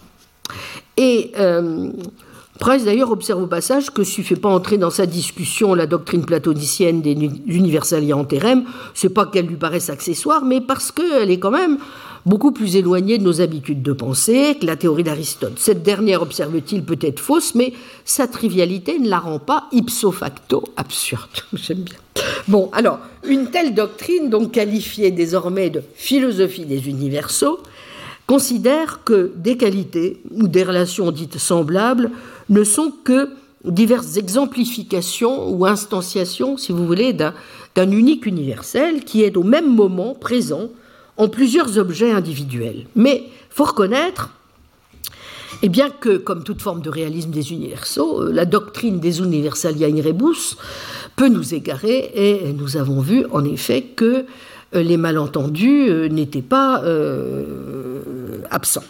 Et euh, Price, d'ailleurs, observe au passage que si ne fait pas entrer dans sa discussion la doctrine platonicienne des universalia anterem, ce n'est pas qu'elle lui paraisse accessoire, mais parce qu'elle est quand même beaucoup plus éloignée de nos habitudes de pensée que la théorie d'Aristote. Cette dernière, observe-t-il, peut être fausse, mais sa trivialité ne la rend pas ipso facto absurde. J'aime bien. Bon, alors, une telle doctrine, donc qualifiée désormais de philosophie des universaux, considère que des qualités ou des relations dites semblables ne sont que diverses exemplifications ou instanciations, si vous voulez, d'un, d'un unique universel qui est au même moment présent en plusieurs objets individuels. Mais il faut reconnaître eh bien que, comme toute forme de réalisme des universaux, la doctrine des universalia in rebus peut nous égarer, et nous avons vu en effet que les malentendus n'étaient pas euh, absents.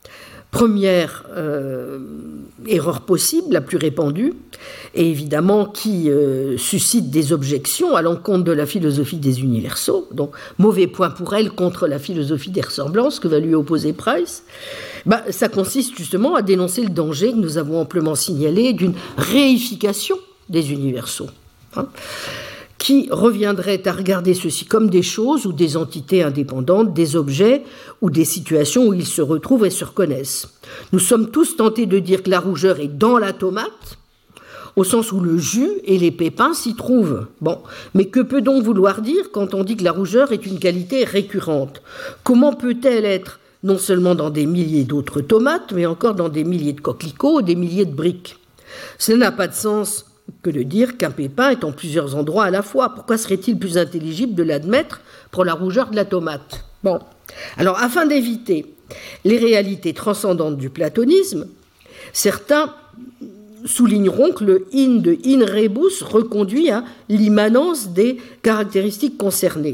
Première euh, erreur possible, la plus répandue, et évidemment qui euh, suscite des objections à l'encontre de la philosophie des universaux, donc mauvais point pour elle contre la philosophie des ressemblances que va lui opposer Price, ben, ça consiste justement à dénoncer le danger que nous avons amplement signalé d'une réification des universaux. Hein, qui reviendrait à regarder ceci comme des choses ou des entités indépendantes, des objets ou des situations où ils se retrouvent et se reconnaissent. Nous sommes tous tentés de dire que la rougeur est dans la tomate, au sens où le jus et les pépins s'y trouvent. Bon, mais que peut donc vouloir dire quand on dit que la rougeur est une qualité récurrente ? Comment peut-elle être non seulement dans des milliers d'autres tomates, mais encore dans des milliers de coquelicots, des milliers de briques ? Cela n'a pas de sens que de dire qu'un pépin est en plusieurs endroits à la fois. Pourquoi serait-il plus intelligible de l'admettre pour la rougeur de la tomate ? Bon, alors afin d'éviter les réalités transcendantes du platonisme, certains souligneront que le in de in rebus reconduit à l'immanence des caractéristiques concernées.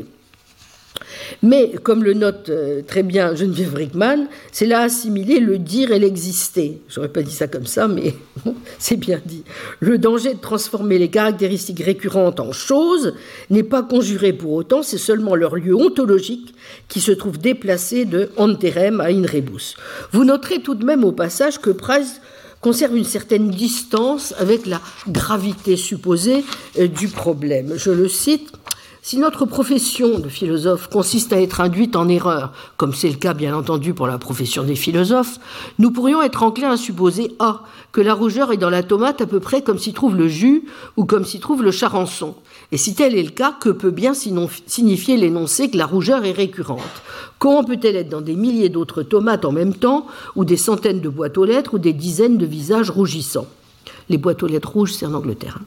Mais, comme le note très bien Geneviève Rickman, c'est là assimiler le dire et l'exister. J'aurais pas dit ça comme ça, mais c'est bien dit. Le danger de transformer les caractéristiques récurrentes en choses n'est pas conjuré pour autant, c'est seulement leur lieu ontologique qui se trouve déplacé de anterem à in rebus. Vous noterez tout de même au passage que Price conserve une certaine distance avec la gravité supposée du problème. Je le cite. Si notre profession de philosophe consiste à être induite en erreur, comme c'est le cas bien entendu pour la profession des philosophes, nous pourrions être enclins à supposer A, que la rougeur est dans la tomate à peu près comme s'y trouve le jus ou comme s'y trouve le charançon. Et si tel est le cas, que peut bien signifier l'énoncé que la rougeur est récurrente? Comment peut-elle être dans des milliers d'autres tomates en même temps, ou des centaines de boîtes aux lettres, ou des dizaines de visages rougissants? Les boîtes aux lettres rouges, c'est en Angleterre.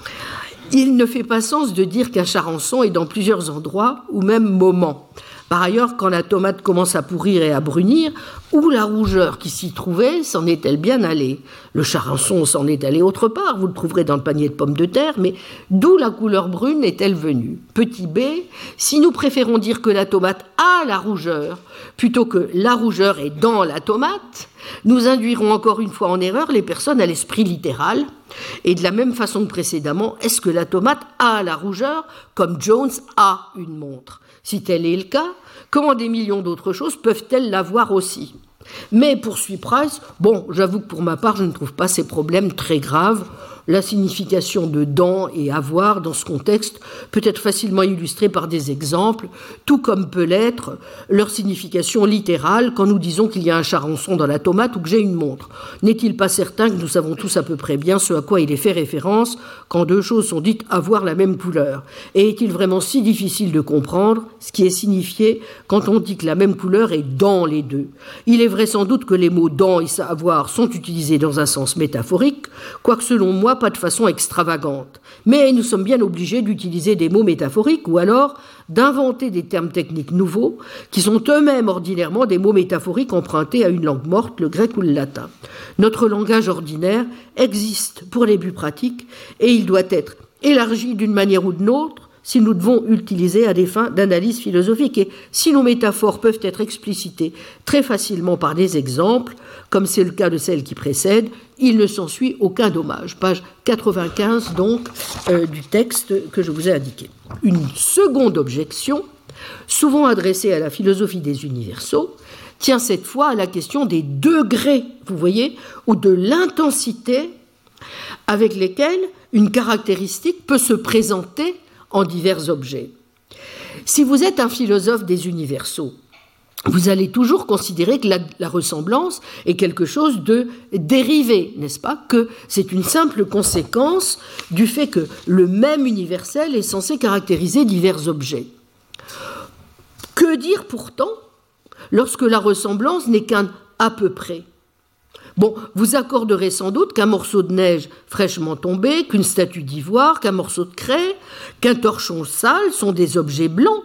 Il ne fait pas sens de dire qu'un charançon est dans plusieurs endroits ou même moments. Par ailleurs, quand la tomate commence à pourrir et à brunir, où la rougeur qui s'y trouvait s'en est-elle bien allée? Le charançon s'en est allé autre part, vous le trouverez dans le panier de pommes de terre, mais d'où la couleur brune est-elle venue? Petit b, si nous préférons dire que la tomate a la rougeur, plutôt que la rougeur est dans la tomate, nous induirons encore une fois en erreur les personnes à l'esprit littéral. Et de la même façon que précédemment, est-ce que la tomate a la rougeur comme Jones a une montre? Si tel est le cas, comment des millions d'autres choses peuvent-elles l'avoir aussi? Mais, poursuit Price, bon, j'avoue que pour ma part, je ne trouve pas ces problèmes très graves. La signification de « dans » et « avoir » dans ce contexte peut être facilement illustrée par des exemples, tout comme peut l'être leur signification littérale quand nous disons qu'il y a un charançon dans la tomate ou que j'ai une montre. N'est-il pas certain que nous savons tous à peu près bien ce à quoi il est fait référence quand deux choses sont dites avoir la même couleur? Et est-il vraiment si difficile de comprendre ce qui est signifié quand on dit que la même couleur est dans les deux? Il est vrai sans doute que les mots « dans » et « avoir » sont utilisés dans un sens métaphorique, quoique selon moi, pas de façon extravagante. Mais nous sommes bien obligés d'utiliser des mots métaphoriques ou alors d'inventer des termes techniques nouveaux qui sont eux-mêmes ordinairement des mots métaphoriques empruntés à une langue morte, le grec ou le latin. Notre langage ordinaire existe pour les buts pratiques et il doit être élargi d'une manière ou d'une autre si nous devons l'utiliser à des fins d'analyse philosophique. Et si nos métaphores peuvent être explicitées très facilement par des exemples, comme c'est le cas de celle qui précède, il ne s'ensuit aucun dommage. Page quatre-vingt-quinze, donc, euh, du texte que je vous ai indiqué. Une seconde objection, souvent adressée à la philosophie des universaux, tient cette fois à la question des degrés, vous voyez, ou de l'intensité avec lesquels une caractéristique peut se présenter en divers objets. Si vous êtes un philosophe des universaux, vous allez toujours considérer que la, la ressemblance est quelque chose de dérivé, n'est-ce pas? Que c'est une simple conséquence du fait que le même universel est censé caractériser divers objets. Que dire pourtant lorsque la ressemblance n'est qu'un à peu près? Bon, vous accorderez sans doute qu'un morceau de neige fraîchement tombé, qu'une statue d'ivoire, qu'un morceau de craie, qu'un torchon sale sont des objets blancs.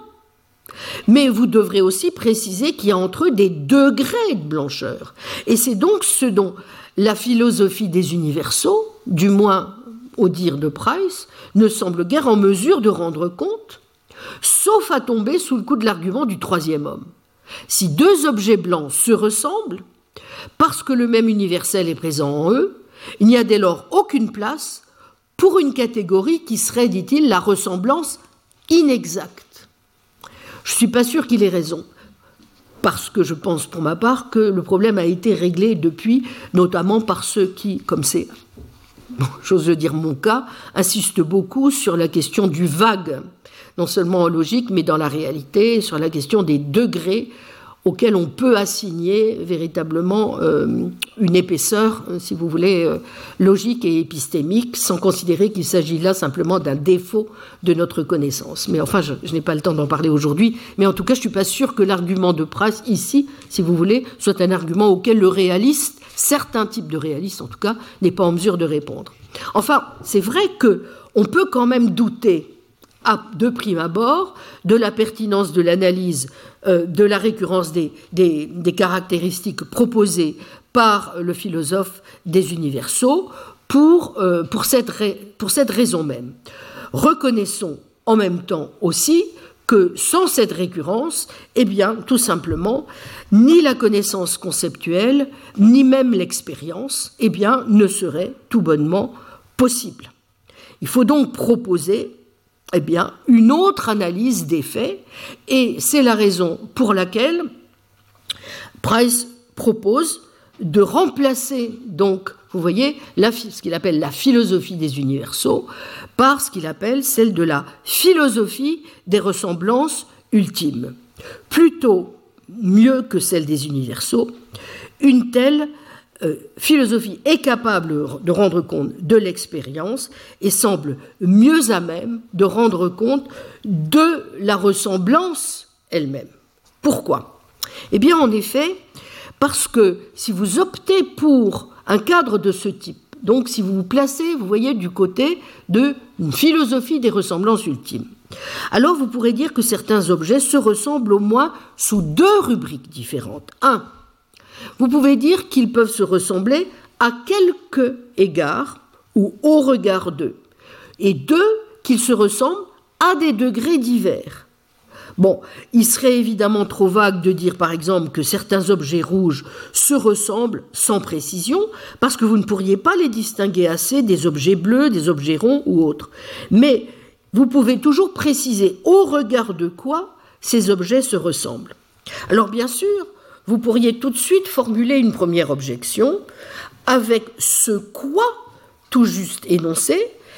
Mais vous devrez aussi préciser qu'il y a entre eux des degrés de blancheur. Et c'est donc ce dont la philosophie des universaux, du moins au dire de Price, ne semble guère en mesure de rendre compte, sauf à tomber sous le coup de l'argument du troisième homme. Si deux objets blancs se ressemblent, parce que le même universel est présent en eux, il n'y a dès lors aucune place pour une catégorie qui serait, dit-il, la ressemblance inexacte. Je ne suis pas sûr qu'il ait raison, parce que je pense pour ma part que le problème a été réglé depuis, notamment par ceux qui, comme c'est, bon, j'ose le dire mon cas, insistent beaucoup sur la question du vague, non seulement en logique, mais dans la réalité, sur la question des degrés auquel on peut assigner véritablement euh, une épaisseur, si vous voulez, euh, logique et épistémique, sans considérer qu'il s'agit là simplement d'un défaut de notre connaissance. Mais enfin, je, je n'ai pas le temps d'en parler aujourd'hui, mais en tout cas, je ne suis pas sûr que l'argument de Price, ici, si vous voulez, soit un argument auquel le réaliste, certains types de réalistes en tout cas, n'est pas en mesure de répondre. Enfin, c'est vrai qu'on peut quand même douter, de prime abord, de la pertinence de l'analyse euh, de la récurrence des, des, des caractéristiques proposées par le philosophe des universaux pour, euh, pour, cette, pour cette raison même. Reconnaissons en même temps aussi que sans cette récurrence, eh bien, tout simplement, ni la connaissance conceptuelle, ni même l'expérience, eh bien, ne seraient tout bonnement possibles. Il faut donc proposer eh bien, une autre analyse des faits, et c'est la raison pour laquelle Price propose de remplacer donc vous voyez, la, ce qu'il appelle la philosophie des universaux, par ce qu'il appelle celle de la philosophie des ressemblances ultimes. Plutôt mieux que celle des universaux, une telle euh, philosophie est capable de rendre compte de l'expérience et semble mieux à même de rendre compte de la ressemblance elle-même. Pourquoi ? Eh bien, en effet, parce que si vous optez pour un cadre de ce type, donc si vous vous placez, vous voyez, du côté d'une philosophie des ressemblances ultimes, alors vous pourrez dire que certains objets se ressemblent au moins sous deux rubriques différentes. Un, vous pouvez dire qu'ils peuvent se ressembler à quelque égard ou au regard d'eux. Et deux, qu'ils se ressemblent à des degrés divers. Bon, il serait évidemment trop vague de dire par exemple que certains objets rouges se ressemblent sans précision parce que vous ne pourriez pas les distinguer assez des objets bleus, des objets ronds ou autres. Mais vous pouvez toujours préciser au regard de quoi ces objets se ressemblent. Alors bien sûr, vous pourriez tout de suite formuler une première objection avec ce quoi tout juste énoncé.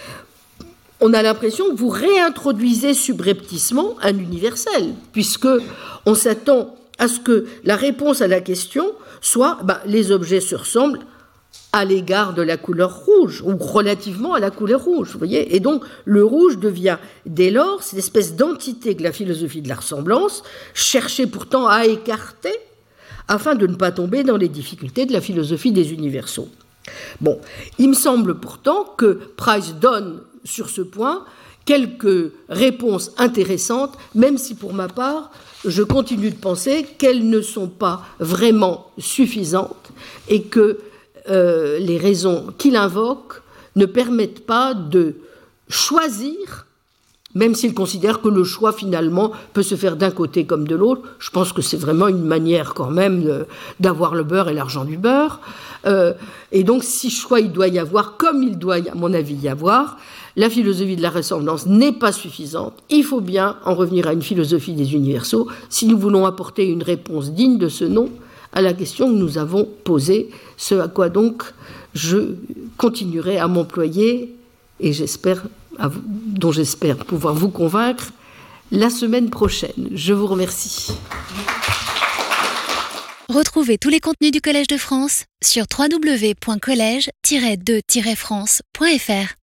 On a l'impression que vous réintroduisez subrepticement un universel, puisque on s'attend à ce que la réponse à la question soit ben, les objets se ressemblent à l'égard de la couleur rouge, ou relativement à la couleur rouge, vous voyez. Et donc, le rouge devient, dès lors, cette espèce d'entité que la philosophie de la ressemblance cherchait pourtant à écarter, afin de ne pas tomber dans les difficultés de la philosophie des universaux. Bon, il me semble pourtant que Price donne sur ce point quelques réponses intéressantes, même si pour ma part, je continue de penser qu'elles ne sont pas vraiment suffisantes et que euh, les raisons qu'il invoque ne permettent pas de choisir, même s'il considère que le choix finalement peut se faire d'un côté comme de l'autre. Je pense que c'est vraiment une manière quand même de, d'avoir le beurre et l'argent du beurre. Euh, et donc si choix il doit y avoir, comme il doit à mon avis y avoir, la philosophie de la ressemblance n'est pas suffisante. Il faut bien en revenir à une philosophie des universaux si nous voulons apporter une réponse digne de ce nom à la question que nous avons posée, ce à quoi donc je continuerai à m'employer et j'espère, dont j'espère pouvoir vous convaincre la semaine prochaine. Je vous remercie. Retrouvez tous les contenus du Collège de France sur w w w point collège tiret de tiret france point f r.